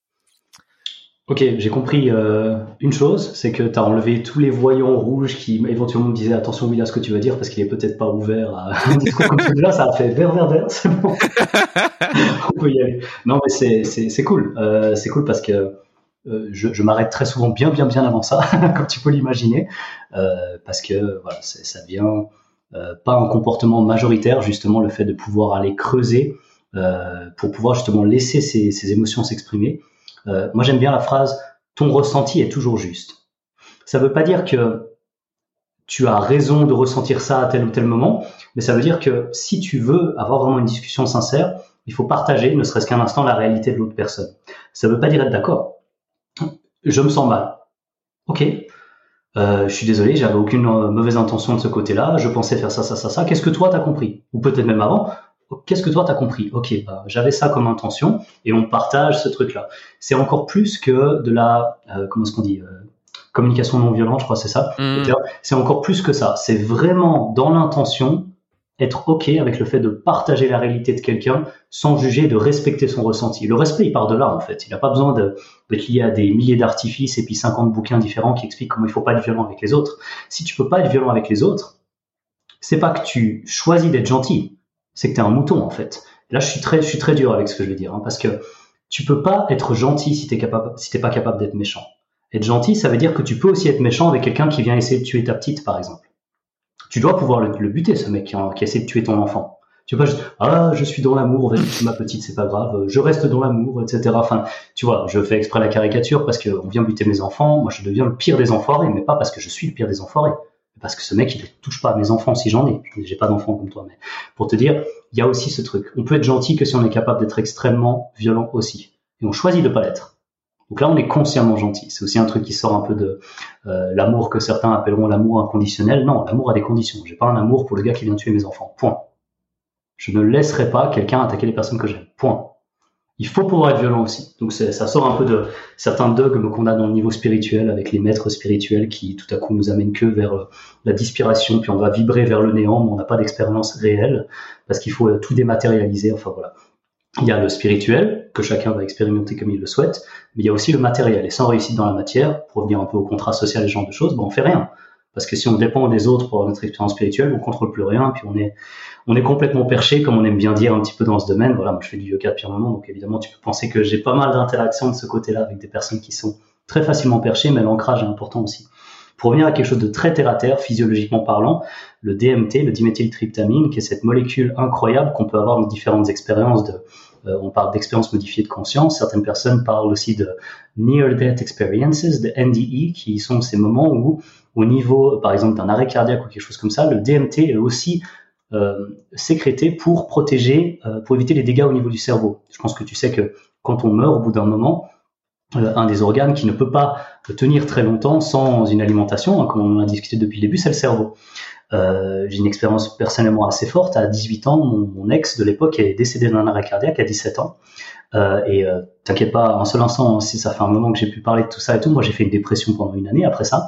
Ok, j'ai compris euh, une chose, c'est que tu as enlevé tous les voyants rouges qui éventuellement me disaient attention Will à ce que tu vas dire parce qu'il est peut-être pas ouvert à un discours comme celui-là, ça a fait vert, vert, vert, c'est bon. On peut y aller. Non mais c'est, c'est, c'est cool, euh, c'est cool parce que euh, je, je m'arrête très souvent bien, bien, bien avant ça, comme tu peux l'imaginer, euh, parce que voilà, c'est, ça devient euh, pas un comportement majoritaire, justement le fait de pouvoir aller creuser euh, pour pouvoir justement laisser ses, ses émotions s'exprimer. Euh, moi, j'aime bien la phrase « ton ressenti est toujours juste ». Ça ne veut pas dire que tu as raison de ressentir ça à tel ou tel moment, mais ça veut dire que si tu veux avoir vraiment une discussion sincère, il faut partager, ne serait-ce qu'un instant, la réalité de l'autre personne. Ça ne veut pas dire être d'accord. Je me sens mal. Ok, euh, je suis désolé, j'avais aucune mauvaise intention de ce côté-là, je pensais faire ça, ça, ça, ça. Qu'est-ce que toi, t'as compris ? Ou peut-être même avant. Qu'est-ce que toi t'as compris ? Ok, bah, j'avais ça comme intention et on partage ce truc-là. C'est encore plus que de la, euh, comment est-ce qu'on dit, euh, communication non violente, je crois que c'est ça. Mmh. C'est encore plus que ça. C'est vraiment dans l'intention être ok avec le fait de partager la réalité de quelqu'un sans juger, de respecter son ressenti. Le respect, il part de là en fait. Il n'a pas besoin de, d'être lié à des milliers d'artifices et puis cinquante bouquins différents qui expliquent comment il faut pas être violent avec les autres. Si tu peux pas être violent avec les autres, c'est pas que tu choisis d'être gentil. C'est que t'es un mouton en fait. Là, je suis très, je suis très dur avec ce que je vais dire, hein, parce que tu peux pas être gentil si t'es capable, si t'es pas capable d'être méchant. Être gentil, ça veut dire que tu peux aussi être méchant avec quelqu'un qui vient essayer de tuer ta petite, par exemple. Tu dois pouvoir le, le buter, ce mec qui, qui essaie de tuer ton enfant. Tu peux pas juste, ah, je suis dans l'amour, vas-y, tue ma petite, c'est pas grave, je reste dans l'amour, et cetera. Enfin, tu vois, je fais exprès la caricature parce que on vient buter mes enfants, moi je deviens le pire des enfoirés, mais pas parce que je suis le pire des enfoirés. Parce que ce mec, il ne touche pas à mes enfants si j'en ai. J'ai pas d'enfants comme toi, mais pour te dire, il y a aussi ce truc. On peut être gentil que si on est capable d'être extrêmement violent aussi. Et on choisit de pas l'être. Donc là, on est consciemment gentil. C'est aussi un truc qui sort un peu de euh, l'amour que certains appelleront l'amour inconditionnel. Non, l'amour a des conditions. J'ai pas un amour pour le gars qui vient tuer mes enfants. Point. Je ne laisserai pas quelqu'un attaquer les personnes que j'aime. Point. Il faut pouvoir être violent aussi. Donc c'est, ça sort un peu de certains dogmes qu'on a dans le niveau spirituel avec les maîtres spirituels qui tout à coup nous amènent que vers euh, la dispiration, puis on va vibrer vers le néant, mais on n'a pas d'expérience réelle parce qu'il faut euh, tout dématérialiser. Enfin voilà. Il y a le spirituel que chacun va expérimenter comme il le souhaite, mais il y a aussi le matériel. Et sans réussite dans la matière, pour revenir un peu au contrat social et ce genre de choses, ben on fait rien. Parce que si on dépend des autres pour notre expérience spirituelle, on contrôle plus rien, puis on est, on est complètement perché, comme on aime bien dire un petit peu dans ce domaine. Voilà, moi je fais du yoga depuis un moment, donc évidemment tu peux penser que j'ai pas mal d'interactions de ce côté-là avec des personnes qui sont très facilement perchées, mais l'ancrage est important aussi. Pour revenir à quelque chose de très terre-à-terre, physiologiquement parlant, le D M T, le diméthyltryptamine, qui est cette molécule incroyable qu'on peut avoir dans différentes expériences de, euh, on parle d'expériences modifiées de conscience. Certaines personnes parlent aussi de near-death experiences, de N D E, qui sont ces moments où, au niveau, par exemple, d'un arrêt cardiaque ou quelque chose comme ça, le D M T est aussi euh, sécrété pour protéger, euh, pour éviter les dégâts au niveau du cerveau. Je pense que tu sais que quand on meurt, au bout d'un moment, euh, un des organes qui ne peut pas tenir très longtemps sans une alimentation, hein, comme on en a discuté depuis le début, c'est le cerveau. Euh, j'ai une expérience personnellement assez forte. À dix-huit ans, mon, mon ex de l'époque est décédé d'un arrêt cardiaque à dix-sept ans. Euh, et euh, t'inquiète pas un seul instant, hein, si ça fait un moment que j'ai pu parler de tout ça et tout, moi j'ai fait une dépression pendant une année après ça.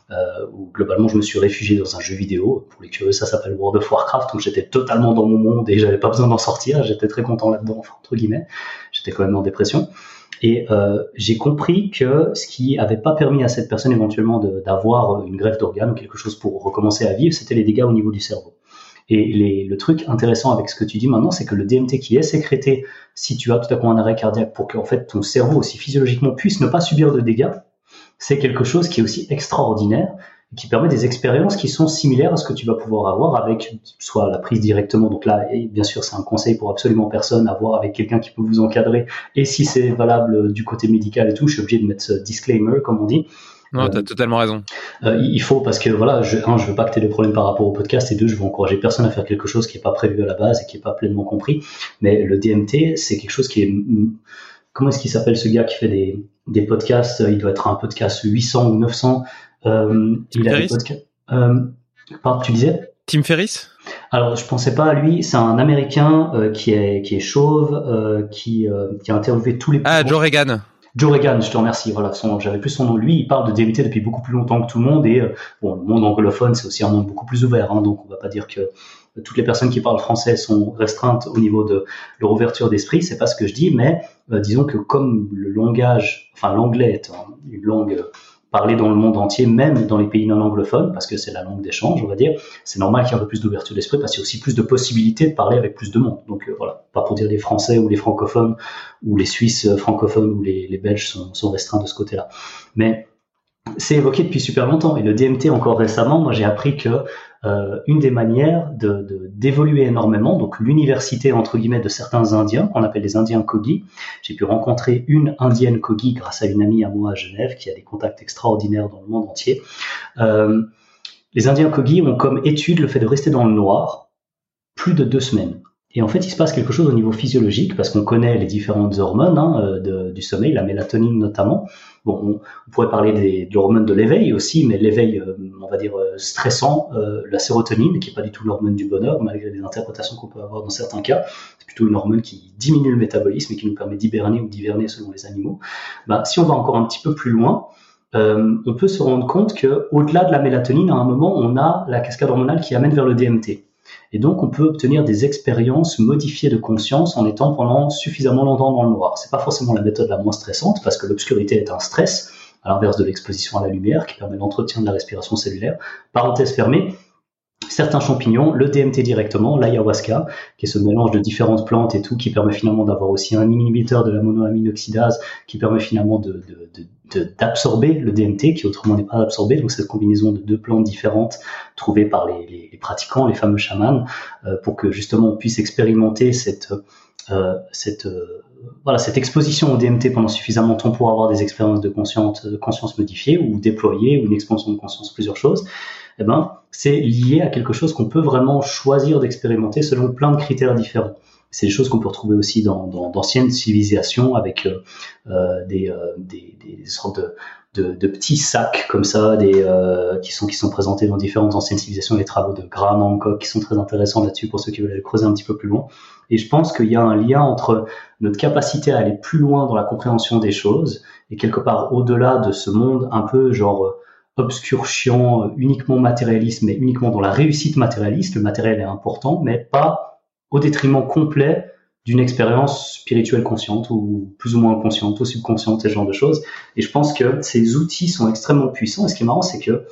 euh, où globalement je me suis réfugié dans un jeu vidéo. Pour les curieux, ça s'appelle World of Warcraft, donc j'étais totalement dans mon monde et j'avais pas besoin d'en sortir. J'étais très content là-dedans, enfin, entre guillemets. J'étais quand même en dépression. Et euh, j'ai compris que ce qui avait pas permis à cette personne éventuellement de, d'avoir une greffe d'organes ou quelque chose pour recommencer à vivre, c'était les dégâts au niveau du cerveau. Et les, le truc intéressant avec ce que tu dis maintenant, c'est que le D M T qui est sécrété si tu as tout à coup un arrêt cardiaque pour que en fait ton cerveau aussi physiologiquement puisse ne pas subir de dégâts, c'est quelque chose qui est aussi extraordinaire et qui permet des expériences qui sont similaires à ce que tu vas pouvoir avoir avec soit la prise directement, donc là et bien sûr c'est un conseil pour absolument personne, à voir avec quelqu'un qui peut vous encadrer, et si c'est valable du côté médical et tout, je suis obligé de mettre ce disclaimer comme on dit. Non, euh, t'as totalement raison. Euh, il faut, parce que voilà, je, un, je veux pas que tu aies de problèmes par rapport au podcast, et deux, je veux encourager personne à faire quelque chose qui est pas prévu à la base et qui est pas pleinement compris. Mais le D M T, c'est quelque chose qui est, comment est-ce qu'il s'appelle ce gars qui fait des, des podcasts? Il doit être un podcast huit cents ou neuf cents. Euh, il a des podcasts. Euh, pardon, tu disais? Tim Ferriss? Alors, je pensais pas à lui. C'est un Américain euh, qui est qui est chauve, euh, qui euh, qui a interviewé tous les. Ah, Joe Rogan. Joe Rogan, je te remercie. Voilà, son, j'avais plus son nom. Lui, il parle de D M T depuis beaucoup plus longtemps que tout le monde, et euh, bon, le monde anglophone, c'est aussi un monde beaucoup plus ouvert, hein, donc on va pas dire que euh, toutes les personnes qui parlent français sont restreintes au niveau de leur ouverture d'esprit. C'est pas ce que je dis, mais euh, disons que comme le langage, enfin l'anglais est une langue euh, parlée dans le monde entier, même dans les pays non anglophones, parce que c'est la langue d'échange, on va dire, c'est normal qu'il y ait un peu plus d'ouverture d'esprit, parce qu'il y a aussi plus de possibilités de parler avec plus de monde. Donc euh, voilà, pas pour dire les Français ou les francophones, ou les Suisses francophones ou les, les Belges sont, sont restreints de ce côté-là. Mais c'est évoqué depuis super longtemps. Et le D M T, encore récemment, moi j'ai appris que euh, une des manières de, de, d'évoluer énormément, donc l'université entre guillemets de certains Indiens, qu'on appelle les Indiens Kogi, j'ai pu rencontrer une Indienne Kogi grâce à une amie à moi à Genève qui a des contacts extraordinaires dans le monde entier. Euh, les Indiens Kogi ont comme étude le fait de rester dans le noir plus de deux semaines. Et en fait, il se passe quelque chose au niveau physiologique, parce qu'on connaît les différentes hormones hein, de, du sommeil, la mélatonine notamment. Bon, on, on pourrait parler des, de l'hormone de l'éveil aussi, mais l'éveil, euh, on va dire, euh, stressant, euh, la sérotonine, qui n'est pas du tout l'hormone du bonheur, malgré les interprétations qu'on peut avoir dans certains cas. C'est plutôt une hormone qui diminue le métabolisme et qui nous permet d'hiberner ou d'hiverner selon les animaux. Bah, si on va encore un petit peu plus loin, euh, on peut se rendre compte qu'au-delà de la mélatonine, à un moment, on a la cascade hormonale qui amène vers le D M T. Et donc, on peut obtenir des expériences modifiées de conscience en étant pendant suffisamment longtemps dans le noir. C'est pas forcément la méthode la moins stressante, parce que l'obscurité est un stress, à l'inverse de l'exposition à la lumière, qui permet l'entretien de la respiration cellulaire. Parenthèse fermée, certains champignons, le D M T directement, l'ayahuasca, qui est ce mélange de différentes plantes et tout, qui permet finalement d'avoir aussi un inhibiteur de la monoamine oxydase, qui permet finalement de, de, de, de, d'absorber le D M T, qui autrement n'est pas absorbé. Donc cette combinaison de deux plantes différentes trouvées par les, les, les pratiquants, les fameux chamans, euh, pour que justement on puisse expérimenter cette, euh, cette, euh, voilà, cette exposition au D M T pendant suffisamment de temps pour avoir des expériences de conscience, de conscience modifiées ou déployées, ou une expansion de conscience, plusieurs choses. Eh ben, c'est lié à quelque chose qu'on peut vraiment choisir d'expérimenter selon plein de critères différents. C'est des choses qu'on peut retrouver aussi dans, dans d'anciennes civilisations avec euh, des, euh, des, des sortes de, de, de petits sacs comme ça, des, euh, qui sont qui sont présentés dans différentes anciennes civilisations. Les travaux de Graham Hancock qui sont très intéressants là-dessus pour ceux qui veulent aller creuser un petit peu plus loin. Et je pense qu'il y a un lien entre notre capacité à aller plus loin dans la compréhension des choses et quelque part au-delà de ce monde un peu genre obscur, chiant, uniquement matérialiste, mais uniquement dans la réussite matérialiste. Le matériel est important, mais pas au détriment complet d'une expérience spirituelle consciente ou plus ou moins consciente ou subconsciente, ce genre de choses. Et je pense que ces outils sont extrêmement puissants. Et ce qui est marrant, c'est que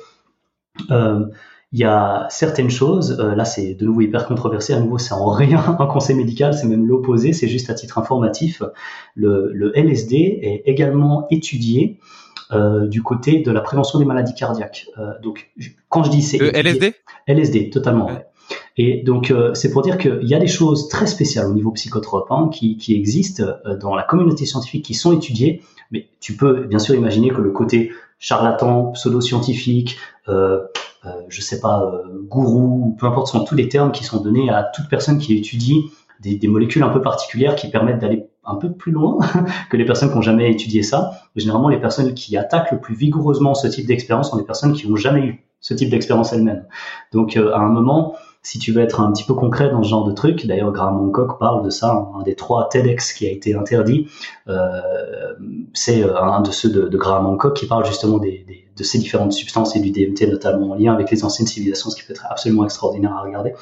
euh, il y a certaines choses, euh, là c'est de nouveau hyper controversé, à nouveau c'est en rien un conseil médical, c'est même l'opposé, c'est juste à titre informatif. Le, le L S D est également étudié Euh, du côté de la prévention des maladies cardiaques. Euh, donc, je, quand je dis c'est... Le L S D ? L S D, totalement, ouais. Ouais. Et donc, euh, c'est pour dire qu'il y a des choses très spéciales au niveau psychotrope hein, qui, qui existent euh, dans la communauté scientifique, qui sont étudiées, mais tu peux bien sûr imaginer que le côté charlatan, pseudo-scientifique, euh, euh, je sais pas, euh, gourou, peu importe, sont tous des termes qui sont donnés à toute personne qui étudie des, des molécules un peu particulières qui permettent d'aller un peu plus loin que les personnes qui n'ont jamais étudié ça. Généralement, les personnes qui attaquent le plus vigoureusement ce type d'expérience sont des personnes qui n'ont jamais eu ce type d'expérience elles-mêmes. Donc, euh, à un moment, si tu veux être un petit peu concret dans ce genre de truc, d'ailleurs, Graham Hancock parle de ça, un des trois TEDx qui a été interdit, euh, c'est un de ceux de, de Graham Hancock qui parle justement des, des, de ces différentes substances et du D M T notamment en lien avec les anciennes civilisations, ce qui peut être absolument extraordinaire à regarder.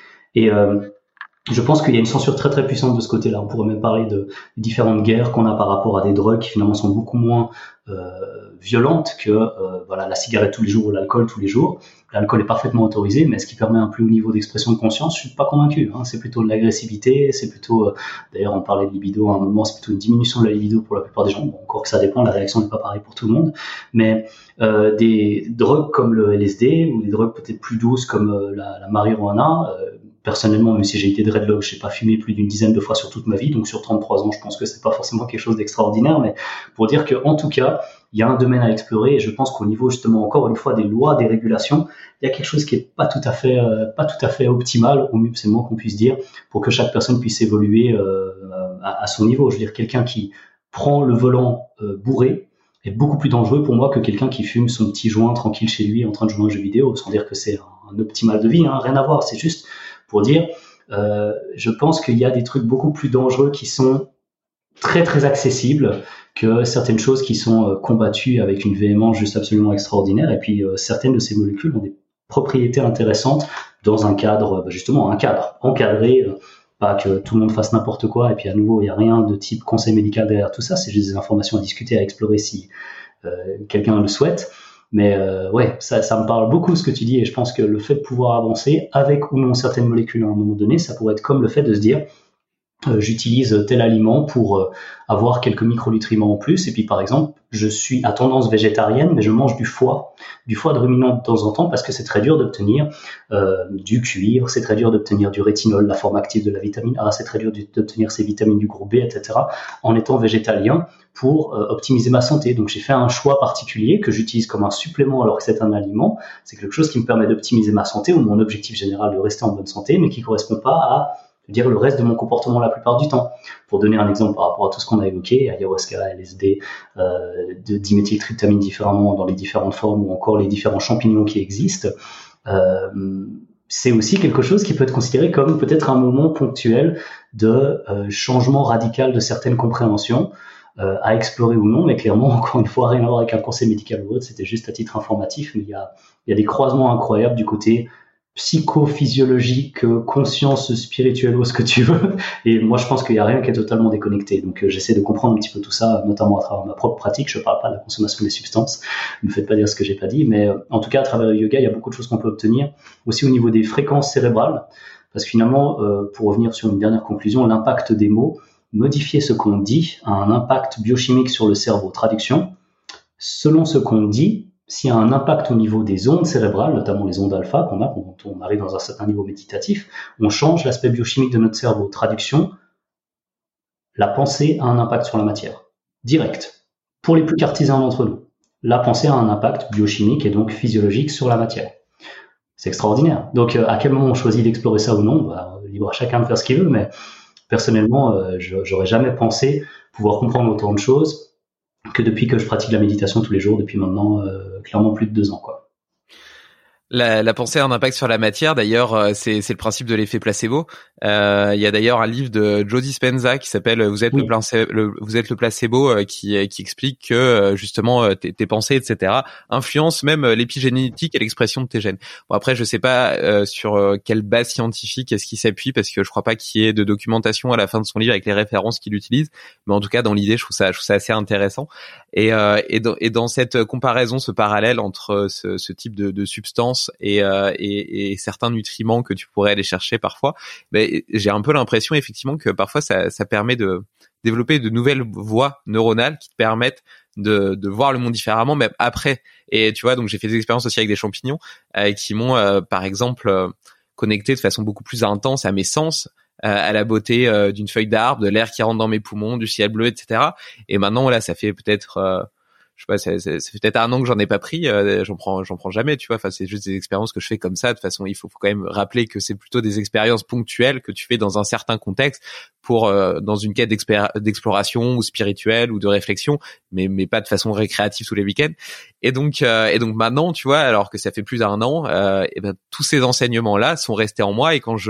Et euh, je pense qu'il y a une censure très très puissante de ce côté-là. On pourrait même parler de différentes guerres qu'on a par rapport à des drogues qui finalement sont beaucoup moins euh, violentes que euh, voilà, la cigarette tous les jours ou l'alcool tous les jours. L'alcool est parfaitement autorisé, mais est-ce qu'il permet un plus haut niveau d'expression de conscience? Je suis pas convaincu. Hein. C'est plutôt de l'agressivité, c'est plutôt, euh, d'ailleurs on parlait de libido à un moment, c'est plutôt une diminution de la libido pour la plupart des gens. Bon, encore que ça dépend, la réaction n'est pas pareille pour tout le monde. Mais euh, des drogues comme le L S D ou des drogues peut-être plus douces comme euh, la, la marijuana, euh, personnellement, même si j'ai été dreadlock, j'ai pas fumé plus d'une dizaine de fois sur toute ma vie, donc sur trente-trois ans, je pense que c'est pas forcément quelque chose d'extraordinaire, mais pour dire que, en tout cas, il y a un domaine à explorer, et je pense qu'au niveau, justement, encore une fois, des lois, des régulations, il y a quelque chose qui est pas tout à fait, euh, pas tout à fait optimal, au mieux, c'est le moins qu'on puisse dire, pour que chaque personne puisse évoluer, euh, à, à son niveau. Je veux dire, quelqu'un qui prend le volant, euh, bourré, est beaucoup plus dangereux pour moi que quelqu'un qui fume son petit joint tranquille chez lui en train de jouer à un jeu vidéo, sans dire que c'est un, un optimal de vie, hein, rien à voir, c'est juste pour dire, euh, je pense qu'il y a des trucs beaucoup plus dangereux qui sont très très accessibles que certaines choses qui sont euh, combattues avec une véhémence juste absolument extraordinaire. Et puis euh, certaines de ces molécules ont des propriétés intéressantes dans un cadre, bah, justement un cadre encadré, euh, pas que tout le monde fasse n'importe quoi. Et puis à nouveau, il n'y a rien de type conseil médical derrière tout ça, c'est juste des informations à discuter, à explorer si euh, quelqu'un le souhaite. Mais euh, ouais, ça, ça me parle beaucoup ce que tu dis, et je pense que le fait de pouvoir avancer avec ou non certaines molécules à un moment donné, ça pourrait être comme le fait de se dire euh, j'utilise tel aliment pour euh, avoir quelques micronutriments en plus, et puis par exemple je suis à tendance végétarienne mais je mange du foie, du foie de ruminant de temps en temps parce que c'est très dur d'obtenir euh, du cuivre, c'est très dur d'obtenir du rétinol, la forme active de la vitamine A, c'est très dur d'obtenir ces vitamines du groupe B, et cetera en étant végétalien pour euh, optimiser ma santé. Donc j'ai fait un choix particulier que j'utilise comme un supplément alors que c'est un aliment, c'est quelque chose qui me permet d'optimiser ma santé ou mon objectif général de rester en bonne santé, mais qui correspond pas à dire le reste de mon comportement la plupart du temps. Pour donner un exemple par rapport à tout ce qu'on a évoqué, ayahuasca, L S D, euh, de diméthyltryptamine différemment dans les différentes formes ou encore les différents champignons qui existent, euh, c'est aussi quelque chose qui peut être considéré comme peut-être un moment ponctuel de euh, changement radical de certaines compréhensions euh, à explorer ou non, mais clairement, encore une fois, rien à voir avec un conseil médical ou autre, c'était juste à titre informatif, mais il y a, il y a des croisements incroyables du côté psychophysiologique, conscience spirituelle ou ce que tu veux, et moi je pense qu'il n'y a rien qui est totalement déconnecté, donc euh, j'essaie de comprendre un petit peu tout ça, notamment à travers ma propre pratique. Je ne parle pas de la consommation des substances, ne me faites pas dire ce que j'ai pas dit, mais euh, en tout cas à travers le yoga il y a beaucoup de choses qu'on peut obtenir, aussi au niveau des fréquences cérébrales, parce que finalement, euh, pour revenir sur une dernière conclusion, l'impact des mots, modifier ce qu'on dit a un impact biochimique sur le cerveau. Traduction, selon ce qu'on dit, s'il y a un impact au niveau des ondes cérébrales, notamment les ondes alpha qu'on a quand on arrive dans un certain niveau méditatif, on change l'aspect biochimique de notre cerveau. Traduction, la pensée a un impact sur la matière, direct. Pour les plus cartésiens d'entre nous, la pensée a un impact biochimique et donc physiologique sur la matière. C'est extraordinaire. Donc à quel moment on choisit d'explorer ça ou non, bah, libre à chacun de faire ce qu'il veut, mais personnellement, euh, j'aurais jamais pensé pouvoir comprendre autant de choses que depuis que je pratique la méditation tous les jours, depuis maintenant euh, clairement plus de deux ans, quoi. La, la pensée a un impact sur la matière. D'ailleurs, c'est, c'est le principe de l'effet placebo. Euh, il y a d'ailleurs un livre de Joe Dispenza qui s'appelle "Vous êtes oui. le, placebo", le vous êtes le placebo, euh, qui qui explique que euh, justement tes, tes pensées, et cetera, influencent même l'épigénétique et l'expression de tes gènes. Bon, après, je sais pas euh, sur euh, quelle base scientifique est-ce qu'il s'appuie, parce que je crois pas qu'il y ait de documentation à la fin de son livre avec les références qu'il utilise. Mais en tout cas, dans l'idée, je trouve ça, je trouve ça assez intéressant. Et euh, et dans et dans cette comparaison, ce parallèle entre ce, ce type de, de substance Et, euh, et, et certains nutriments que tu pourrais aller chercher parfois, ben, j'ai un peu l'impression effectivement que parfois ça, ça permet de développer de nouvelles voies neuronales qui te permettent de, de voir le monde différemment même après. Et tu vois, donc j'ai fait des expériences aussi avec des champignons euh, qui m'ont euh, par exemple euh, connecté de façon beaucoup plus intense à mes sens, euh, à la beauté euh, d'une feuille d'arbre, de l'air qui rentre dans mes poumons, du ciel bleu, et cetera. Et maintenant là, ça fait peut-être euh, je sais pas, ça, ça, ça fait peut-être un an que j'en ai pas pris, euh, j'en prends, j'en prends jamais, tu vois. Enfin, c'est juste des expériences que je fais comme ça. De toute façon, il faut, faut quand même rappeler que c'est plutôt des expériences ponctuelles que tu fais dans un certain contexte, pour euh, dans une quête d'exploration ou spirituelle ou de réflexion, mais mais pas de façon récréative tous les week-ends. Et donc, euh, et donc maintenant, tu vois, alors que ça fait plus d'un an, euh, et ben tous ces enseignements-là sont restés en moi. Et quand je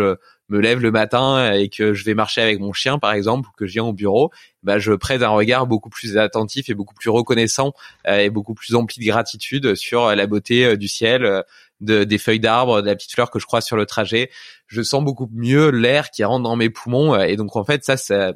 me lève le matin et que je vais marcher avec mon chien, par exemple, ou que je viens au bureau, bah, je prête un regard beaucoup plus attentif et beaucoup plus reconnaissant euh, et beaucoup plus empli de gratitude sur la beauté euh, du ciel, euh, de, des feuilles d'arbres, de la petite fleur que je croise sur le trajet. Je sens beaucoup mieux l'air qui rentre dans mes poumons euh, et donc en fait ça, ça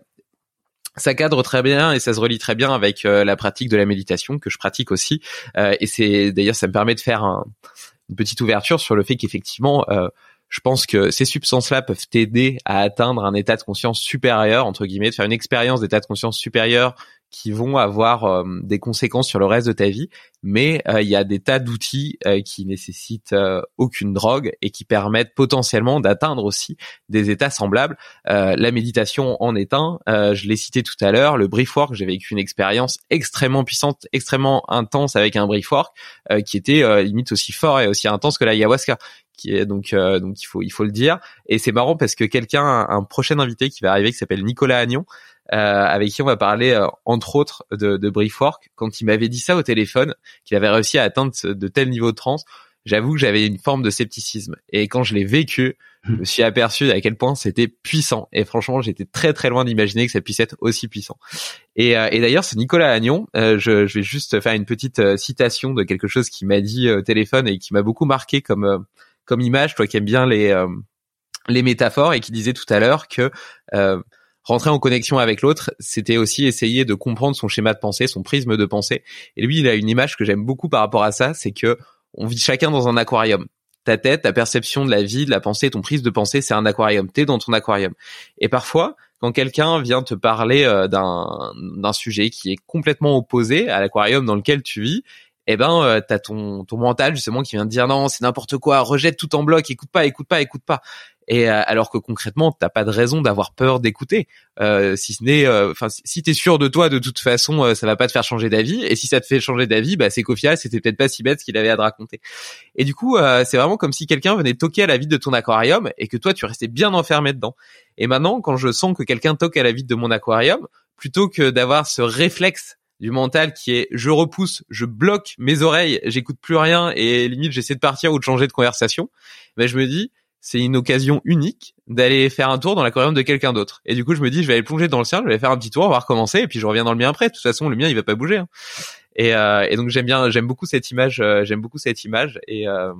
ça cadre très bien et ça se relie très bien avec euh, la pratique de la méditation que je pratique aussi euh, et c'est d'ailleurs ça me permet de faire un, une petite ouverture sur le fait qu'effectivement euh, je pense que ces substances-là peuvent t'aider à atteindre un état de conscience supérieur, entre guillemets, de faire une expérience d'état de conscience supérieur qui vont avoir euh, des conséquences sur le reste de ta vie. Mais euh, il y a des tas d'outils euh, qui nécessitent euh, aucune drogue et qui permettent potentiellement d'atteindre aussi des états semblables. Euh, la méditation en est un. Euh, je l'ai cité tout à l'heure. Le briefwork, j'ai vécu une expérience extrêmement puissante, extrêmement intense avec un briefwork euh, qui était euh, limite aussi fort et aussi intense que l'ayahuasca. Qui est donc euh, donc il faut il faut le dire et c'est marrant parce que quelqu'un un, un prochain invité qui va arriver qui s'appelle Nicolas Agnon euh, avec qui on va parler euh, entre autres de de briefwork, quand il m'avait dit ça au téléphone qu'il avait réussi à atteindre de tels niveaux de transe, j'avoue que j'avais une forme de scepticisme et quand je l'ai vécu je me suis aperçu à quel point c'était puissant et franchement j'étais très très loin d'imaginer que ça puisse être aussi puissant et, euh, et d'ailleurs ce Nicolas Agnon euh, je, je vais juste faire une petite euh, citation de quelque chose qu'il m'a dit euh, au téléphone et qui m'a beaucoup marqué comme euh, comme image, toi qui aimes bien les euh, les métaphores et qui disait tout à l'heure que euh, rentrer en connexion avec l'autre, c'était aussi essayer de comprendre son schéma de pensée, son prisme de pensée. Et lui, il a une image que j'aime beaucoup par rapport à ça, c'est que on vit chacun dans un aquarium. Ta tête, ta perception de la vie, de la pensée, ton prisme de pensée, c'est un aquarium. T'es dans ton aquarium. Et parfois, quand quelqu'un vient te parler euh, d'un d'un sujet qui est complètement opposé à l'aquarium dans lequel tu vis, eh ben euh, t'as ton ton mental justement qui vient te dire non, c'est n'importe quoi, rejette tout en bloc, écoute pas, écoute pas, écoute pas. Et euh, alors que concrètement, t'as pas de raison d'avoir peur d'écouter, euh, si ce n'est, enfin, euh, si t'es sûr de toi, de toute façon, euh, ça va pas te faire changer d'avis. Et si ça te fait changer d'avis, bah c'est qu'au final, c'était peut-être pas si bête ce qu'il avait à te raconter. Et du coup, euh, c'est vraiment comme si quelqu'un venait toquer à la vitre de ton aquarium et que toi, tu restais bien enfermé dedans. Et maintenant, quand je sens que quelqu'un toque à la vitre de mon aquarium, plutôt que d'avoir ce réflexe du mental qui est je repousse, je bloque mes oreilles, j'écoute plus rien et limite j'essaie de partir ou de changer de conversation, ben je me dis c'est une occasion unique d'aller faire un tour dans l'aquarium de quelqu'un d'autre. Et du coup je me dis je vais aller plonger dans le sien, je vais faire un petit tour, on va recommencer et puis je reviens dans le mien après. De toute façon le mien il va pas bouger. Hein. Et, euh, et donc j'aime bien, j'aime beaucoup cette image, euh, j'aime beaucoup cette image et euh,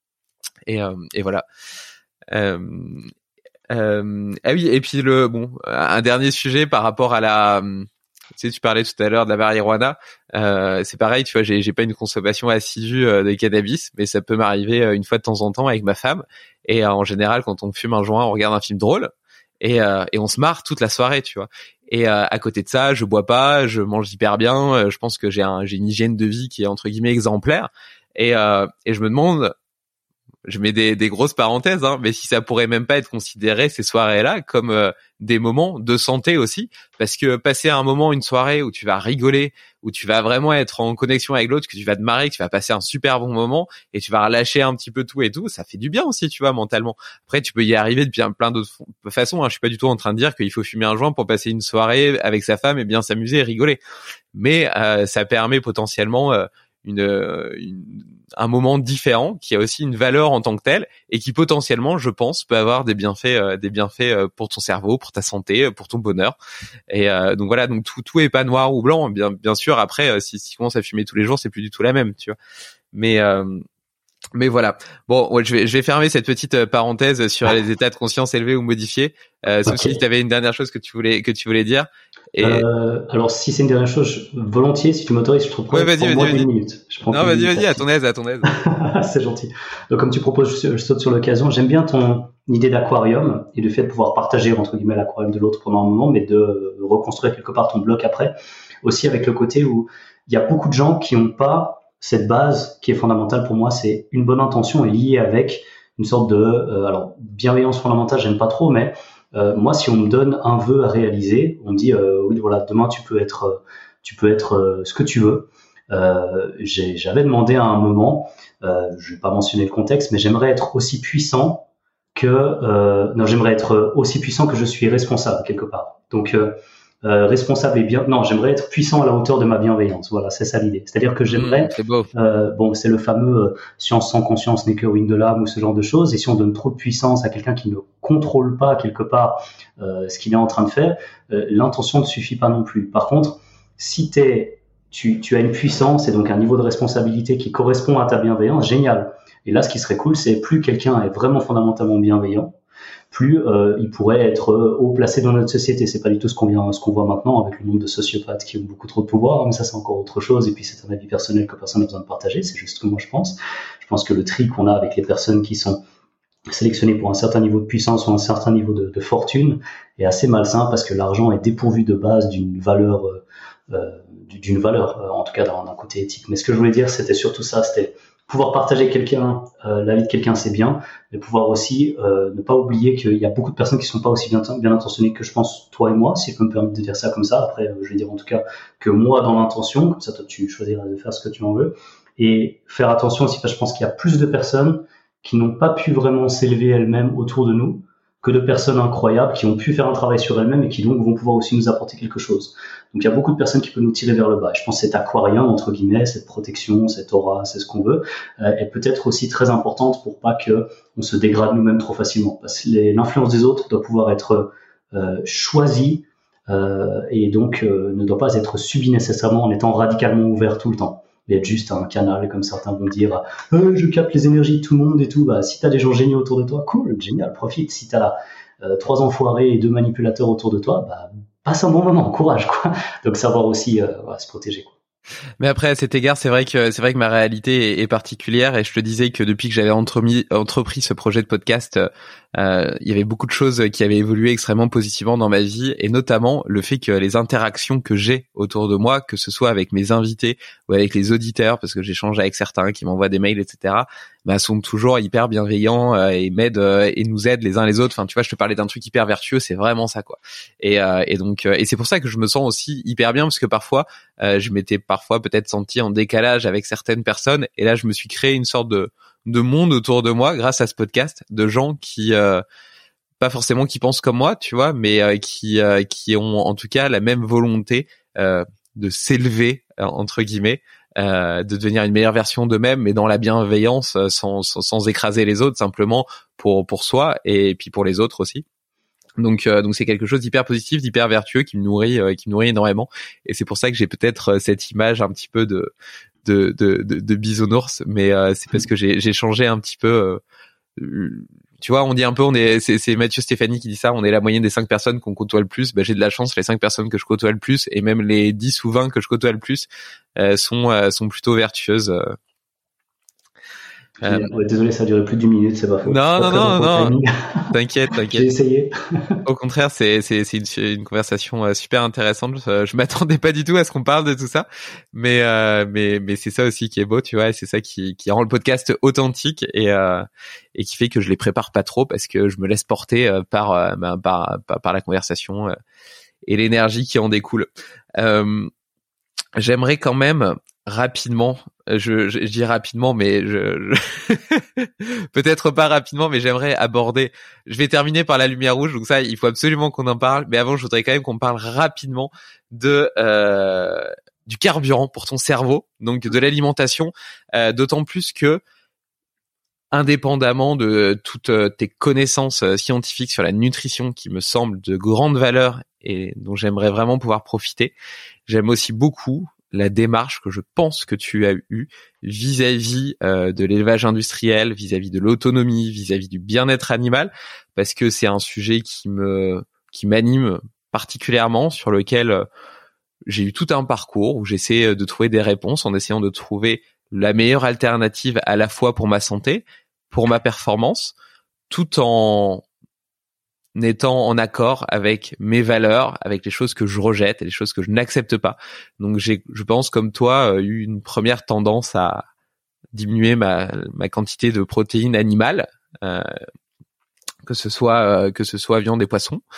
et, euh, et voilà. Euh, euh, ah oui et puis le bon un dernier sujet par rapport à la tu sais, tu parlais tout à l'heure de la marijuana. Euh, c'est pareil, tu vois, j'ai, j'ai pas une consommation assidue euh, de cannabis, mais ça peut m'arriver euh, une fois de temps en temps avec ma femme. Et euh, en général, quand on fume un joint, on regarde un film drôle et, euh, et on se marre toute la soirée, tu vois. Et euh, à côté de ça, je bois pas, je mange hyper bien. Euh, je pense que j'ai, un, j'ai une hygiène de vie qui est entre guillemets exemplaire. Et, euh, et je me demande. Je mets des, des grosses parenthèses, hein, mais si ça pourrait même pas être considéré ces soirées-là comme euh, des moments de santé aussi, parce que passer un moment, une soirée où tu vas rigoler, où tu vas vraiment être en connexion avec l'autre, que tu vas te marrer, que tu vas passer un super bon moment et tu vas relâcher un petit peu tout et tout, ça fait du bien aussi, tu vois, mentalement. Après, tu peux y arriver de bien plein d'autres façons. Hein. Je suis pas du tout en train de dire qu'il faut fumer un joint pour passer une soirée avec sa femme et bien s'amuser et rigoler, mais euh, ça permet potentiellement euh, une, une un moment différent qui a aussi une valeur en tant que tel et qui potentiellement, je pense, peut avoir des bienfaits, euh, des bienfaits euh, pour ton cerveau, pour ta santé, pour ton bonheur. Et euh, donc voilà, donc tout, tout est pas noir ou blanc. Bien, bien sûr. Après, euh, si, si tu commences à fumer tous les jours, c'est plus du tout la même, tu vois. Mais euh, mais voilà. Bon, ouais, je vais je vais fermer cette petite parenthèse sur les états de conscience élevés ou modifiés. Euh, sauf okay. Si tu avais une dernière chose que tu voulais que tu voulais dire. Et... Euh, alors si c'est une dernière chose, je, volontiers, si tu m'autorises, je trouve. Ouais, vas-y, vas-y, moi vas-y. Une minute. Je prends non, vas-y, vas-y, à ton aise, à ton aise. C'est gentil. Donc comme tu proposes, je, je saute sur l'occasion. J'aime bien ton idée d'aquarium et le fait de pouvoir partager entre guillemets l'aquarium de l'autre pendant un moment, mais de reconstruire quelque part ton bloc après. Aussi avec le côté où il y a beaucoup de gens qui n'ont pas cette base qui est fondamentale pour moi, c'est une bonne intention est liée avec une sorte de, euh, alors bienveillance fondamentale, j'aime pas trop, mais euh, moi si on me donne un vœu à réaliser, on me dit euh, oui voilà demain tu peux être, tu peux être euh, ce que tu veux. Euh, j'ai, j'avais demandé à un moment, euh, je vais pas mentionner le contexte, mais j'aimerais être aussi puissant que, euh, non j'aimerais être aussi puissant que je suis responsable quelque part. Donc euh, euh, responsable et bien. Non, j'aimerais être puissant à la hauteur de ma bienveillance. Voilà, c'est ça l'idée. C'est-à-dire que j'aimerais. Mmh, c'est beau. Euh, bon, c'est le fameux euh, science sans conscience n'est que ruine de l'âme ou ce genre de choses. Et si on donne trop de puissance à quelqu'un qui ne contrôle pas quelque part euh, ce qu'il est en train de faire, euh, l'intention ne suffit pas non plus. Par contre, si t'es, tu, tu as une puissance et donc un niveau de responsabilité qui correspond à ta bienveillance, génial. Et là, ce qui serait cool, c'est plus quelqu'un est vraiment fondamentalement bienveillant, plus euh, il pourrait être euh, haut placé dans notre société. C'est pas du tout ce qu'on vient, ce qu'on voit maintenant avec le nombre de sociopathes qui ont beaucoup trop de pouvoir, mais ça c'est encore autre chose. Et puis c'est un avis personnel que personne n'a besoin de partager. C'est juste ce que moi je pense. Je pense que le tri qu'on a avec les personnes qui sont sélectionnées pour un certain niveau de puissance ou un certain niveau de, de fortune est assez malsain parce que l'argent est dépourvu de base d'une valeur, euh, euh, d'une valeur, euh, en tout cas d'un, d'un côté éthique. Mais ce que je voulais dire, c'était surtout ça, c'était pouvoir partager quelqu'un, euh, la vie de quelqu'un, c'est bien, mais pouvoir aussi euh, ne pas oublier qu'il y a beaucoup de personnes qui sont pas aussi bien, bien intentionnées que je pense toi et moi, si je peux me permettre de dire ça comme ça. Après, je vais dire en tout cas que moi dans l'intention, comme ça toi tu choisiras de faire ce que tu en veux, et faire attention aussi parce que je pense qu'il y a plus de personnes qui n'ont pas pu vraiment s'élever elles-mêmes autour de nous que de personnes incroyables qui ont pu faire un travail sur elles-mêmes et qui donc vont pouvoir aussi nous apporter quelque chose. Donc il y a beaucoup de personnes qui peuvent nous tirer vers le bas. Je pense que cet aquarien, entre guillemets, cette protection, cette aura, c'est ce qu'on veut, euh, est peut-être aussi très importante pour pas que on se dégrade nous-mêmes trop facilement. Parce que les, l'influence des autres doit pouvoir être euh, choisie euh, et donc euh, ne doit pas être subie nécessairement en étant radicalement ouvert tout le temps. Mais être juste un canal, comme certains vont dire, euh, je capte les énergies de tout le monde et tout. Bah, si t'as des gens géniaux autour de toi, cool, génial, profite. Si t'as euh, trois enfoirés et deux manipulateurs autour de toi, bah, passe un bon moment, courage, quoi. Donc, savoir aussi euh, voilà, se protéger, quoi. Mais après, à cet égard, c'est vrai que c'est vrai que ma réalité est, est particulière et je te disais que depuis que j'avais entremis, entrepris ce projet de podcast, euh, il y avait beaucoup de choses qui avaient évolué extrêmement positivement dans ma vie et notamment le fait que les interactions que j'ai autour de moi, que ce soit avec mes invités ou avec les auditeurs, parce que j'échange avec certains qui m'envoient des mails, et cetera, bah, sont toujours hyper bienveillants euh, et m'aident euh, et nous aident les uns les autres. Enfin, tu vois, je te parlais d'un truc hyper vertueux, c'est vraiment ça, quoi. Et, euh, et donc, euh, et c'est pour ça que je me sens aussi hyper bien parce que parfois, euh, je m'étais parfois peut-être senti en décalage avec certaines personnes et là, je me suis créé une sorte de de monde autour de moi grâce à ce podcast, de gens qui euh, pas forcément qui pensent comme moi, tu vois, mais euh, qui euh, qui ont en tout cas la même volonté euh, de s'élever entre guillemets. Euh, de devenir une meilleure version d'eux-mêmes, mais dans la bienveillance, sans, sans, sans écraser les autres, simplement pour pour soi et puis pour les autres aussi. Donc euh, donc c'est quelque chose d'hyper positif, d'hyper vertueux qui me nourrit, euh, qui me nourrit énormément. Et c'est pour ça que j'ai peut-être cette image un petit peu de de de de, de bisounours, mais euh, c'est parce que j'ai j'ai changé un petit peu. Euh, tu vois, on dit un peu, on est, c'est, c'est Mathieu Stéphanie qui dit ça, on est la moyenne des cinq personnes qu'on côtoie le plus. Ben, j'ai de la chance, les cinq personnes que je côtoie le plus, et même les dix ou vingt que je côtoie le plus, euh, sont, euh, sont plutôt vertueuses. Euh, Euh, ouais, désolé, ça a duré plus d'une minute, c'est pas faux. Non, non, non, non, t'inquiète, t'inquiète. J'ai essayé. Au contraire, c'est, c'est, c'est une, une conversation super intéressante. Je m'attendais pas du tout à ce qu'on parle de tout ça, mais, euh, mais, mais c'est ça aussi qui est beau, tu vois, et c'est ça qui, qui rend le podcast authentique et, euh, et qui fait que je les prépare pas trop parce que je me laisse porter par, euh, par, par, par la conversation euh, et l'énergie qui en découle. Euh, j'aimerais quand même rapidement, je, je, je dis rapidement, mais je, je... peut-être pas rapidement, mais j'aimerais aborder. Je vais terminer par la lumière rouge, donc ça, il faut absolument qu'on en parle. Mais avant, je voudrais quand même qu'on parle rapidement de euh, du carburant pour ton cerveau, donc de l'alimentation. Euh, d'autant plus que, indépendamment de toutes tes connaissances scientifiques sur la nutrition, qui me semblent de grande valeur et dont j'aimerais vraiment pouvoir profiter, j'aime aussi beaucoup la démarche que je pense que tu as eue vis-à-vis euh, de l'élevage industriel, vis-à-vis de l'autonomie, vis-à-vis du bien-être animal, parce que c'est un sujet qui me qui m'anime particulièrement, sur lequel euh, j'ai eu tout un parcours où j'essaie de trouver des réponses en essayant de trouver la meilleure alternative à la fois pour ma santé, pour ma performance, tout en étant en accord avec mes valeurs, avec les choses que je rejette et les choses que je n'accepte pas. Donc j'ai, je pense comme toi, euh, eu une première tendance à diminuer ma, ma quantité de protéines animales, euh, que ce soit euh, que ce soit viande et poisson.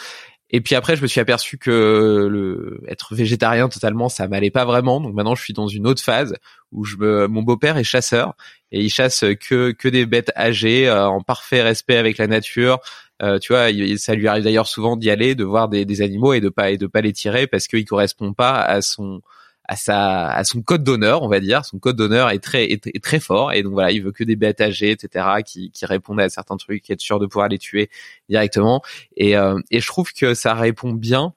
Et puis après, je me suis aperçu que le être végétarien totalement, ça m'allait pas vraiment. Donc maintenant, je suis dans une autre phase où je me, mon beau-père est chasseur et il chasse que que des bêtes âgées euh, en parfait respect avec la nature. Euh, tu vois, il, ça lui arrive d'ailleurs souvent d'y aller, de voir des, des animaux et de pas et de pas les tirer parce qu'ils correspondent pas à son à sa à son code d'honneur, on va dire. Son code d'honneur est très est, est très fort et donc voilà, il veut que des bêtes âgées, et cetera, qui qui répondent à certains trucs, qui être sûr de pouvoir les tuer directement. Et euh, et je trouve que ça répond bien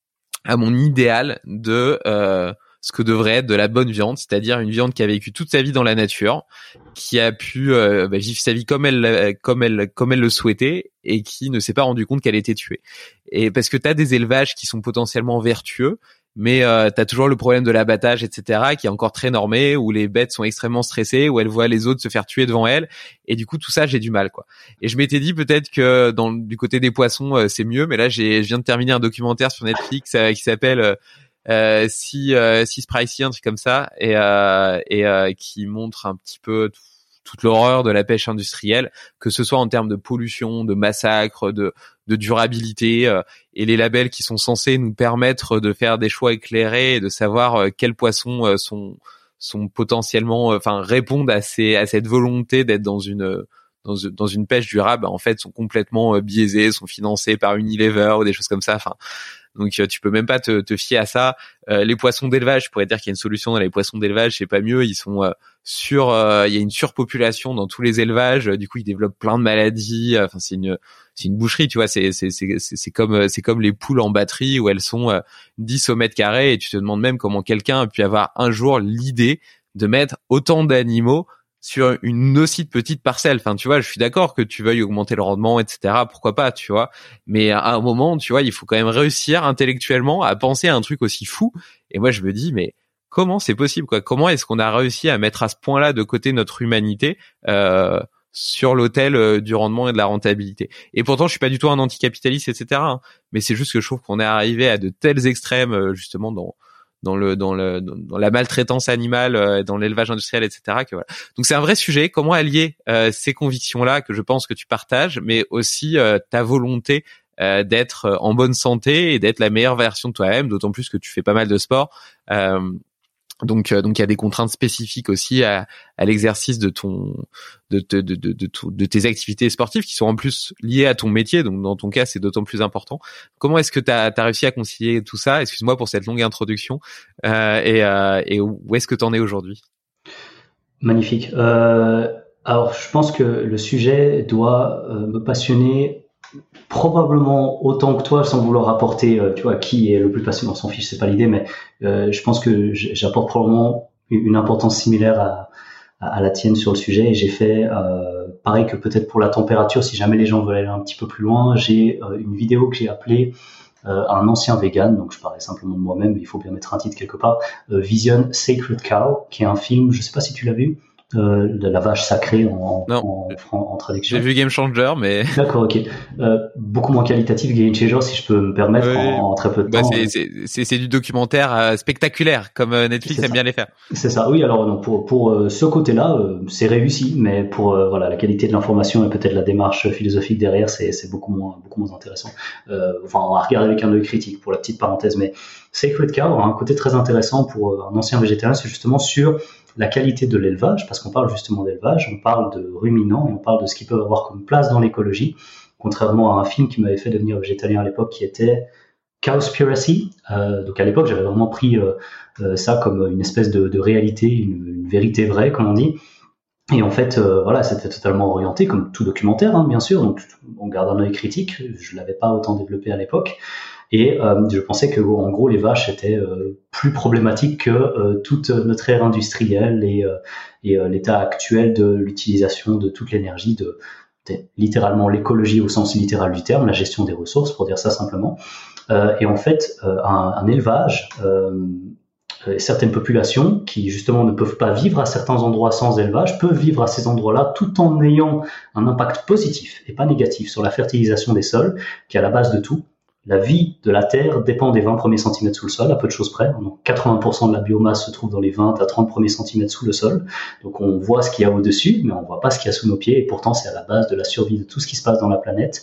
à mon idéal de euh, ce que devrait être de la bonne viande, c'est-à-dire une viande qui a vécu toute sa vie dans la nature, qui a pu euh, bah, vivre sa vie comme elle comme elle comme elle le souhaitait et qui ne s'est pas rendu compte qu'elle était tuée. Et parce que t'as des élevages qui sont potentiellement vertueux, mais euh, t'as toujours le problème de l'abattage, et cetera, qui est encore très normé, où les bêtes sont extrêmement stressées, où elles voient les autres se faire tuer devant elles, et du coup tout ça j'ai du mal, quoi. Et je m'étais dit peut-être que dans du côté des poissons euh, c'est mieux, mais là j'ai je viens de terminer un documentaire sur Netflix euh, qui s'appelle euh, euh, si euh, si Pricey, un truc comme ça, et euh, et euh, qui montre un petit peu tout, toute l'horreur de la pêche industrielle, que ce soit en termes de pollution, de massacre, de de durabilité, euh, et les labels qui sont censés nous permettre de faire des choix éclairés et de savoir euh, quels poissons euh, sont sont potentiellement, enfin euh, répondent à ces à cette volonté d'être dans une dans, dans une pêche durable, en fait sont complètement euh, biaisés, sont financés par Unilever ou des choses comme ça. Enfin, donc euh, tu peux même pas te, te fier à ça. Euh, les poissons d'élevage, je pourrais dire qu'il y a une solution dans les poissons d'élevage, c'est pas mieux. Ils sont euh, sur, euh, il y a une surpopulation dans tous les élevages. Du coup, ils développent plein de maladies. Enfin, c'est une, c'est une boucherie, tu vois. C'est, c'est, c'est, c'est comme, c'est comme les poules en batterie où elles sont euh, dix au mètre carré et tu te demandes même comment quelqu'un a pu avoir un jour l'idée de mettre autant d'animaux sur une aussi petite parcelle. Enfin, tu vois, je suis d'accord que tu veuilles augmenter le rendement, et cetera. Pourquoi pas, tu vois. Mais à un moment, tu vois, il faut quand même réussir intellectuellement à penser à un truc aussi fou. Et moi, je me dis, mais comment c'est possible, quoi? Comment est-ce qu'on a réussi à mettre à ce point-là de côté notre humanité euh, sur l'autel euh, du rendement et de la rentabilité? Et pourtant, je suis pas du tout un anticapitaliste, et cetera. Hein, mais c'est juste que je trouve qu'on est arrivé à de tels extrêmes, euh, justement, dans dans le dans le dans la maltraitance animale, euh, dans l'élevage industriel, et cetera. Que voilà. Donc c'est un vrai sujet. Comment allier euh, ces convictions-là que je pense que tu partages, mais aussi euh, ta volonté euh, d'être en bonne santé et d'être la meilleure version de toi-même. D'autant plus que tu fais pas mal de sport. Euh, Donc, euh, donc il y a des contraintes spécifiques aussi à, à l'exercice de ton, de, de, de, de, de, de tes activités sportives qui sont en plus liées à ton métier. Donc, dans ton cas, c'est d'autant plus important. Comment est-ce que tu as réussi à concilier tout ça? Excuse-moi pour cette longue introduction. Euh, et, euh, et où est-ce que tu en es aujourd'hui? Magnifique. Euh, alors, je pense que le sujet doit euh, me passionner probablement autant que toi, sans vouloir apporter, euh, tu vois, qui est le plus passionné, on s'en fiche, c'est pas l'idée, mais euh, je pense que j'apporte probablement une importance similaire à, à, à la tienne sur le sujet. Et j'ai fait euh, pareil que peut-être pour la température, si jamais les gens veulent aller un petit peu plus loin, j'ai euh, une vidéo que j'ai appelée euh, un ancien vegan, donc je parlais simplement de moi-même, mais il faut bien mettre un titre quelque part, euh, Vision Sacred Cow, qui est un film, je sais pas si tu l'as vu, Euh, de la vache sacrée en, en, en, en traduction. J'ai vu Game Changer, mais... D'accord, ok. Euh, beaucoup moins qualitatif Game Changer, si je peux me permettre, oui, en, en très peu de bah temps. C'est, c'est, c'est, c'est du documentaire euh, spectaculaire, comme euh, Netflix aime bien les faire. C'est ça, oui. Alors donc pour, pour euh, ce côté-là, euh, c'est réussi, mais pour euh, voilà la qualité de l'information et peut-être la démarche philosophique derrière, c'est, c'est beaucoup moins beaucoup moins intéressant. Euh, enfin, on va regarder avec un œil critique pour la petite parenthèse, mais Sacred Cow a un côté très intéressant pour euh, un ancien végétarien, c'est justement sur la qualité de l'élevage, parce qu'on parle justement d'élevage, on parle de ruminants et on parle de ce qu'ils peuvent avoir comme place dans l'écologie, contrairement à un film qui m'avait fait devenir végétalien à l'époque qui était Cowspiracy. Euh, donc à l'époque, j'avais vraiment pris euh, euh, ça comme une espèce de, de réalité, une, une vérité vraie, comme on dit. Et en fait, euh, voilà, c'était totalement orienté, comme tout documentaire, hein, bien sûr, donc on garde un œil critique, je l'avais pas autant développé à l'époque. Et euh, je pensais que, en gros, les vaches étaient euh, plus problématiques que euh, toute notre ère industrielle et, euh, et euh, l'état actuel de l'utilisation de toute l'énergie, de, de littéralement l'écologie au sens littéral du terme, la gestion des ressources, pour dire ça simplement. Euh, et en fait, euh, un, un élevage, euh, certaines populations qui justement ne peuvent pas vivre à certains endroits sans élevage peuvent vivre à ces endroits-là tout en ayant un impact positif et pas négatif sur la fertilisation des sols, qui est à la base de tout. La vie de la Terre dépend des vingt premiers centimètres sous le sol, à peu de choses près. Donc quatre-vingts pour cent de la biomasse se trouve dans les vingt à trente premiers centimètres sous le sol. Donc on voit ce qu'il y a au-dessus, mais on voit pas ce qu'il y a sous nos pieds. Et pourtant, c'est à la base de la survie de tout ce qui se passe dans la planète.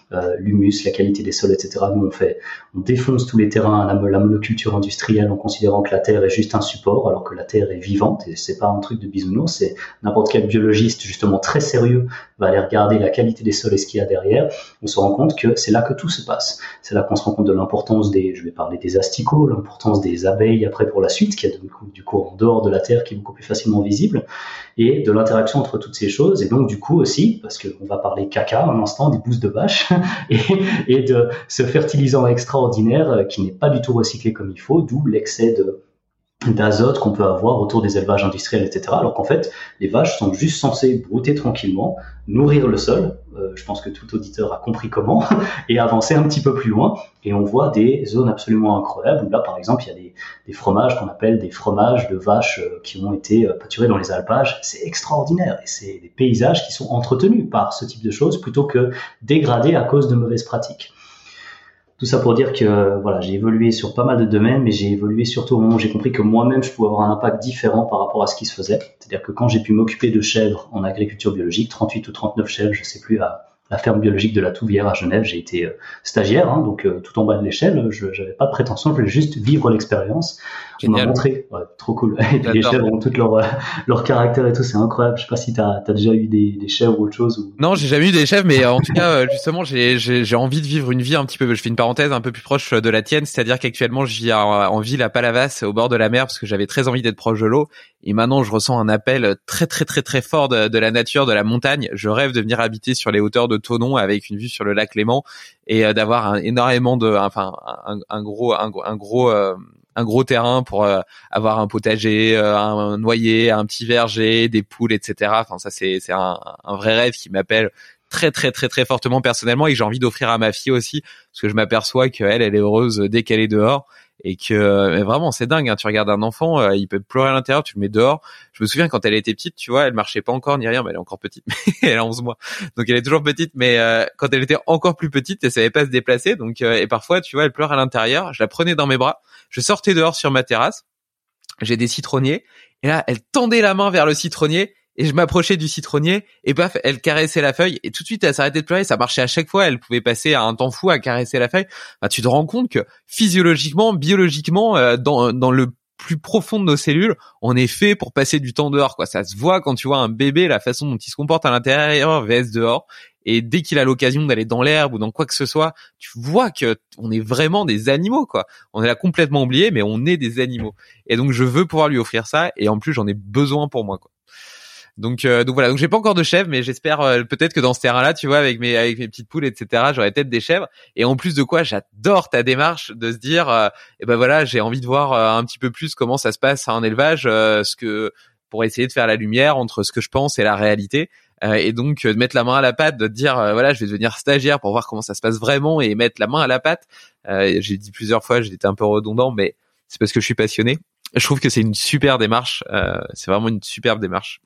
euh, l'humus, la qualité des sols, et cetera. Nous, on fait, on défonce tous les terrains à la, la monoculture industrielle en considérant que la terre est juste un support, alors que la terre est vivante et c'est pas un truc de bisounours. C'est n'importe quel biologiste justement très sérieux va aller regarder la qualité des sols et ce qu'il y a derrière. On se rend compte que c'est là que tout se passe. C'est là qu'on se rend compte de l'importance des, je vais parler des asticots, l'importance des abeilles après pour la suite, qui est du coup en dehors de la terre, qui est beaucoup plus facilement visible, et de l'interaction entre toutes ces choses. Et donc du coup aussi, parce qu'on va parler caca un instant, des bousses de vache, et, et de ce fertilisant extraordinaire qui n'est pas du tout recyclé comme il faut, d'où l'excès de d'azote qu'on peut avoir autour des élevages industriels, et cetera. Alors qu'en fait, les vaches sont juste censées brouter tranquillement, nourrir le sol, euh, je pense que tout auditeur a compris comment, et avancer un petit peu plus loin, et on voit des zones absolument incroyables, où là, par exemple, il y a des, des fromages qu'on appelle des fromages de vaches euh, qui ont été euh, pâturés dans les alpages. C'est extraordinaire, et c'est des paysages qui sont entretenus par ce type de choses, plutôt que dégradés à cause de mauvaises pratiques. Tout ça pour dire que voilà, j'ai évolué sur pas mal de domaines, mais j'ai évolué surtout au moment où j'ai compris que moi-même, je pouvais avoir un impact différent par rapport à ce qui se faisait. C'est-à-dire que quand j'ai pu m'occuper de chèvres en agriculture biologique, trente-huit ou trente-neuf chèvres, je sais plus, à la ferme biologique de la Touvière à Genève, j'ai été euh, stagiaire, hein, donc euh, tout en bas de l'échelle, je n'avais pas de prétention, je voulais juste vivre l'expérience. On m'a montré, ouais, trop cool. Et puis les chèvres ont tout leur, euh, leur caractère et tout, c'est incroyable. Je sais pas si tu as déjà eu des, des chèvres ou autre chose. Ou... Non, j'ai jamais eu des chèvres, mais en tout cas, justement, j'ai, j'ai, j'ai envie de vivre une vie un petit peu, je fais une parenthèse un peu plus proche de la tienne, c'est-à-dire qu'actuellement, je vis en, en ville à Palavas, au bord de la mer, parce que j'avais très envie d'être proche de l'eau. Et maintenant, je ressens un appel très, très, très, très fort de, de la nature, de la montagne. Je rêve de venir habiter sur les hauteurs de Thonon avec une vue sur le lac Léman et euh, d'avoir un, énormément de, enfin, un, un gros, un, un gros, euh, un gros terrain pour euh, avoir un potager, euh, un, un noyer, un petit verger, des poules, et cetera. Enfin, ça, c'est, c'est un, un vrai rêve qui m'appelle très, très, très, très fortement personnellement et que j'ai envie d'offrir à ma fille aussi, parce que je m'aperçois qu'elle, elle est heureuse dès qu'elle est dehors. Et que mais vraiment c'est dingue, hein. Tu regardes un enfant, euh, il peut pleurer à l'intérieur, tu le mets dehors. Je me souviens quand elle était petite, tu vois, elle marchait pas encore ni rien, mais elle est encore petite, elle a onze mois, donc elle est toujours petite, mais euh, quand elle était encore plus petite, elle savait pas se déplacer, donc euh, et parfois tu vois, elle pleure à l'intérieur, je la prenais dans mes bras, je sortais dehors sur ma terrasse, j'ai des citronniers, et là elle tendait la main vers le citronnier, et je m'approchais du citronnier, et paf, elle caressait la feuille, et tout de suite, elle s'arrêtait de pleurer, ça marchait à chaque fois, elle pouvait passer un temps fou à caresser la feuille. Enfin, tu te rends compte que physiologiquement, biologiquement, euh, dans, dans le plus profond de nos cellules, on est fait pour passer du temps dehors, quoi. Ça se voit quand tu vois un bébé, la façon dont il se comporte à l'intérieur vs dehors, et dès qu'il a l'occasion d'aller dans l'herbe ou dans quoi que ce soit, tu vois que on est vraiment des animaux, quoi. On est là complètement oublié, mais on est des animaux. Et donc, je veux pouvoir lui offrir ça, et en plus, j'en ai besoin pour moi, quoi. Donc, euh, donc voilà. Donc j'ai pas encore de chèvres, mais j'espère euh, peut-être que dans ce terrain-là, tu vois, avec mes avec mes petites poules, et cetera, j'aurai peut-être des chèvres. Et en plus de quoi, j'adore ta démarche de se dire, euh, et ben voilà, j'ai envie de voir euh, un petit peu plus comment ça se passe en élevage, euh, ce que pour essayer de faire la lumière entre ce que je pense et la réalité. Euh, et donc euh, de mettre la main à la pâte, de te dire, euh, voilà, je vais devenir stagiaire pour voir comment ça se passe vraiment et mettre la main à la pâte. Euh, j'ai dit plusieurs fois, j'étais un peu redondant, mais c'est parce que je suis passionné. Je trouve que c'est une super démarche. Euh, c'est vraiment une superbe démarche.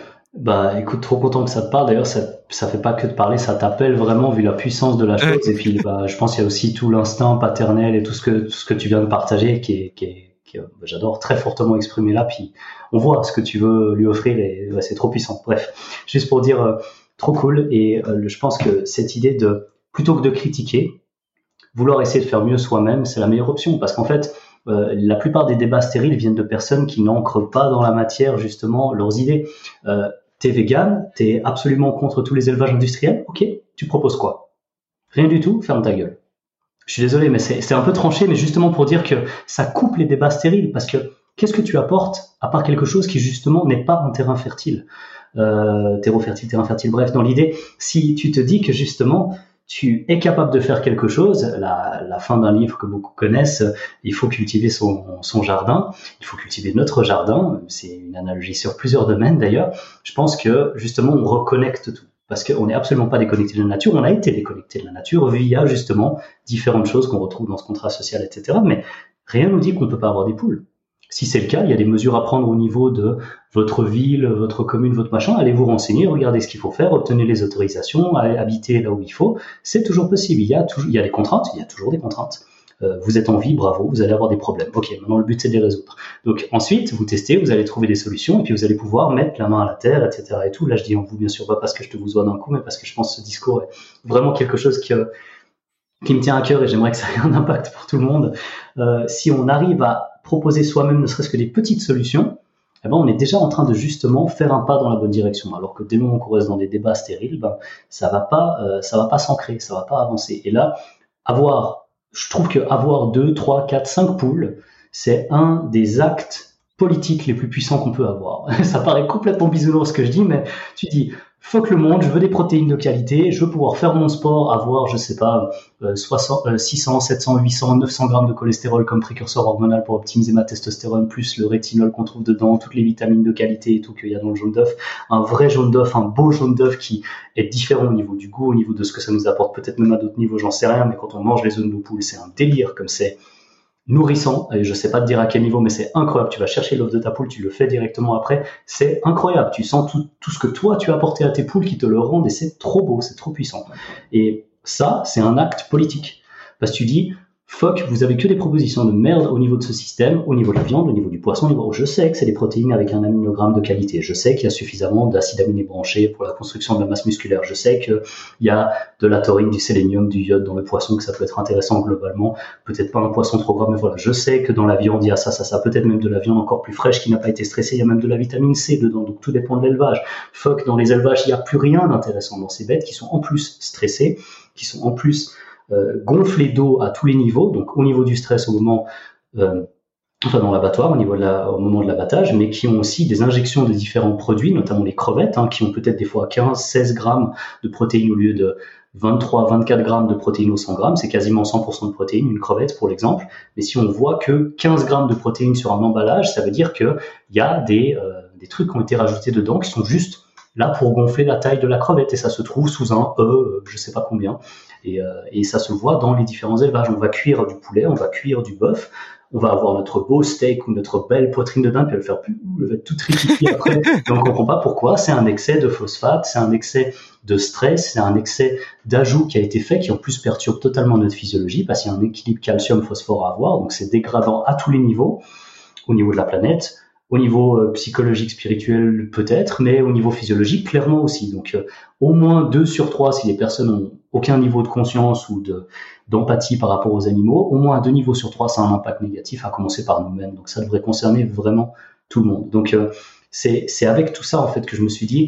Bah, écoute, trop content que ça te parle. D'ailleurs, ça, ça fait pas que de parler, ça t'appelle vraiment vu la puissance de la chose. Et puis, bah, je pense qu'il y a aussi tout l'instinct paternel et tout ce que, tout ce que tu viens de partager qui est, qui est, qui est bah, j'adore très fortement exprimé là. Puis, on voit ce que tu veux lui offrir et ouais, c'est trop puissant. Bref, juste pour dire, euh, trop cool. Et euh, je pense que cette idée de, plutôt que de critiquer, vouloir essayer de faire mieux soi-même, c'est la meilleure option. Parce qu'en fait, Euh, la plupart des débats stériles viennent de personnes qui n'ancrent pas dans la matière justement leurs idées. Euh, t'es vegan, t'es absolument contre tous les élevages industriels, ok, tu proposes quoi? Rien du tout, ferme ta gueule. Je suis désolé, mais c'est, c'est un peu tranché, mais justement pour dire que ça coupe les débats stériles, parce que qu'est-ce que tu apportes à part quelque chose qui justement n'est pas un terrain fertile, euh, terreau fertile, terrain fertile, bref, dans l'idée, si tu te dis que justement tu es capable de faire quelque chose, la, la fin d'un livre que beaucoup connaissent, il faut cultiver son, son jardin, il faut cultiver notre jardin, c'est une analogie sur plusieurs domaines d'ailleurs. Je pense que justement on reconnecte tout, parce qu'on n'est absolument pas déconnecté de la nature, on a été déconnecté de la nature via justement différentes choses qu'on retrouve dans ce contrat social, et cetera. Mais rien nous dit qu'on ne peut pas avoir des poules. Si c'est le cas, il y a des mesures à prendre au niveau de votre ville, votre commune, votre machin. Allez vous renseigner, regardez ce qu'il faut faire, obtenez les autorisations, allez habiter là où il faut. C'est toujours possible. Il y a toujours, il y a des contraintes, il y a toujours des contraintes. Euh, vous êtes en vie, bravo, vous allez avoir des problèmes. Ok, maintenant le but c'est de les résoudre. Donc ensuite, vous testez, vous allez trouver des solutions, et puis vous allez pouvoir mettre la main à la terre, et cetera. Et tout. Là, je dis en vous, bien sûr, pas parce que je te vous vois d'un coup, mais parce que je pense que ce discours est vraiment quelque chose qui, euh, qui me tient à cœur, et j'aimerais que ça ait un impact pour tout le monde. Euh, si on arrive à proposer soi-même ne serait-ce que des petites solutions, eh ben, on est déjà en train de justement faire un pas dans la bonne direction. Alors que dès le moment qu'on reste dans des débats stériles, ben, ça va pas, euh, ça va pas s'ancrer, ça va pas avancer. Et là, avoir Je trouve que avoir deux, trois, quatre, cinq poules, c'est un des actes politiques les plus puissants qu'on peut avoir. Ça paraît complètement bisounours ce que je dis, mais tu dis, fuck le monde, je veux des protéines de qualité, je veux pouvoir faire mon sport, avoir, je sais pas, euh, soixante, euh, six cents, sept cents, huit cents, neuf cents grammes de cholestérol comme précurseur hormonal pour optimiser ma testostérone, plus le rétinol qu'on trouve dedans, toutes les vitamines de qualité et tout qu'il y a dans le jaune d'œuf. Un vrai jaune d'œuf, un beau jaune d'œuf qui est différent au niveau du goût, au niveau de ce que ça nous apporte, peut-être même à d'autres niveaux, j'en sais rien, mais quand on mange les œufs de nos poules, c'est un délire comme c'est nourrissant, et je sais pas te dire à quel niveau, mais c'est incroyable. Tu vas chercher l'œuf de ta poule, tu le fais directement après, c'est incroyable. Tu sens tout, tout ce que toi tu as apporté à tes poules qui te le rendent, et c'est trop beau, c'est trop puissant. Et ça, c'est un acte politique. Parce que tu dis, fuck, vous avez que des propositions de merde au niveau de ce système, au niveau de la viande, au niveau du poisson, au niveau... je sais que c'est des protéines avec un aminogramme de qualité, je sais qu'il y a suffisamment d'acides aminés branchés pour la construction de la masse musculaire, je sais qu'il y a de la taurine, du sélénium, du iode dans le poisson, que ça peut être intéressant globalement, peut-être pas un poisson trop gras, mais voilà, je sais que dans la viande, il y a ça, ça, ça, peut-être même de la viande encore plus fraîche qui n'a pas été stressée, il y a même de la vitamine C dedans, donc tout dépend de l'élevage. Fuck, dans les élevages, il n'y a plus rien d'intéressant dans ces bêtes qui sont en plus stressées, qui sont en plus Euh, gonflé d'eau à tous les niveaux, donc au niveau du stress au moment, euh, enfin dans l'abattoir, au niveau de la, au moment de l'abattage, mais qui ont aussi des injections de différents produits, notamment les crevettes, hein, qui ont peut-être des fois quinze, seize grammes de protéines au lieu de vingt-trois, vingt-quatre grammes de protéines au cent grammes, c'est quasiment cent pour cent de protéines, une crevette pour l'exemple, mais si on voit que quinze grammes de protéines sur un emballage, ça veut dire qu'il y a des, euh, des trucs qui ont été rajoutés dedans qui sont juste là pour gonfler la taille de la crevette, et ça se trouve sous un E, je sais pas combien, et, euh, et ça se voit dans les différents élevages. On va cuire du poulet, on va cuire du bœuf, on va avoir notre beau steak ou notre belle poitrine de dinde, puis elle va faire plus, elle va être toute riquifiée après, et on comprend pas pourquoi. C'est un excès de phosphate, c'est un excès de stress, c'est un excès d'ajout qui a été fait, qui en plus perturbe totalement notre physiologie, parce qu'il y a un équilibre calcium-phosphore à avoir, donc c'est dégradant à tous les niveaux, au niveau de la planète, au niveau euh, psychologique, spirituel peut-être, mais au niveau physiologique clairement aussi. Donc euh, au moins deux sur trois, si les personnes ont aucun niveau de conscience ou de, d'empathie par rapport aux animaux, au moins deux niveaux sur trois, ça a un impact négatif, à commencer par nous-mêmes. Donc ça devrait concerner vraiment tout le monde. Donc euh, c'est, c'est avec tout ça en fait que je me suis dit,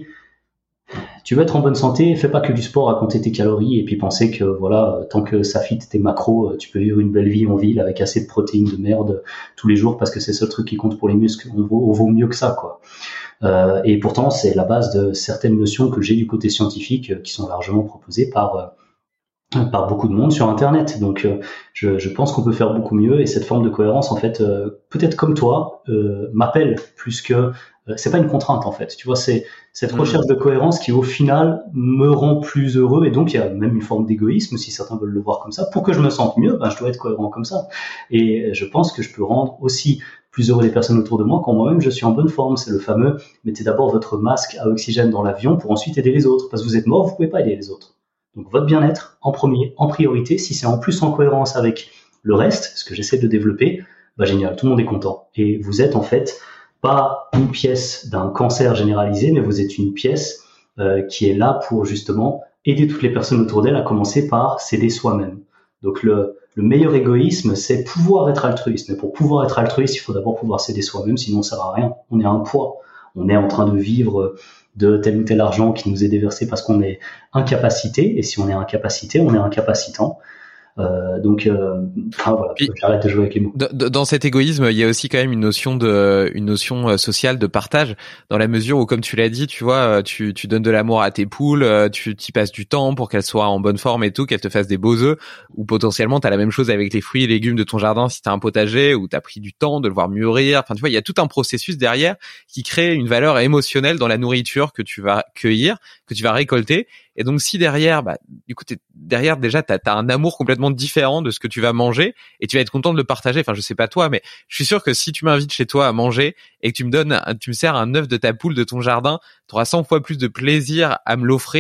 tu veux être en bonne santé, fais pas que du sport à compter tes calories et puis penser que voilà, tant que ça fit tes macros, tu peux vivre une belle vie en ville avec assez de protéines de merde tous les jours parce que c'est ce truc qui compte pour les muscles. On vaut, on vaut mieux que ça, quoi. Euh, et pourtant, c'est la base de certaines notions que j'ai du côté scientifique euh, qui sont largement proposées par euh, par beaucoup de monde sur Internet. Donc, euh, je, je pense qu'on peut faire beaucoup mieux et cette forme de cohérence, en fait, euh, peut-être comme toi, euh, m'appelle plus que euh, c'est pas une contrainte en fait. Tu vois, c'est cette recherche de cohérence qui au final me rend plus heureux et donc il y a même une forme d'égoïsme si certains veulent le voir comme ça. Pour que je me sente mieux, ben je dois être cohérent comme ça. Et je pense que je peux rendre aussi plus heureux les personnes autour de moi quand moi-même je suis en bonne forme. C'est le fameux mettez d'abord votre masque à oxygène dans l'avion pour ensuite aider les autres. Parce que vous êtes mort, vous pouvez pas aider les autres. Donc votre bien-être en premier, en priorité. Si c'est en plus en cohérence avec le reste, ce que j'essaie de développer, bah génial, tout le monde est content. Et vous êtes en fait pas une pièce d'un cancer généralisé, mais vous êtes une pièce euh, qui est là pour justement aider toutes les personnes autour d'elle, à commencer par s'aider soi-même. Donc le, le meilleur égoïsme, c'est pouvoir être altruiste. Mais pour pouvoir être altruiste, il faut d'abord pouvoir s'aider soi-même, sinon ça ne sert à rien. On est un poids. On est en train de vivre de tel ou tel argent qui nous est déversé parce qu'on est incapacité. Et si on est incapacité, on est incapacitant. Euh, donc, euh, enfin, voilà, Puis, j'arrête de jouer avec les mots. Dans cet égoïsme, il y a aussi quand même une notion de, une notion sociale de partage, dans la mesure où, comme tu l'as dit, tu vois, tu, tu donnes de l'amour à tes poules, tu t'y passes du temps pour qu'elles soient en bonne forme et tout, qu'elles te fassent des beaux œufs, ou potentiellement t'as la même chose avec les fruits et légumes de ton jardin si t'as un potager, où t'as pris du temps de le voir mûrir. Enfin, tu vois, il y a tout un processus derrière qui crée une valeur émotionnelle dans la nourriture que tu vas cueillir, que tu vas récolter. Et donc, si derrière, bah, du coup, t'es, derrière, déjà, t'as, t'as un amour complètement différent de ce que tu vas manger et tu vas être content de le partager. Enfin, je sais pas toi, mais je suis sûr que si tu m'invites chez toi à manger et que tu me donnes, tu me sers un œuf de ta poule de ton jardin, t'auras cent fois plus de plaisir à me l'offrir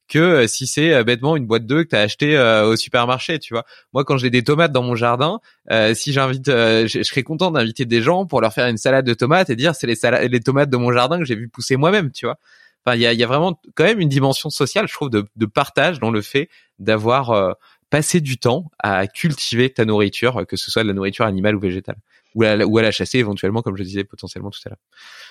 que euh, si c'est euh, bêtement une boîte d'œufs que t'as acheté euh, au supermarché, tu vois. Moi, quand j'ai des tomates dans mon jardin, euh, si j'invite, euh, je, je serais content d'inviter des gens pour leur faire une salade de tomates et dire c'est les salades, les tomates de mon jardin que j'ai vu pousser moi-même, tu vois. Enfin, il y a, il y a vraiment quand même une dimension sociale, je trouve, de, de partage dans le fait d'avoir euh, passé du temps à cultiver ta nourriture, que ce soit de la nourriture animale ou végétale, ou à, ou à la chasser éventuellement, comme je disais potentiellement tout à l'heure.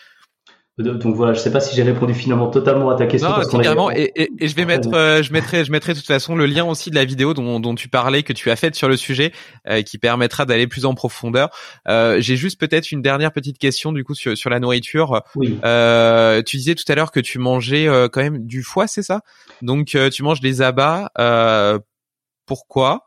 Donc voilà, je sais pas si j'ai répondu finalement totalement à ta question. Non, parce qu'on carrément. a... Et, et, et je vais mettre, euh, je mettrai, je mettrai de toute façon le lien aussi de la vidéo dont, dont tu parlais, que tu as faite sur le sujet, euh, qui permettra d'aller plus en profondeur. Euh, j'ai juste peut-être une dernière petite question du coup sur, sur la nourriture. Oui. Euh, tu disais tout à l'heure que tu mangeais euh, quand même du foie, c'est ça? Donc euh, tu manges des abats. Euh, pourquoi?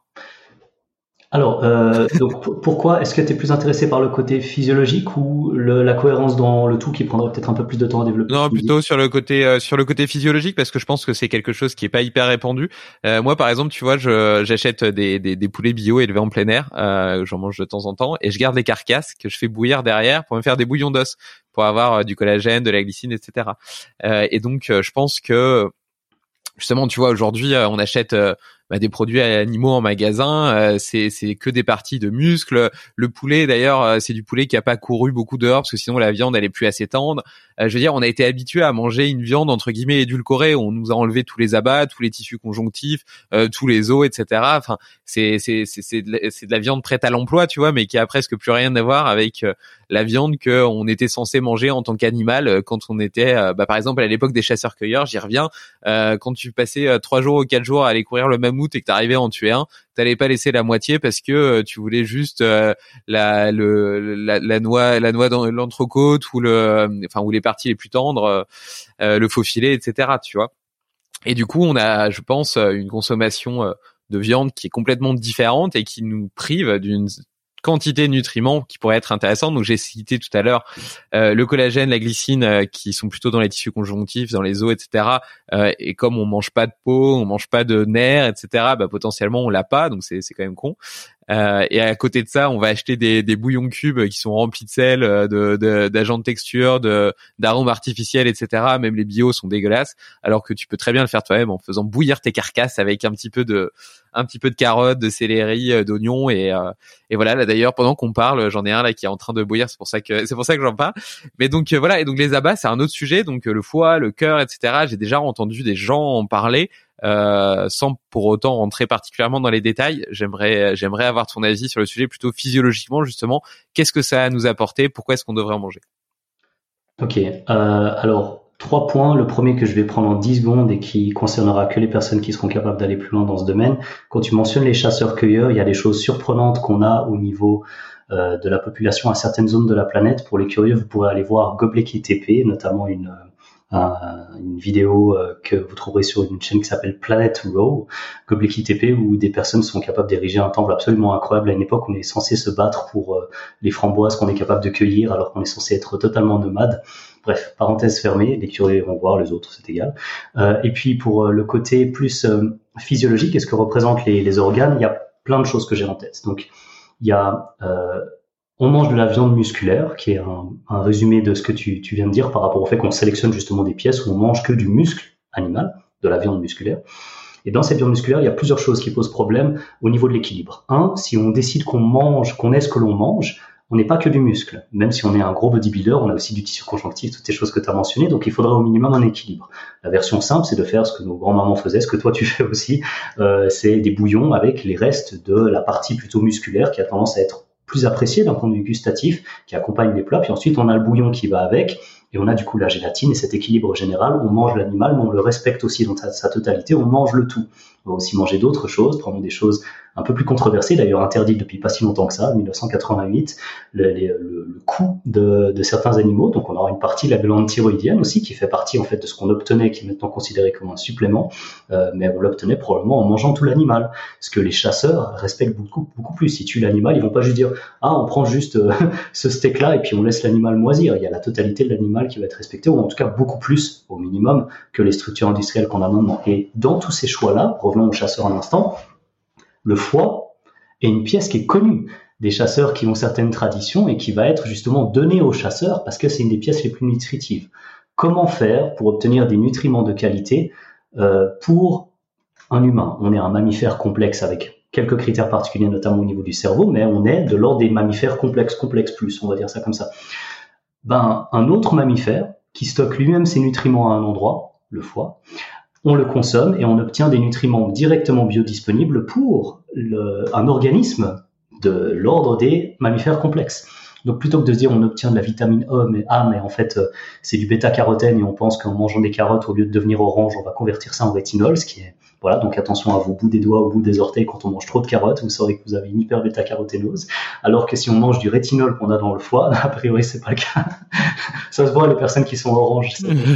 Alors, euh, donc p- pourquoi est-ce que tu es plus intéressé par le côté physiologique ou le, la cohérence dans le tout qui prendrait peut-être un peu plus de temps à développer? Non, plutôt sur le côté euh, sur le côté physiologique, parce que je pense que c'est quelque chose qui est pas hyper répandu. Euh, moi, par exemple, tu vois, je j'achète des, des des poulets bio élevés en plein air, euh, j'en mange de temps en temps, et je garde les carcasses que je fais bouillir derrière pour me faire des bouillons d'os, pour avoir euh, du collagène, de la glycine, et cetera. Euh, et donc, euh, je pense que justement, tu vois, aujourd'hui, euh, on achète euh, bah, des produits animaux en magasin, euh, c'est c'est que des parties de muscles. Le poulet, d'ailleurs, euh, c'est du poulet qui a pas couru beaucoup dehors, parce que sinon la viande elle est plus assez tendre. Euh, je veux dire, on a été habitué à manger une viande entre guillemets édulcorée. On nous a enlevé tous les abats, tous les tissus conjonctifs, euh, tous les os, et cetera. Enfin, c'est c'est c'est c'est de, la, c'est de la viande prête à l'emploi, tu vois, mais qui a presque plus rien à voir avec euh, la viande que on était censé manger en tant qu'animal euh, quand on était, euh, bah, par exemple à l'époque des chasseurs-cueilleurs. J'y reviens. Euh, quand tu passais euh, trois jours ou quatre jours à aller courir le mammouth et que t'arrivais à en tuer un, t'allais pas laisser la moitié parce que euh, tu voulais juste euh, la le la, la noix la noix dans l'entrecôte ou le enfin ou les parties les plus tendres, euh, le faux filet, et cetera. Tu vois. Et du coup, on a, je pense, une consommation euh, de viande qui est complètement différente et qui nous prive d'une quantité de nutriments qui pourraient être intéressants. Donc j'ai cité tout à l'heure euh, le collagène, la glycine, euh, qui sont plutôt dans les tissus conjonctifs, dans les os, et cetera. Euh, et comme on mange pas de peau, on mange pas de nerfs, et cetera. Bah potentiellement on l'a pas, donc c'est c'est quand même con. Euh, et à côté de ça, on va acheter des, des bouillons cubes qui sont remplis de sel, de, de, d'agents de texture, de, d'arômes artificiels, et cetera. Même les bio sont dégueulasses, alors que tu peux très bien le faire toi-même en faisant bouillir tes carcasses avec un petit peu de, un petit peu de carottes, de céleri, d'oignons et, euh, et voilà. Là d'ailleurs, pendant qu'on parle, j'en ai un là qui est en train de bouillir. C'est pour ça que, c'est pour ça que j'en parle. Mais donc euh, voilà. Et donc les abats, c'est un autre sujet. Donc euh, le foie, le cœur, et cetera. J'ai déjà entendu des gens en parler. Euh, sans pour autant rentrer particulièrement dans les détails, j'aimerais j'aimerais avoir ton avis sur le sujet plutôt physiologiquement, justement. Qu'est-ce que ça a à nous apporter? Pourquoi est-ce qu'on devrait en manger? Ok, euh, alors trois points. Le premier que je vais prendre en dix secondes et qui concernera que les personnes qui seront capables d'aller plus loin dans ce domaine. Quand tu mentionnes les chasseurs-cueilleurs, il y a des choses surprenantes qu'on a au niveau euh, de la population à certaines zones de la planète. Pour les curieux, vous pourrez aller voir Göbekli Tepe, notamment une Un, une vidéo euh, que vous trouverez sur une chaîne qui s'appelle Planet Row, Göbekli Tepe, où des personnes sont capables d'ériger un temple absolument incroyable à une époque où on est censé se battre pour euh, les framboises qu'on est capable de cueillir alors qu'on est censé être totalement nomade. Bref, parenthèse fermée, les curieux vont voir, les autres c'est égal. Euh, et puis pour euh, le côté plus euh, physiologique, qu'est-ce que représentent les, les organes? Il y a plein de choses que j'ai en tête. Donc il y a euh, on mange de la viande musculaire, qui est un, un résumé de ce que tu, tu viens de dire par rapport au fait qu'on sélectionne justement des pièces où on mange que du muscle animal, de la viande musculaire. Et dans cette viande musculaire, il y a plusieurs choses qui posent problème au niveau de l'équilibre. Un, si on décide qu'on mange, qu'on est ce que l'on mange, on n'est pas que du muscle. Même si on est un gros bodybuilder, on a aussi du tissu conjonctif, toutes ces choses que tu as mentionnées, donc il faudrait au minimum un équilibre. La version simple, c'est de faire ce que nos grands-mamans faisaient, ce que toi tu fais aussi, euh, c'est des bouillons avec les restes de la partie plutôt musculaire qui a tendance à être plus apprécié d'un point de vue gustatif, qui accompagne les plats, puis ensuite on a le bouillon qui va avec, et on a du coup la gélatine et cet équilibre général. On mange l'animal, mais on le respecte aussi dans sa, sa totalité, on mange le tout. On va aussi manger d'autres choses, prenons des choses un peu plus controversées, d'ailleurs interdites depuis pas si longtemps que ça, en dix-neuf cent quatre-vingt-huit, le, le, le cou de, de certains animaux, donc on aura une partie de la glande thyroïdienne aussi, qui fait partie en fait de ce qu'on obtenait, qui est maintenant considéré comme un supplément, euh, mais on l'obtenait probablement en mangeant tout l'animal, ce que les chasseurs respectent beaucoup, beaucoup plus. Ils tuent l'animal, ils vont pas juste dire « Ah, on prend juste euh, ce steak-là et puis on laisse l'animal moisir », il y a la totalité de l'animal qui va être respectée, ou en tout cas beaucoup plus, au minimum, que les structures industrielles qu'on a maintenant. Et dans tous ces choix-là, revenons aux chasseurs un instant, le foie est une pièce qui est connue des chasseurs qui ont certaines traditions et qui va être justement donnée aux chasseurs parce que c'est une des pièces les plus nutritives. Comment faire pour obtenir des nutriments de qualité Euh, pour un humain, on est un mammifère complexe avec quelques critères particuliers, notamment au niveau du cerveau, mais on est de l'ordre des mammifères complexes, complexes plus, on va dire ça comme ça. Ben, un autre mammifère qui stocke lui-même ses nutriments à un endroit, le foie, on le consomme et on obtient des nutriments directement biodisponibles pour le, un organisme de l'ordre des mammifères complexes. Donc plutôt que de se dire on obtient de la vitamine A, mais, A, mais en fait euh, c'est du bêta-carotène et on pense qu'en mangeant des carottes, au lieu de devenir orange, on va convertir ça en rétinol, ce qui est... Voilà, donc attention à vos bouts des doigts, au bout des orteils, quand on mange trop de carottes, vous saurez que vous avez une hyper-bêta-caroténose, alors que si on mange du rétinol qu'on a dans le foie, a priori c'est pas le cas. Ça se voit les personnes qui sont oranges.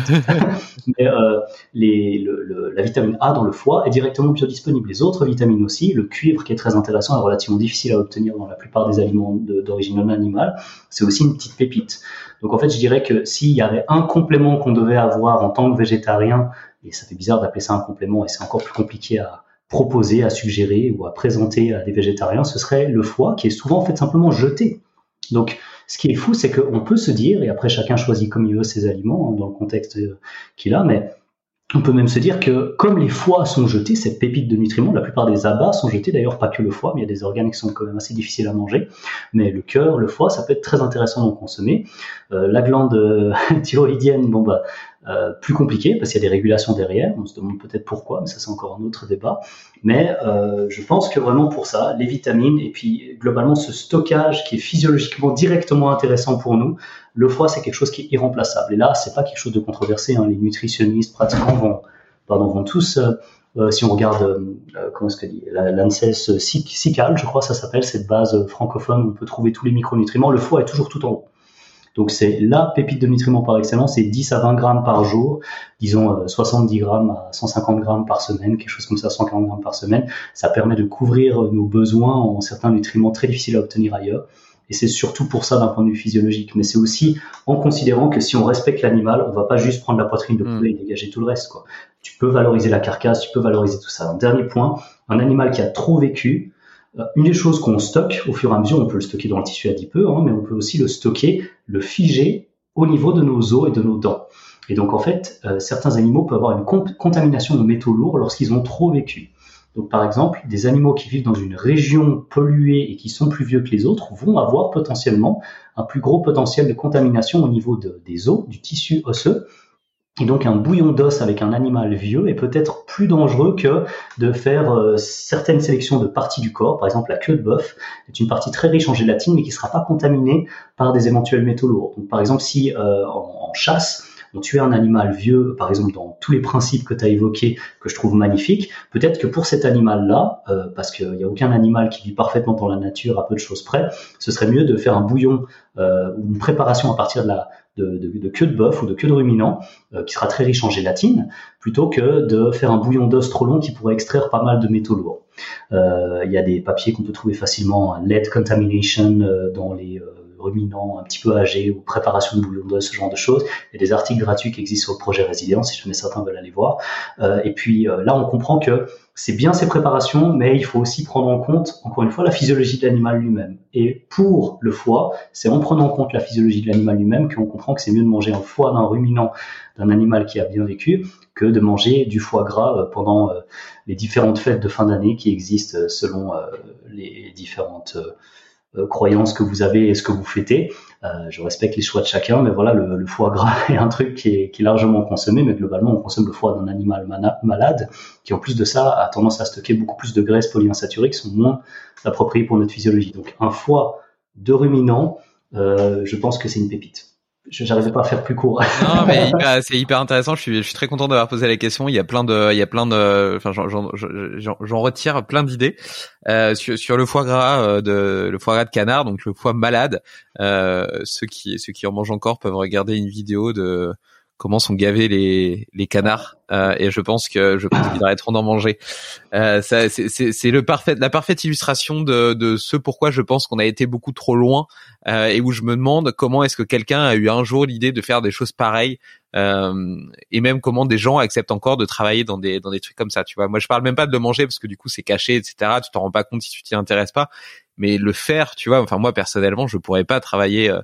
Mais euh, les, le, le, la vitamine A dans le foie est directement biodisponible. Les autres vitamines aussi, le cuivre qui est très intéressant et relativement difficile à obtenir dans la plupart des aliments de, d'origine non animale, c'est aussi une petite pépite. Donc en fait je dirais que s'il y avait un complément qu'on devait avoir en tant que végétarien, et ça fait bizarre d'appeler ça un complément et c'est encore plus compliqué à proposer, à suggérer ou à présenter à des végétariens, ce serait le foie qui est souvent en fait simplement jeté. Donc ce qui est fou, c'est qu'on peut se dire, et après chacun choisit comme il veut ses aliments hein, dans le contexte qu'il a, mais on peut même se dire que comme les foies sont jetés, cette pépite de nutriments, la plupart des abats sont jetés, d'ailleurs pas que le foie, mais il y a des organes qui sont quand même assez difficiles à manger, mais le cœur, le foie, ça peut être très intéressant d'en consommer. Euh, la glande euh, thyroïdienne, bon bah, euh, plus compliqué parce qu'il y a des régulations derrière, on se demande peut-être pourquoi, mais ça c'est encore un autre débat. Mais euh, je pense que vraiment pour ça, les vitamines et puis globalement ce stockage qui est physiologiquement directement intéressant pour nous, le foie c'est quelque chose qui est irremplaçable. Et là c'est pas quelque chose de controversé, hein. Les nutritionnistes pratiquement vont, pardon, vont tous, euh, euh, si on regarde, euh, comment est-ce que dit, l'ANSES SICAL, je crois ça s'appelle, cette base francophone où on peut trouver tous les micronutriments, le foie est toujours tout en haut. Donc c'est la pépite de nutriments par excellence, c'est dix à vingt grammes par jour, disons euh, soixante-dix grammes à cent cinquante grammes par semaine, quelque chose comme ça, cent quarante grammes par semaine. Ça permet de couvrir nos besoins en certains nutriments très difficiles à obtenir ailleurs. Et c'est surtout pour ça d'un point de vue physiologique. Mais c'est aussi en considérant que si on respecte l'animal, on va pas juste prendre la poitrine de poulet et dégager tout le reste, quoi. Tu peux valoriser la carcasse, tu peux valoriser tout ça. Un dernier point, un animal qui a trop vécu, une des choses qu'on stocke au fur et à mesure, on peut le stocker dans le tissu adipeux, hein, mais on peut aussi le stocker, le figer au niveau de nos os et de nos dents. Et donc en fait, euh, certains animaux peuvent avoir une con- contamination de métaux lourds lorsqu'ils ont trop vécu. Donc par exemple, des animaux qui vivent dans une région polluée et qui sont plus vieux que les autres vont avoir potentiellement un plus gros potentiel de contamination au niveau de, des os, du tissu osseux. Et donc un bouillon d'os avec un animal vieux est peut-être plus dangereux que de faire euh, certaines sélections de parties du corps. Par exemple, la queue de bœuf est une partie très riche en gélatine mais qui ne sera pas contaminée par des éventuels métaux lourds. Donc par exemple, si euh, en, en chasse, on tuait un animal vieux, par exemple dans tous les principes que tu as évoqués, que je trouve magnifiques, peut-être que pour cet animal-là, euh, parce qu'il n'y a aucun animal qui vit parfaitement dans la nature à peu de choses près, ce serait mieux de faire un bouillon euh, ou une préparation à partir de la De, de, de queue de bœuf ou de queue de ruminant euh, qui sera très riche en gélatine plutôt que de faire un bouillon d'os trop long qui pourrait extraire pas mal de métaux lourds. Euh, il y a des papiers qu'on peut trouver facilement, lead contamination euh, dans les euh, ruminants un petit peu âgés ou préparation de bouillon d'os, ce genre de choses. Il y a des articles gratuits qui existent sur le projet Résilience si jamais certains veulent aller voir. Euh, et puis euh, là on comprend que c'est bien ces préparations, mais il faut aussi prendre en compte, encore une fois, la physiologie de l'animal lui-même. Et pour le foie, c'est en prenant en compte la physiologie de l'animal lui-même qu'on comprend que c'est mieux de manger un foie d'un ruminant, d'un animal qui a bien vécu, que de manger du foie gras pendant les différentes fêtes de fin d'année qui existent selon les différentes croyances que vous avez et ce que vous fêtez. Euh, je respecte les choix de chacun, mais voilà, le, le foie gras est un truc qui est, qui est largement consommé, mais globalement, on consomme le foie d'un animal mana- malade, qui en plus de ça a tendance à stocker beaucoup plus de graisses polyinsaturées qui sont moins appropriées pour notre physiologie. Donc un foie de ruminant, euh, je pense que c'est une pépite. Je n'arrivais pas à faire plus court. Non, mais hyper, c'est hyper intéressant. Je suis, je suis très content d'avoir posé la question. Il y a plein de, il y a plein de, enfin, j'en, j'en, j'en, j'en retire plein d'idées euh, sur, sur le foie gras euh, de, le foie gras de canard, donc le foie malade. Euh, ceux qui, ceux qui en mangent encore peuvent regarder une vidéo de comment sont gavés les, les canards. Euh, et je pense que, je pense qu'ils arrêteront d'en manger. Euh, ça, c'est, c'est, c'est le parfait, la parfaite illustration de, de ce pourquoi je pense qu'on a été beaucoup trop loin. Euh, et où je me demande comment est-ce que quelqu'un a eu un jour l'idée de faire des choses pareilles, euh, et même comment des gens acceptent encore de travailler dans des dans des trucs comme ça, tu vois. Moi, je parle même pas de le manger parce que du coup c'est caché, et cetera. Tu t'en rends pas compte si tu t'y intéresses pas, mais le faire, tu vois. Enfin, moi personnellement, je pourrais pas travailler euh,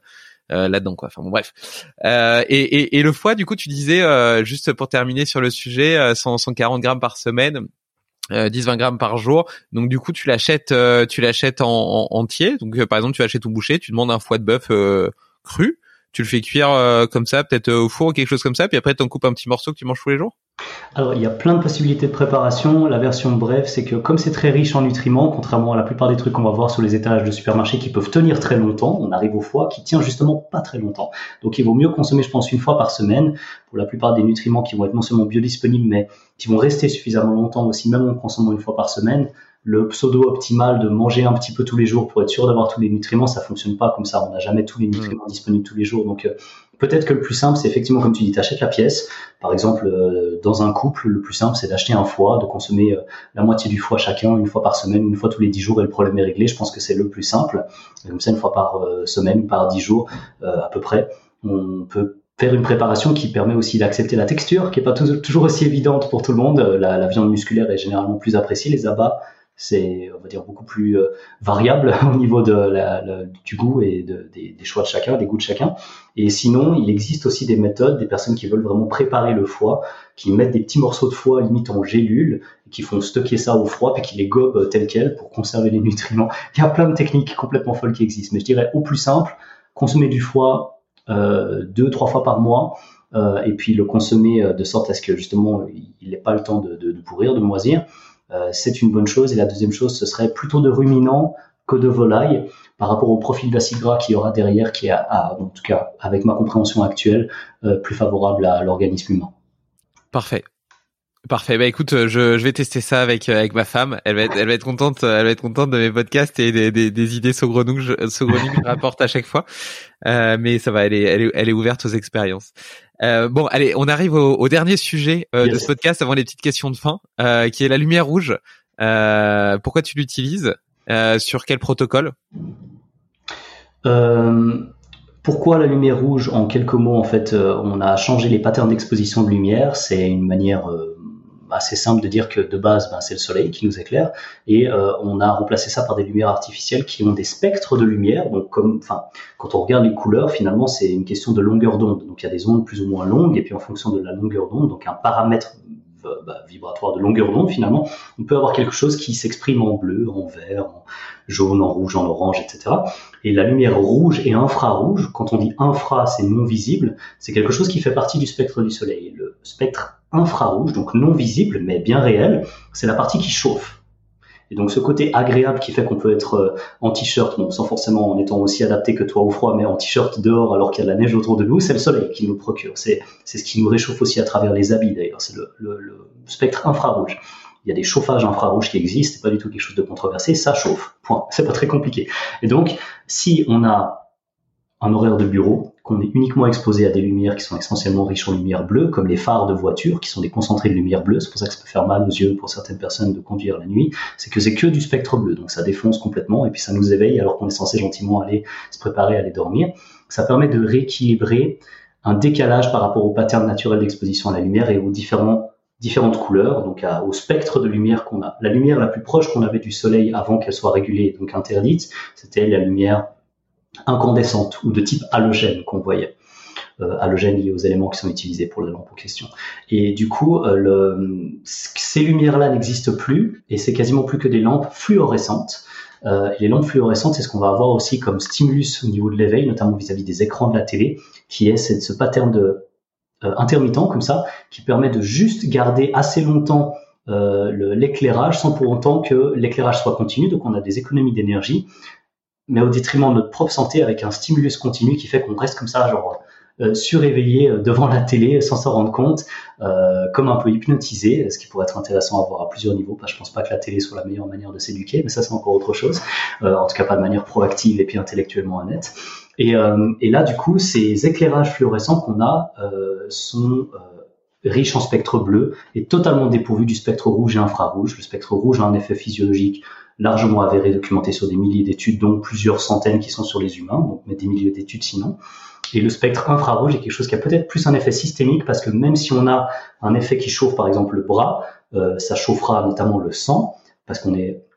euh, là-dedans, quoi. Enfin bon, bref. Euh, et, et, et le foie, du coup, tu disais, euh, juste pour terminer sur le sujet, euh, cent, cent quarante grammes par semaine. Euh, dix vingt grammes par jour. Donc du coup tu l'achètes euh, tu l'achètes en, en entier. Donc euh, par exemple tu achètes au boucher, tu demandes un foie de bœuf euh, cru, tu le fais cuire euh, comme ça, peut-être euh, au four ou quelque chose comme ça, puis après tu en coupes un petit morceau que tu manges tous les jours. Alors, il y a plein de possibilités de préparation. La version brève, c'est que comme c'est très riche en nutriments, contrairement à la plupart des trucs qu'on va voir sur les étalages de supermarchés qui peuvent tenir très longtemps, on arrive au foie qui tient justement pas très longtemps. Donc, il vaut mieux consommer, je pense, une fois par semaine pour la plupart des nutriments qui vont être non seulement biodisponibles, mais qui vont rester suffisamment longtemps aussi, même en consommant une fois par semaine. Le pseudo-optimal de manger un petit peu tous les jours pour être sûr d'avoir tous les nutriments, ça fonctionne pas comme ça. On n'a jamais tous les nutriments mmh. disponibles tous les jours. Donc, euh, peut-être que le plus simple, c'est effectivement, comme tu dis, tu achètes la pièce. Par exemple, euh, dans un couple, le plus simple, c'est d'acheter un foie, de consommer euh, la moitié du foie chacun, une fois par semaine, une fois tous les dix jours, et le problème est réglé. Je pense que c'est le plus simple. Et comme ça, une fois par euh, semaine, par dix jours, euh, à peu près, on peut faire une préparation qui permet aussi d'accepter la texture, qui est pas tout, toujours aussi évidente pour tout le monde. La, la viande musculaire est généralement plus appréciée, les abats, c'est, on va dire, beaucoup plus euh, variable au niveau de la, la, du goût et de, des, des choix de chacun, des goûts de chacun. Et sinon, il existe aussi des méthodes, des personnes qui veulent vraiment préparer le foie, qui mettent des petits morceaux de foie limite en gélules, et qui font stocker ça au froid, puis qui les gobent tel quel pour conserver les nutriments. Il y a plein de techniques complètement folles qui existent, mais je dirais au plus simple, consommer du foie euh, deux, trois fois par mois, euh, et puis le consommer de sorte à ce que justement il n'ait pas le temps de, de, de pourrir, de moisir. Euh, c'est une bonne chose. Et la deuxième chose, ce serait plutôt de ruminants que de volaille par rapport au profil d'acide gras qu'il y aura derrière, qui est, à, à, en tout cas, avec ma compréhension actuelle, euh, plus favorable à l'organisme humain. Parfait. Parfait. Bah écoute, je, je vais tester ça avec avec ma femme. Elle va être, elle va être contente, elle va être contente de mes podcasts et des des, des idées saugrenues que saugrenues que je rapporte à chaque fois. Euh, mais ça va, elle est elle est elle est ouverte aux expériences. Euh, bon, allez, on arrive au, au dernier sujet euh, yes. de ce podcast avant les petites questions de fin, euh, qui est la lumière rouge. Euh, pourquoi tu l'utilises? Euh, sur quel protocole? Euh... Pourquoi la lumière rouge? En quelques mots, en fait, euh, on a changé les patterns d'exposition de lumière. C'est une manière euh, assez simple de dire que de base, ben, c'est le soleil qui nous éclaire, et euh, on a remplacé ça par des lumières artificielles qui ont des spectres de lumière. Donc, comme, enfin, quand on regarde les couleurs, finalement, c'est une question de longueur d'onde. Donc, il y a des ondes plus ou moins longues, et puis en fonction de la longueur d'onde, donc un paramètre bah, vibratoire de longueur d'onde, finalement, on peut avoir quelque chose qui s'exprime en bleu, en vert, en jaune, en rouge, en orange, et cetera. Et la lumière rouge et infrarouge, quand on dit infra, c'est non visible, c'est quelque chose qui fait partie du spectre du soleil. Le spectre infrarouge, donc non visible, mais bien réel, c'est la partie qui chauffe. Et donc ce côté agréable qui fait qu'on peut être en t-shirt, bon, sans forcément en étant aussi adapté que toi au froid, mais en t-shirt dehors alors qu'il y a de la neige autour de nous, c'est le soleil qui nous le procure. C'est, c'est ce qui nous réchauffe aussi à travers les habits d'ailleurs, c'est le, le, le spectre infrarouge. Il y a des chauffages infrarouges qui existent, c'est pas du tout quelque chose de controversé, ça chauffe, point. C'est pas très compliqué. Et donc, si on a un horaire de bureau, qu'on est uniquement exposé à des lumières qui sont essentiellement riches en lumière bleue, comme les phares de voiture, qui sont des concentrés de lumière bleue, c'est pour ça que ça peut faire mal aux yeux pour certaines personnes de conduire la nuit, c'est que c'est que du spectre bleu, donc ça défonce complètement, et puis ça nous éveille alors qu'on est censé gentiment aller se préparer à aller dormir. Ça permet de rééquilibrer un décalage par rapport au pattern naturel d'exposition à la lumière et aux différents différentes couleurs, donc à, au spectre de lumière qu'on a. La lumière la plus proche qu'on avait du soleil avant qu'elle soit régulée, donc interdite, c'était la lumière incandescente ou de type halogène qu'on voyait. Euh, halogène lié aux éléments qui sont utilisés pour la lampe en question. Et du coup, euh, le, ces lumières-là n'existent plus, et c'est quasiment plus que des lampes fluorescentes. Euh, et les lampes fluorescentes, c'est ce qu'on va avoir aussi comme stimulus au niveau de l'éveil, notamment vis-à-vis des écrans de la télé, qui est ce pattern de Euh, intermittent comme ça, qui permet de juste garder assez longtemps euh, le, l'éclairage sans pour autant que l'éclairage soit continu, donc on a des économies d'énergie, mais au détriment de notre propre santé avec un stimulus continu qui fait qu'on reste comme ça, genre euh, suréveillé euh, devant la télé sans s'en rendre compte, euh, comme un peu hypnotisé, ce qui pourrait être intéressant à voir à plusieurs niveaux, parce que je pense pas que la télé soit la meilleure manière de s'éduquer, mais ça c'est encore autre chose, euh, en tout cas pas de manière proactive et puis intellectuellement honnête. Et, euh, et là, du coup, ces éclairages fluorescents qu'on a euh, sont euh, riches en spectre bleu et totalement dépourvus du spectre rouge et infrarouge. Le spectre rouge a un effet physiologique largement avéré, documenté sur des milliers d'études, dont plusieurs centaines qui sont sur les humains, donc mais des milliers d'études sinon. Et le spectre infrarouge est quelque chose qui a peut-être plus un effet systémique, parce que même si on a un effet qui chauffe, par exemple le bras, euh, ça chauffera notamment le sang, parce qu'on est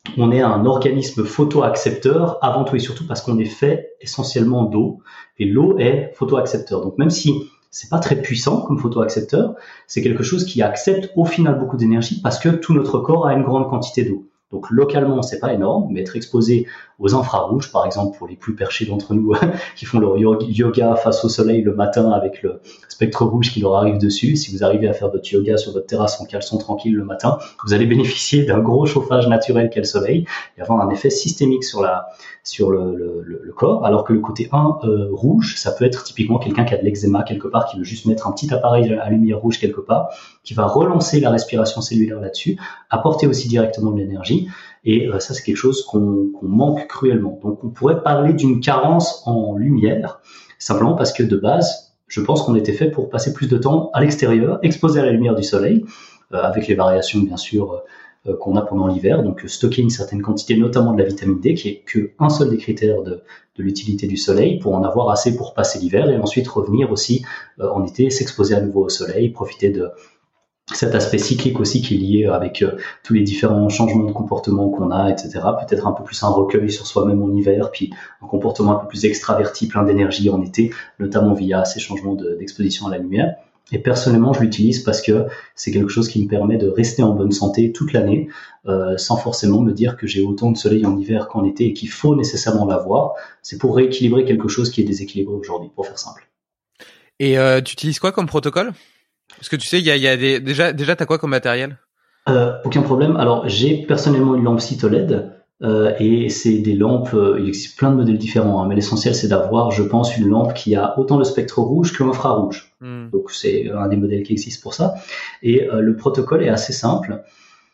on est un organisme photoaccepteur avant tout et surtout parce qu'on est fait essentiellement d'eau et l'eau est photoaccepteur. Donc même si c'est pas très puissant comme photoaccepteur, c'est quelque chose qui accepte au final beaucoup d'énergie parce que tout notre corps a une grande quantité d'eau. Donc localement, c'est pas énorme, mais être exposé aux infrarouges, par exemple pour les plus perchés d'entre nous qui font leur yoga face au soleil le matin avec le spectre rouge qui leur arrive dessus, si vous arrivez à faire votre yoga sur votre terrasse en caleçon tranquille le matin, vous allez bénéficier d'un gros chauffage naturel qu'est le soleil et avoir un effet systémique sur la sur le, le, le corps, alors que le côté un euh, rouge, ça peut être typiquement quelqu'un qui a de l'eczéma quelque part, qui veut juste mettre un petit appareil à lumière rouge quelque part, qui va relancer la respiration cellulaire là-dessus, apporter aussi directement de l'énergie. Et euh, ça, c'est quelque chose qu'on, qu'on manque cruellement. Donc, on pourrait parler d'une carence en lumière, simplement parce que de base, je pense qu'on était fait pour passer plus de temps à l'extérieur, exposé à la lumière du soleil, euh, avec les variations, bien sûr, euh, qu'on a pendant l'hiver. Donc, euh, stocker une certaine quantité, notamment de la vitamine D, qui est qu'un seul des critères de, de l'utilité du soleil, pour en avoir assez pour passer l'hiver, et ensuite revenir aussi euh, en été, s'exposer à nouveau au soleil, profiter de cet aspect cyclique aussi qui est lié avec euh, tous les différents changements de comportement qu'on a, et cetera. Peut-être un peu plus un recueil sur soi-même en hiver, puis un comportement un peu plus extraverti, plein d'énergie en été, notamment via ces changements de, d'exposition à la lumière. Et personnellement, je l'utilise parce que c'est quelque chose qui me permet de rester en bonne santé toute l'année, euh, sans forcément me dire que j'ai autant de soleil en hiver qu'en été et qu'il faut nécessairement l'avoir. C'est pour rééquilibrer quelque chose qui est déséquilibré aujourd'hui, pour faire simple. Et euh, tu utilises quoi comme protocole ? Parce que tu sais, il y a, il y a des, déjà, déjà, t'as quoi comme matériel ? euh, Aucun problème. Alors, j'ai personnellement une lampe cyto L E D euh, et c'est des lampes. Euh, il existe plein de modèles différents, hein, mais l'essentiel c'est d'avoir, je pense, une lampe qui a autant le spectre rouge que l'infrarouge. Hmm. Donc, c'est un des modèles qui existe pour ça. Et euh, le protocole est assez simple.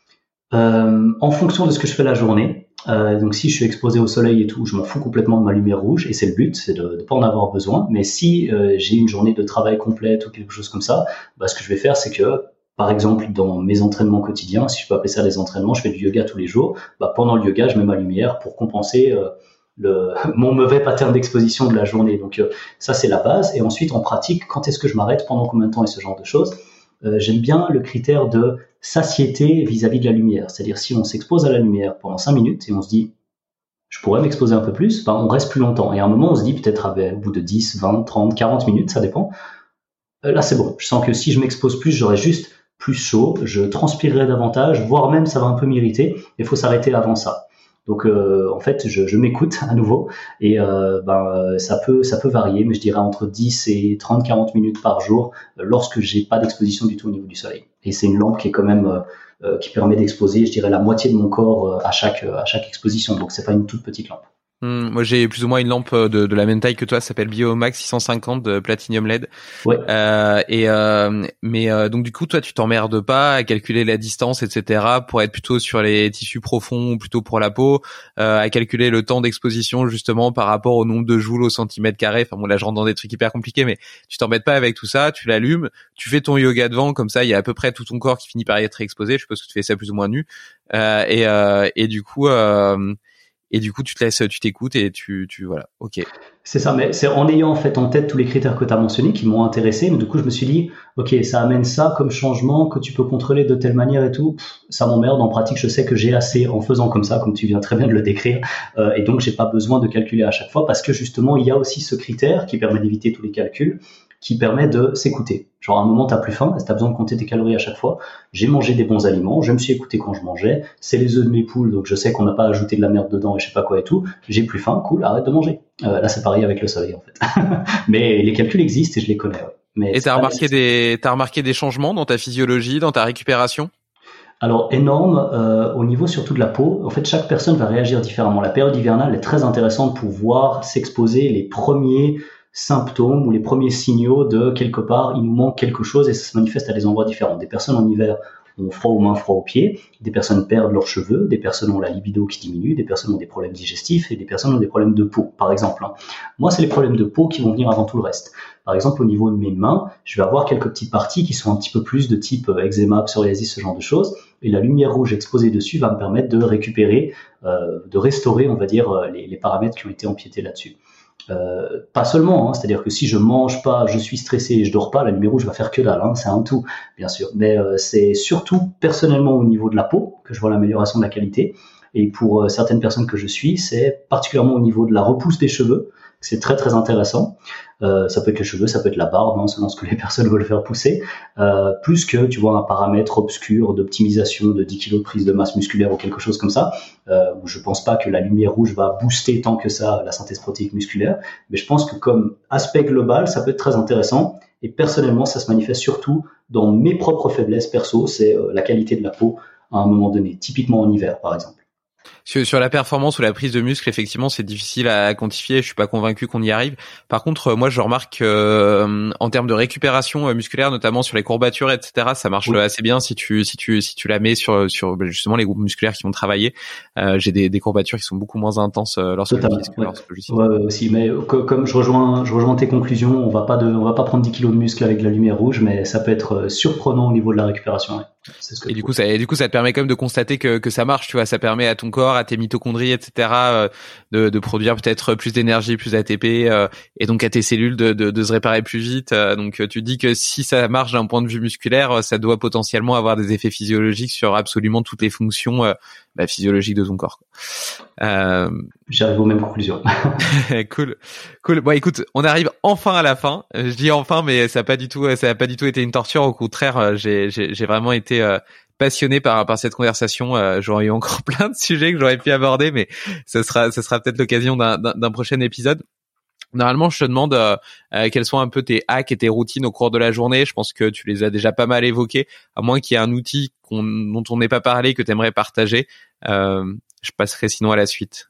Euh, en fonction de ce que je fais la journée. Euh, donc si je suis exposé au soleil et tout, je m'en fous complètement de ma lumière rouge et c'est le but, c'est de ne pas en avoir besoin. Mais si euh, j'ai une journée de travail complète ou quelque chose comme ça, bah, ce que je vais faire, c'est que par exemple dans mes entraînements quotidiens, si je peux appeler ça des entraînements, je fais du yoga tous les jours. Bah, pendant le yoga, je mets ma lumière pour compenser euh, le, mon mauvais pattern d'exposition de la journée. Donc euh, ça c'est la base. Et ensuite en pratique, quand est-ce que je m'arrête, pendant combien de temps et ce genre de choses. Euh, j'aime bien le critère de satiété vis-à-vis de la lumière. C'est-à-dire si on s'expose à la lumière pendant cinq minutes et on se dit je pourrais m'exposer un peu plus, ben on reste plus longtemps. Et à un moment on se dit peut-être au bout de dix, vingt, trente, quarante minutes, ça dépend. Euh, là c'est bon. Je sens que si je m'expose plus, j'aurai juste plus chaud, je transpirerai davantage, voire même ça va un peu m'irriter. Il faut s'arrêter avant ça. Donc euh, en fait, je, je m'écoute à nouveau et euh, ben ça peut ça peut varier, mais je dirais entre dix et trente à quarante minutes par jour euh, lorsque j'ai pas d'exposition du tout au niveau du soleil. Et c'est une lampe qui est quand même euh, qui permet d'exposer, je dirais la moitié de mon corps euh, à chaque à chaque exposition. Donc c'est pas une toute petite lampe. Mmh, moi j'ai plus ou moins une lampe de, de la même taille que toi, ça s'appelle Biomax six cent cinquante de Platinum L E D. Ouais. Euh, et euh, mais euh, donc du coup toi tu t'emmerdes pas à calculer la distance, et cetera pour être plutôt sur les tissus profonds ou plutôt pour la peau, euh, à calculer le temps d'exposition justement par rapport au nombre de joules au centimètre carré. Enfin bon là je rentre dans des trucs hyper compliqués, mais tu t'embêtes pas avec tout ça, tu l'allumes, tu fais ton yoga devant comme ça, il y a à peu près tout ton corps qui finit par être exposé. Je suppose que tu fais ça plus ou moins nu. Euh, et euh, et du coup euh, Et du coup, tu te laisses, tu t'écoutes et tu, tu, voilà. Ok. C'est ça, mais c'est en ayant en fait en tête tous les critères que tu as mentionnés qui m'ont intéressé, mais du coup, je me suis dit, ok, ça amène ça comme changement que tu peux contrôler de telle manière et tout. Pff, ça m'emmerde. En pratique, je sais que j'ai assez en faisant comme ça, comme tu viens très bien de le décrire, euh, et donc j'ai pas besoin de calculer à chaque fois parce que justement, il y a aussi ce critère qui permet d'éviter tous les calculs, qui permet de s'écouter. Genre à un moment t'as plus faim, t'as besoin de compter tes calories à chaque fois. J'ai mangé des bons aliments, je me suis écouté quand je mangeais, c'est les œufs de mes poules, donc je sais qu'on n'a pas ajouté de la merde dedans et je sais pas quoi et tout. J'ai plus faim, cool, arrête de manger. Euh, là c'est pareil avec le soleil en fait. Mais les calculs existent et je les connais. Ouais. Mais et t'as remarqué des, t'as remarqué des changements dans ta physiologie, dans ta récupération? Alors énorme euh, au niveau surtout de la peau. En fait, chaque personne va réagir différemment. La période hivernale est très intéressante pour voir s'exposer les premiers symptômes ou les premiers signaux de quelque part il nous manque quelque chose et ça se manifeste à des endroits différents. Des personnes en hiver ont froid aux mains, froid aux pieds, des personnes perdent leurs cheveux, des personnes ont la libido qui diminue, des personnes ont des problèmes digestifs et des personnes ont des problèmes de peau, par exemple. Moi, c'est les problèmes de peau qui vont venir avant tout le reste. Par exemple, au niveau de mes mains, je vais avoir quelques petites parties qui sont un petit peu plus de type eczéma, psoriasis, ce genre de choses, et la lumière rouge exposée dessus va me permettre de récupérer, euh, de restaurer, on va dire, les, les paramètres qui ont été empiétés là-dessus. Euh, pas seulement, hein, c'est-à-dire que si je mange pas, je suis stressé et je dors pas, la lumière rouge va faire que dalle, hein, c'est un tout, bien sûr. Mais euh, c'est surtout personnellement au niveau de la peau que je vois l'amélioration de la qualité. Et pour euh, certaines personnes que je suis, c'est particulièrement au niveau de la repousse des cheveux. C'est très très intéressant. Euh, ça peut être les cheveux, ça peut être la barbe, hein, selon ce que les personnes veulent faire pousser. Euh, plus que, tu vois, un paramètre obscur d'optimisation de dix kilos de prise de masse musculaire ou quelque chose comme ça, euh, où je pense pas que la lumière rouge va booster tant que ça la synthèse protéique musculaire. Mais je pense que comme aspect global, ça peut être très intéressant. Et personnellement, ça se manifeste surtout dans mes propres faiblesses perso, c'est euh, la qualité de la peau à un moment donné, typiquement en hiver, par exemple. Sur, sur la performance ou la prise de muscle, effectivement, c'est difficile à quantifier. Je suis pas convaincu qu'on y arrive. Par contre, moi, je remarque euh, en termes de récupération musculaire, notamment sur les courbatures, et cetera, ça marche oui. assez bien si tu si tu si tu la mets sur sur justement les groupes musculaires qui vont travailler. Euh, j'ai des, des courbatures qui sont beaucoup moins intenses lorsque Totalement, je, ouais. lorsque je suis. Ouais, aussi. Mais comme je rejoins je rejoins tes conclusions, on va pas de on va pas prendre dix kilos de muscle avec de la lumière rouge, mais ça peut être surprenant au niveau de la récupération. Ouais. C'est ce que et du coup, ça, et du coup, ça te permet quand même de constater que, que ça marche, tu vois. Ça permet à ton corps, à tes mitochondries, et cetera, euh, de, de produire peut-être plus d'énergie, plus A T P, euh, et donc à tes cellules de, de, de se réparer plus vite. Euh, donc, tu dis que si ça marche d'un point de vue musculaire, ça doit potentiellement avoir des effets physiologiques sur absolument toutes les fonctions euh, bah, physiologiques de ton corps, quoi. Euh... J'arrive aux mêmes conclusions. cool, cool. Bon, écoute, on arrive enfin à la fin. Je dis enfin, mais ça a pas du tout, ça a pas du tout été une torture. Au contraire, j'ai, j'ai, j'ai vraiment été euh, passionné par par cette conversation. Euh, j'aurais eu encore plein de sujets que j'aurais pu aborder, mais ça sera, ça sera peut-être l'occasion d'un, d'un, d'un prochain épisode. Normalement, je te demande euh, euh, quels sont un peu tes hacks et tes routines au cours de la journée. Je pense que tu les as déjà pas mal évoqués, à moins qu'il y ait un outil qu'on, dont on n'ait pas parlé que tu aimerais partager. Euh, je passerai sinon à la suite.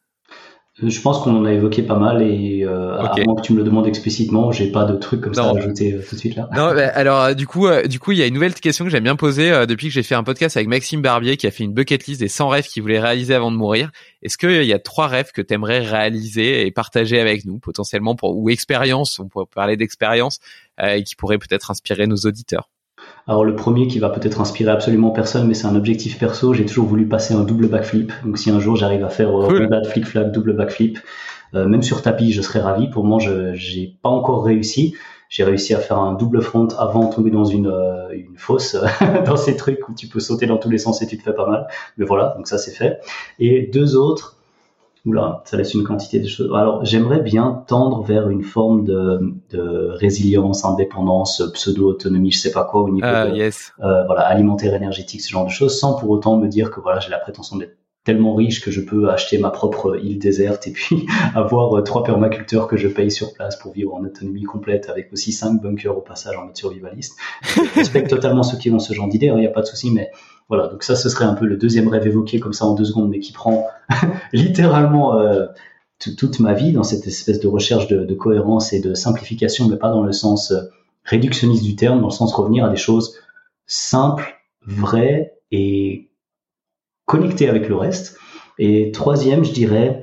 Je pense qu'on en a évoqué pas mal et euh, okay. à moins que tu me le demandes explicitement, j'ai pas de trucs comme non. ça à ajouter euh, tout de suite là. Non, bah, alors euh, du coup, euh, du coup, il y a une nouvelle question que j'aime bien poser euh, depuis que j'ai fait un podcast avec Maxime Barbier qui a fait une bucket list des cent rêves qu'il voulait réaliser avant de mourir. Est-ce qu'il y a trois rêves que tu aimerais réaliser et partager avec nous potentiellement pour ou expérience, on pourrait parler d'expérience euh, et qui pourrait peut-être inspirer nos auditeurs. Alors le premier qui va peut-être inspirer absolument personne, mais c'est un objectif perso, j'ai toujours voulu passer un double backflip. Donc si un jour j'arrive à faire cool. Rondade, flic-flac, double backflip, euh, même sur tapis, je serais ravi. Pour moi, je j'ai pas encore réussi. J'ai réussi à faire un double front avant de tomber dans une euh, une fosse, dans ces trucs où tu peux sauter dans tous les sens et tu te fais pas mal. Mais voilà, donc ça c'est fait. Et deux autres, oula, ça laisse une quantité de choses. Alors, j'aimerais bien tendre vers une forme de, de résilience, indépendance, pseudo-autonomie, je sais pas quoi, au niveau uh, de, yes. euh, voilà, alimentaire, énergétique, ce genre de choses, sans pour autant me dire que voilà, j'ai la prétention d'être tellement riche que je peux acheter ma propre île déserte et puis avoir trois permaculteurs que je paye sur place pour vivre en autonomie complète avec aussi cinq bunkers au passage en mode survivaliste. Je respecte totalement ceux qui ont ce genre d'idée, il hein, n'y a pas de souci, mais voilà, donc ça, ce serait un peu le deuxième rêve évoqué comme ça en deux secondes, mais qui prend littéralement euh, t- toute ma vie dans cette espèce de recherche de, de cohérence et de simplification, mais pas dans le sens euh, réductionniste du terme, dans le sens revenir à des choses simples, vraies et connectées avec le reste. Et troisième, je dirais,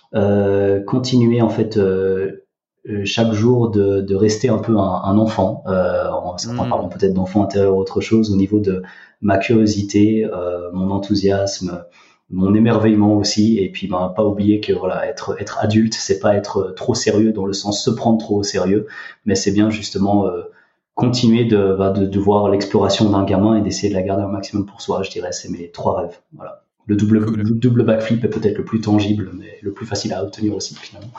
euh, continuer en fait euh, chaque jour de, de rester un peu un, un enfant. Euh, en certains mmh. parlent peut-être d'enfant intérieur ou autre chose au niveau de ma curiosité, euh, mon enthousiasme, mon émerveillement aussi, et puis ben pas oublier que voilà, être être adulte, c'est pas être trop sérieux dans le sens se prendre trop au sérieux, mais c'est bien justement euh, continuer de, de de voir l'exploration d'un gamin et d'essayer de la garder un maximum pour soi. Je dirais, c'est mes trois rêves. Voilà. Le double cool. le double backflip est peut-être le plus tangible, mais le plus facile à obtenir aussi finalement.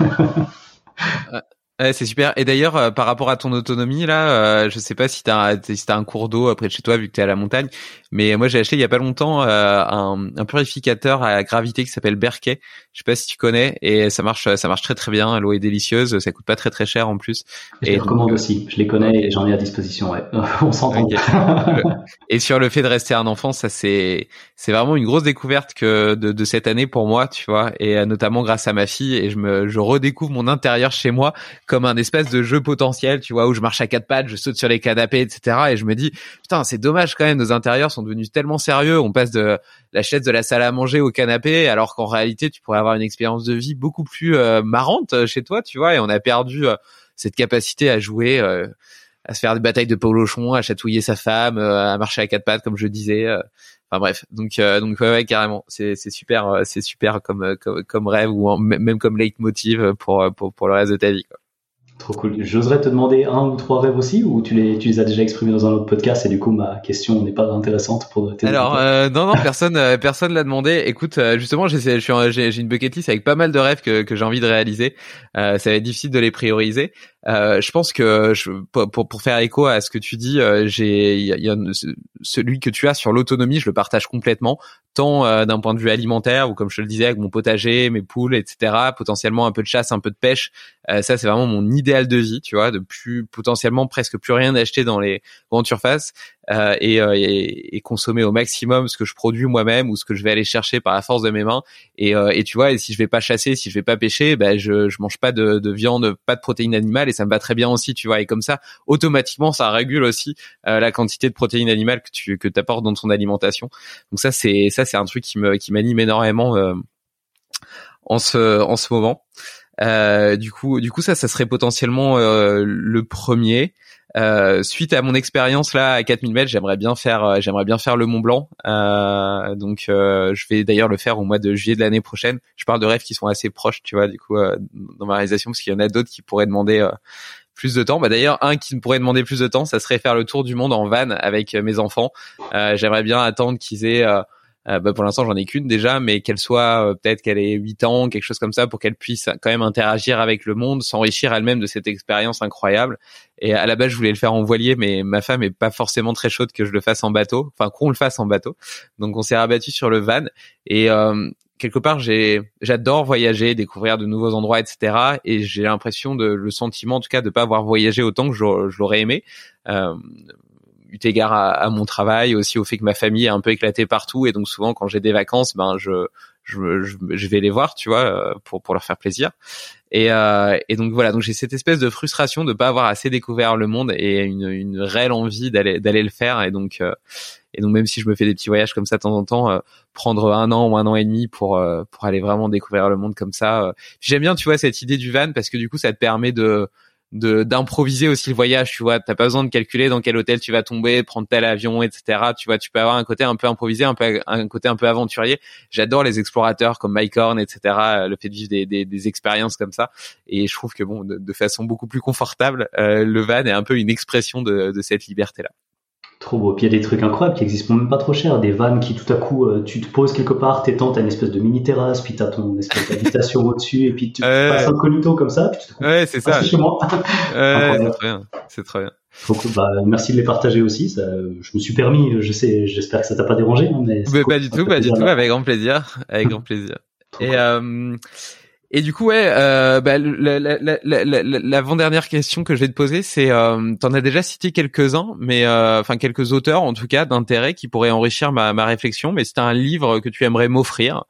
Ouais, c'est super. Et d'ailleurs, euh, par rapport à ton autonomie, là, euh, je sais pas si t'as, si t'as un cours d'eau près de chez toi, vu que t'es à la montagne. Mais moi, j'ai acheté il y a pas longtemps euh, un, un purificateur à gravité qui s'appelle Berkey. Je sais pas si tu connais. Et ça marche, ça marche très très bien. L'eau est délicieuse. Ça coûte pas très très cher en plus. Je les recommande donc, aussi. Je les connais okay. et j'en ai à disposition. Ouais, on s'entend. Okay. Et sur le fait de rester un enfant, ça c'est, c'est vraiment une grosse découverte que de, de cette année pour moi, tu vois. Et euh, notamment grâce à ma fille. Et je me, je redécouvre mon intérieur chez moi comme un espèce de jeu potentiel, tu vois, où je marche à quatre pattes, je saute sur les canapés, et cetera. Et je me dis, putain, c'est dommage quand même, nos intérieurs sont devenus tellement sérieux, on passe de la chaise de la salle à manger au canapé, alors qu'en réalité, tu pourrais avoir une expérience de vie beaucoup plus euh, marrante chez toi, tu vois, et on a perdu euh, cette capacité à jouer, euh, à se faire des batailles de polochon, à chatouiller sa femme, euh, à marcher à quatre pattes, comme je disais. Euh, Enfin bref, donc euh, donc ouais, ouais carrément, c'est c'est super, euh, c'est super comme comme comme rêve ou en, même comme leitmotiv pour pour pour le reste de ta vie, quoi. Trop cool. J'oserais te demander un ou trois rêves aussi, ou tu les, tu les as déjà exprimés dans un autre podcast et du coup ma question n'est pas intéressante pour tes. Alors euh, non non personne euh, personne l'a demandé. Écoute, euh, justement j'ai je suis j'ai, j'ai une bucket list avec pas mal de rêves que que j'ai envie de réaliser. Euh, ça va être difficile de les prioriser. Euh, je pense que je, pour pour faire écho à ce que tu dis, euh, j'ai il y a, y a celui que tu as sur l'autonomie, je le partage complètement, tant euh, d'un point de vue alimentaire ou comme je te le disais avec mon potager, mes poules, et cetera. Potentiellement un peu de chasse, un peu de pêche. Euh, ça c'est vraiment mon idéal de vie, tu vois, de plus potentiellement presque plus rien acheter dans les grandes surfaces euh, et, euh, et, et consommer au maximum ce que je produis moi-même ou ce que je vais aller chercher par la force de mes mains. Et, euh, et tu vois, et si je vais pas chasser, si je vais pas pêcher, ben je je mange pas de, de viande, pas de protéines animales et ça me va très bien aussi, tu vois. Et comme ça, automatiquement, ça régule aussi euh, la quantité de protéines animales que tu que t'apportes dans ton alimentation. Donc ça c'est ça c'est un truc qui me qui m'anime énormément euh, en ce en ce moment. Euh, du coup, du coup, ça, ça serait potentiellement euh, le premier. Euh, suite à mon expérience là à quatre mille mètres, j'aimerais bien faire, euh, j'aimerais bien faire le Mont Blanc. Euh, donc, euh, je vais d'ailleurs le faire au mois de juillet de l'année prochaine. Je parle de rêves qui sont assez proches, tu vois, du coup, euh, dans ma réalisation, parce qu'il y en a d'autres qui pourraient demander euh, plus de temps. Bah d'ailleurs, un qui pourrait demander plus de temps, ça serait faire le tour du monde en van avec mes enfants. Euh, j'aimerais bien attendre qu'ils aient euh, Euh, bah pour l'instant j'en ai qu'une déjà, mais qu'elle soit euh, peut-être qu'elle ait huit ans, quelque chose comme ça, pour qu'elle puisse quand même interagir avec le monde, s'enrichir elle-même de cette expérience incroyable. Et à la base je voulais le faire en voilier, mais ma femme est pas forcément très chaude que je le fasse en bateau, enfin qu'on le fasse en bateau. Donc on s'est rabattu sur le van et euh, quelque part j'ai j'adore voyager, découvrir de nouveaux endroits, et cetera. Et j'ai l'impression de le sentiment en tout cas de pas avoir voyagé autant que je, je l'aurais aimé. Euh, eu égard à, à mon travail, aussi au fait que ma famille est un peu éclatée partout et donc souvent quand j'ai des vacances, ben je je je, je vais les voir, tu vois, pour pour leur faire plaisir. Et euh, et donc voilà, donc j'ai cette espèce de frustration de pas avoir assez découvert le monde et une une réelle envie d'aller d'aller le faire et donc euh, et donc même si je me fais des petits voyages comme ça de temps en temps, euh, prendre un an ou un an et demi pour euh, pour aller vraiment découvrir le monde comme ça. Euh. J'aime bien, tu vois, cette idée du van parce que du coup ça te permet de de d'improviser aussi le voyage, tu vois, t'as pas besoin de calculer dans quel hôtel tu vas tomber, prendre tel avion, et cetera. Tu vois, tu peux avoir un côté un peu improvisé, un peu un côté un peu aventurier. J'adore les explorateurs comme Mike Horn, et cetera. Le fait de vivre des des, des expériences comme ça, et je trouve que bon, de, de façon beaucoup plus confortable, euh, le van est un peu une expression de de cette liberté là. Trop beau. Puis il y a des trucs incroyables qui existent même pas trop cher. Des vannes qui tout à coup, euh, tu te poses quelque part, t'étends, t'as une espèce de mini terrasse, puis t'as ton espèce d'habitation au-dessus, et puis tu euh... passes incognito comme ça. Puis tu te ouais, c'est ça. C'est chez moi. Ouais, c'est très bien. C'est très bien. Trop cool. Bah, merci de les partager aussi. Ça, je me suis permis. Je sais. J'espère que ça t'a pas dérangé. Hein, mais, mais cool, pas du tout, pas du tout. Avec grand plaisir. Avec grand plaisir. Et cool. euh, Et du coup, ouais, euh, bah, la, la, la, la, la, l'avant-dernière question que je vais te poser, c'est, euh, t'en as déjà cité quelques-uns, mais euh, enfin quelques auteurs en tout cas d'intérêt qui pourraient enrichir ma, ma réflexion. Mais c'est un livre que tu aimerais m'offrir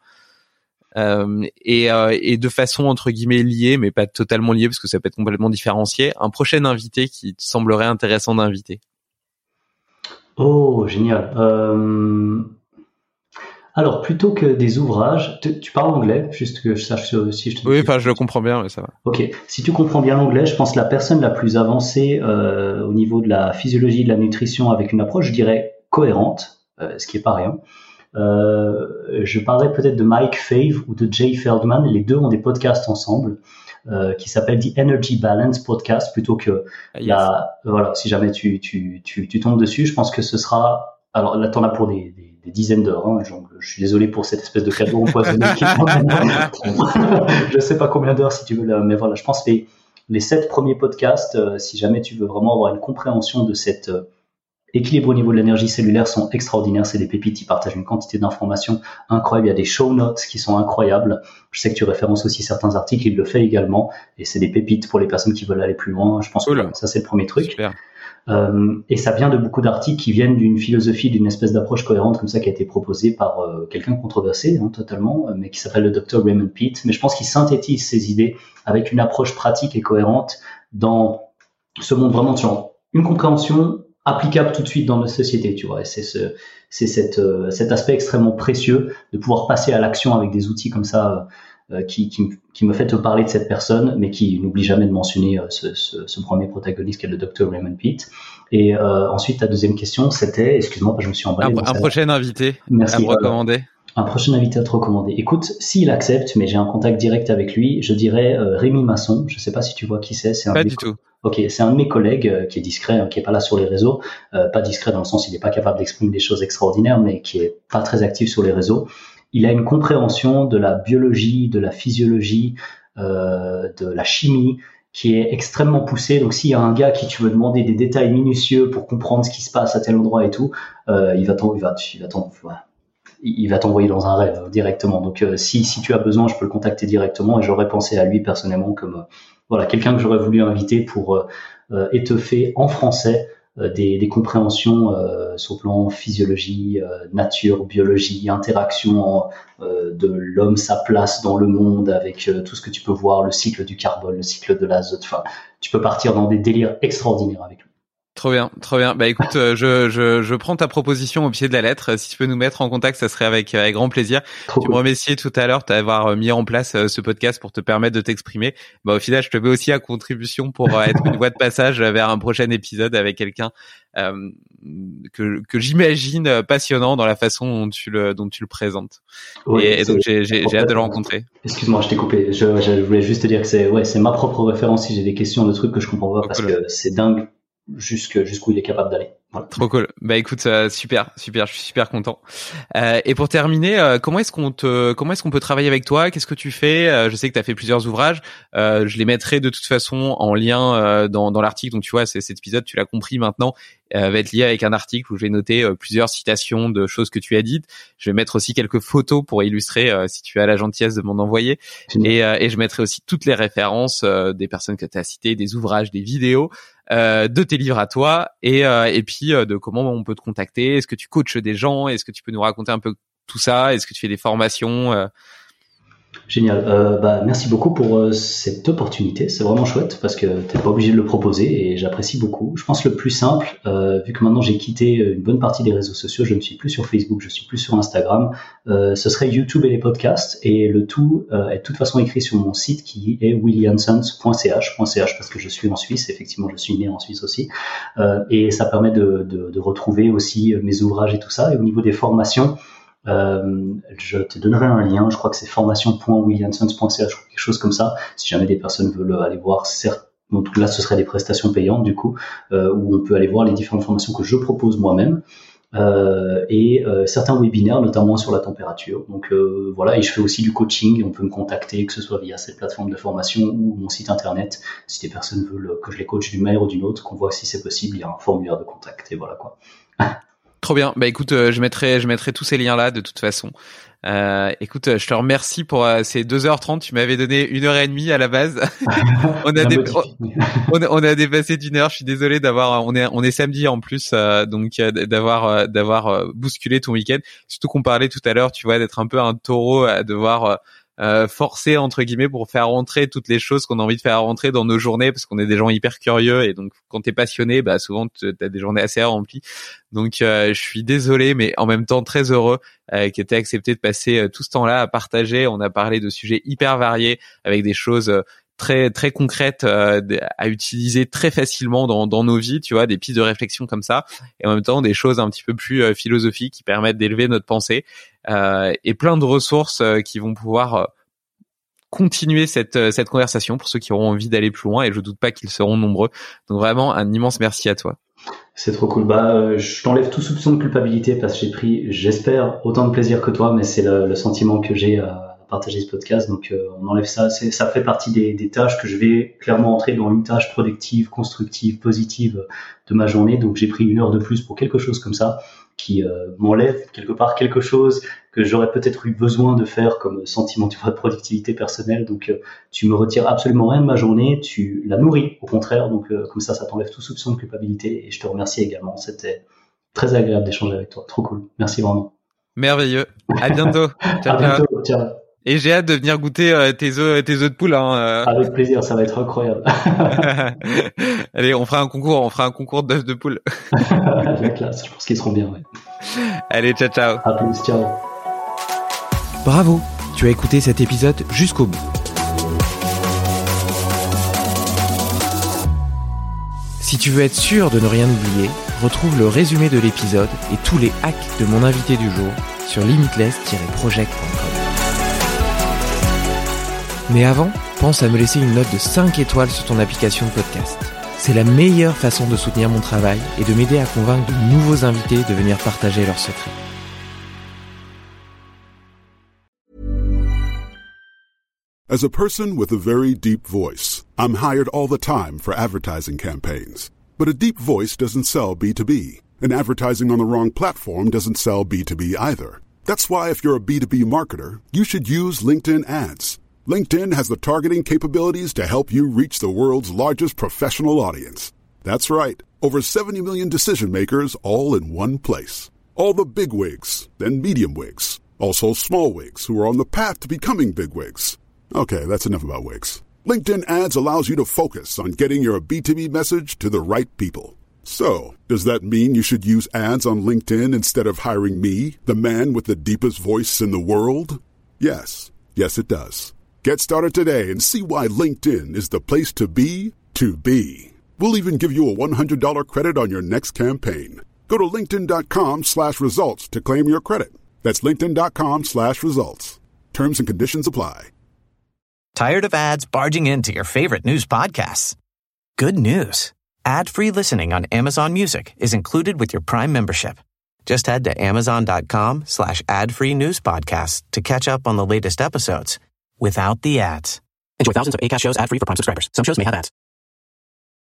euh, et, euh, et de façon entre guillemets liée, mais pas totalement liée parce que ça peut être complètement différencié. Un prochain invité qui te semblerait intéressant d'inviter. Oh, génial. Euh... Alors, plutôt que des ouvrages, tu, tu parles anglais, juste que je sache si je te... Oui, enfin, je le comprends bien, mais ça va. Ok. Si tu comprends bien l'anglais, je pense que la personne la plus avancée euh, au niveau de la physiologie de la nutrition avec une approche, je dirais, cohérente, euh, ce qui est pas rien. Euh, je parlerais peut-être de Mike Fave ou de Jay Feldman. Les deux ont des podcasts ensemble euh, qui s'appellent The Energy Balance Podcast, plutôt que ah, yes. la... Voilà, si jamais tu, tu, tu, tu tombes dessus, je pense que ce sera... Alors là, t'en as pour des... des des dizaines d'heures. Hein. Donc, je suis désolé pour cette espèce de cadeau empoisonné. Je sais pas combien d'heures si tu veux, là, mais voilà, je pense que les, les sept premiers podcasts, euh, si jamais tu veux vraiment avoir une compréhension de cet euh, équilibre au niveau de l'énergie cellulaire, sont extraordinaires. C'est des pépites, ils partagent une quantité d'informations incroyables. Il y a des show notes qui sont incroyables. Je sais que tu références aussi certains articles, il le fait également. Et c'est des pépites pour les personnes qui veulent aller plus loin. Je pense cool. que ça, c'est le premier truc. Super. Euh, et ça vient de beaucoup d'articles qui viennent d'une philosophie, d'une espèce d'approche cohérente comme ça qui a été proposée par euh, quelqu'un controversé hein, totalement, mais qui s'appelle le docteur Raymond Peat. Mais je pense qu'il synthétise ces idées avec une approche pratique et cohérente dans ce monde vraiment genre une compréhension applicable tout de suite dans notre société, tu vois. Et c'est ce, c'est cette, euh, cet aspect extrêmement précieux de pouvoir passer à l'action avec des outils comme ça. Euh, qui, qui, qui me fait te parler de cette personne, mais qui n'oublie jamais de mentionner euh, ce, ce, ce premier protagoniste qui est le docteur Raymond Peat. Et euh, ensuite, ta deuxième question, c'était, excuse-moi, je me suis emballé. Un, un prochain invité Merci, à me recommander. Un prochain invité à te recommander. Écoute, s'il accepte, mais j'ai un contact direct avec lui, je dirais euh, Rémi Masson. Je sais pas si tu vois qui c'est. c'est un pas des... du tout. Ok, c'est un de mes collègues euh, qui est discret, hein, qui est pas là sur les réseaux. Euh, pas discret dans le sens, il est pas capable d'exprimer des choses extraordinaires, mais qui est pas très actif sur les réseaux. Il a une compréhension de la biologie, de la physiologie, euh, de la chimie, qui est extrêmement poussée. Donc, s'il y a un gars qui tu veux demander des détails minutieux pour comprendre ce qui se passe à tel endroit et tout, euh, il va t'en, il va, il va t'en, ouais. il va t'envoyer dans un rêve directement. Donc euh, si si tu as besoin, je peux le contacter directement et j'aurais pensé à lui personnellement comme euh, voilà quelqu'un que j'aurais voulu inviter pour euh, étoffer en français euh, des, des compréhensions euh, sur le plan physiologie, euh, nature, biologie, interaction euh, de l'homme, sa place dans le monde avec euh, tout ce que tu peux voir, le cycle du carbone, le cycle de l'azote. Enfin, tu peux partir dans des délires extraordinaires avec lui. Trop bien, trop bien. Bah écoute, euh, je, je, je prends ta proposition au pied de la lettre. Si tu peux nous mettre en contact, ça serait avec, avec grand plaisir. Trop tu cool. me remerciais tout à l'heure d'avoir mis en place euh, ce podcast pour te permettre de t'exprimer. Bah au final, je te mets aussi à contribution pour euh, être une voie de passage vers un prochain épisode avec quelqu'un euh, que que j'imagine passionnant dans la façon dont tu le dont tu le présentes. Oui, et, et donc j'ai j'ai, j'ai hâte de le rencontrer. Excuse-moi, je t'ai coupé. Je, je voulais juste te dire que c'est ouais, c'est ma propre référence si j'ai des questions, de trucs que je comprends pas, oh, parce cool. que c'est dingue. Jusque, jusqu'où il est capable d'aller. Voilà. Trop cool. Bah écoute, euh, super, super, je suis super content. Euh, et pour terminer, euh, comment est-ce qu'on te, comment est-ce qu'on peut travailler avec toi? Qu'est-ce que tu fais? euh, Je sais que tu as fait plusieurs ouvrages. Euh, je les mettrai de toute façon en lien euh, dans, dans l'article. Donc tu vois, c'est, cet épisode, tu l'as compris maintenant, euh, va être lié avec un article où je vais noter euh, plusieurs citations de choses que tu as dites. Je vais mettre aussi quelques photos pour illustrer euh, si tu as la gentillesse de m'en envoyer. Et, euh, et je mettrai aussi toutes les références euh, des personnes que tu as citées, des ouvrages, des vidéos. Euh, de tes livres à toi et euh, et puis euh, de comment on peut te contacter. Est-ce que tu coaches des gens? Est-ce que tu peux nous raconter un peu tout ça? Est-ce que tu fais des formations? euh... Génial. Euh, bah, merci beaucoup pour euh, cette opportunité. C'est vraiment chouette parce que t'es pas obligé de le proposer et j'apprécie beaucoup. Je pense que le plus simple, euh, vu que maintenant j'ai quitté une bonne partie des réseaux sociaux, je ne suis plus sur Facebook, je suis plus sur Instagram, euh, ce serait YouTube et les podcasts et le tout euh, est de toute façon écrit sur mon site qui est williamsons point c h parce que je suis en Suisse. Effectivement, je suis né en Suisse aussi euh, et ça permet de, de, de retrouver aussi mes ouvrages et tout ça. Et au niveau des formations, Euh, je te donnerai un lien, je crois que c'est formation point williamsons point c h, quelque chose comme ça, si jamais des personnes veulent aller voir. Certes, donc là ce serait des prestations payantes du coup, euh, où on peut aller voir les différentes formations que je propose moi-même, euh, et euh, certains webinaires notamment sur la température. Donc euh, voilà, et je fais aussi du coaching, on peut me contacter que ce soit via cette plateforme de formation ou mon site internet, si des personnes veulent que je les coach d'une manière ou d'une autre, qu'on voit si c'est possible, il y a un formulaire de contact et voilà quoi. Trop bien. Bah écoute, euh, je mettrai, je mettrai tous ces liens-là de toute façon. Euh, écoute, je te remercie pour euh, ces deux heures trente. Tu m'avais donné une heure et demie à la base. on a dé- on, on a dépassé d'une heure. Je suis désolé d'avoir. On est, on est samedi en plus, euh, donc euh, d'avoir, euh, d'avoir euh, bousculé ton week-end. Surtout qu'on parlait tout à l'heure, tu vois, d'être un peu un taureau, à devoir euh, Euh, forcer entre guillemets pour faire rentrer toutes les choses qu'on a envie de faire rentrer dans nos journées, parce qu'on est des gens hyper curieux et donc quand t'es passionné, bah souvent t'as des journées assez remplies. Donc euh, je suis désolé, mais en même temps très heureux euh, que t'aies accepté de passer euh, tout ce temps-là à partager. On a parlé de sujets hyper variés avec des choses euh, très très concrètes euh, à utiliser très facilement dans dans nos vies, tu vois, des pistes de réflexion comme ça, et en même temps des choses un petit peu plus euh, philosophiques qui permettent d'élever notre pensée, euh, et plein de ressources euh, qui vont pouvoir euh, continuer cette euh, cette conversation pour ceux qui auront envie d'aller plus loin, et je doute pas qu'ils seront nombreux. Donc vraiment un immense merci à toi. C'est trop cool. Bah, euh, je t'enlève tout soupçon de culpabilité parce que j'ai pris, j'espère, autant de plaisir que toi, mais c'est le, le sentiment que j'ai à partager ce podcast, donc euh, on enlève ça. C'est, ça fait partie des, des tâches que je vais clairement entrer dans une tâche productive, constructive, positive de ma journée. Donc j'ai pris une heure de plus pour quelque chose comme ça, qui euh, m'enlève quelque part quelque chose que j'aurais peut-être eu besoin de faire comme sentiment, tu vois, de productivité personnelle. Donc euh, tu me retires absolument rien de ma journée, tu la nourris au contraire. Donc euh, comme ça, ça t'enlève tout soupçon de culpabilité. Et je te remercie également. C'était très agréable d'échanger avec toi. Trop cool. Merci vraiment. Merveilleux. À bientôt. Ciao, à bientôt. Ciao. Et j'ai hâte de venir goûter euh, tes œufs, tes œufs de poule. Hein, euh. Avec plaisir, ça va être incroyable. Allez, on fera un concours, on fera un concours d'œufs de poule. La classe, je pense qu'ils seront bien. Ouais. Allez, ciao, ciao. À plus, ciao. Bravo, tu as écouté cet épisode jusqu'au bout. Si tu veux être sûr de ne rien oublier, retrouve le résumé de l'épisode et tous les hacks de mon invité du jour sur limitless tiret project point com. Mais avant, pense à me laisser une note de cinq étoiles sur ton application de podcast. C'est la meilleure façon de soutenir mon travail et de m'aider à convaincre de nouveaux invités de venir partager leurs secrets. As a person with a very deep voice, I'm hired all the time for advertising campaigns. But a deep voice doesn't sell B two B, and advertising on the wrong platform doesn't sell B two B either. That's why if you're a B two B marketer, you should use LinkedIn ads. LinkedIn has the targeting capabilities to help you reach the world's largest professional audience. That's right, over seventy million decision makers all in one place. All the big wigs, then medium wigs, also small wigs who are on the path to becoming big wigs. Okay, that's enough about wigs. LinkedIn ads allows you to focus on getting your B two B message to the right people. So, does that mean you should use ads on LinkedIn instead of hiring me, the man with the deepest voice in the world? Yes. Yes, it does. Get started today and see why LinkedIn is the place to be to be. We'll even give you a one hundred dollars credit on your next campaign. Go to linkedin.com slash results to claim your credit. That's linkedin.com slash results. Terms and conditions apply. Tired of ads barging into your favorite news podcasts? Good news. Ad-free listening on Amazon Music is included with your Prime membership. Just head to amazon.com slash ad-free news podcasts to catch up on the latest episodes without the ads. Enjoy thousands of Acast shows ad-free for Prime subscribers. Some shows may have ads.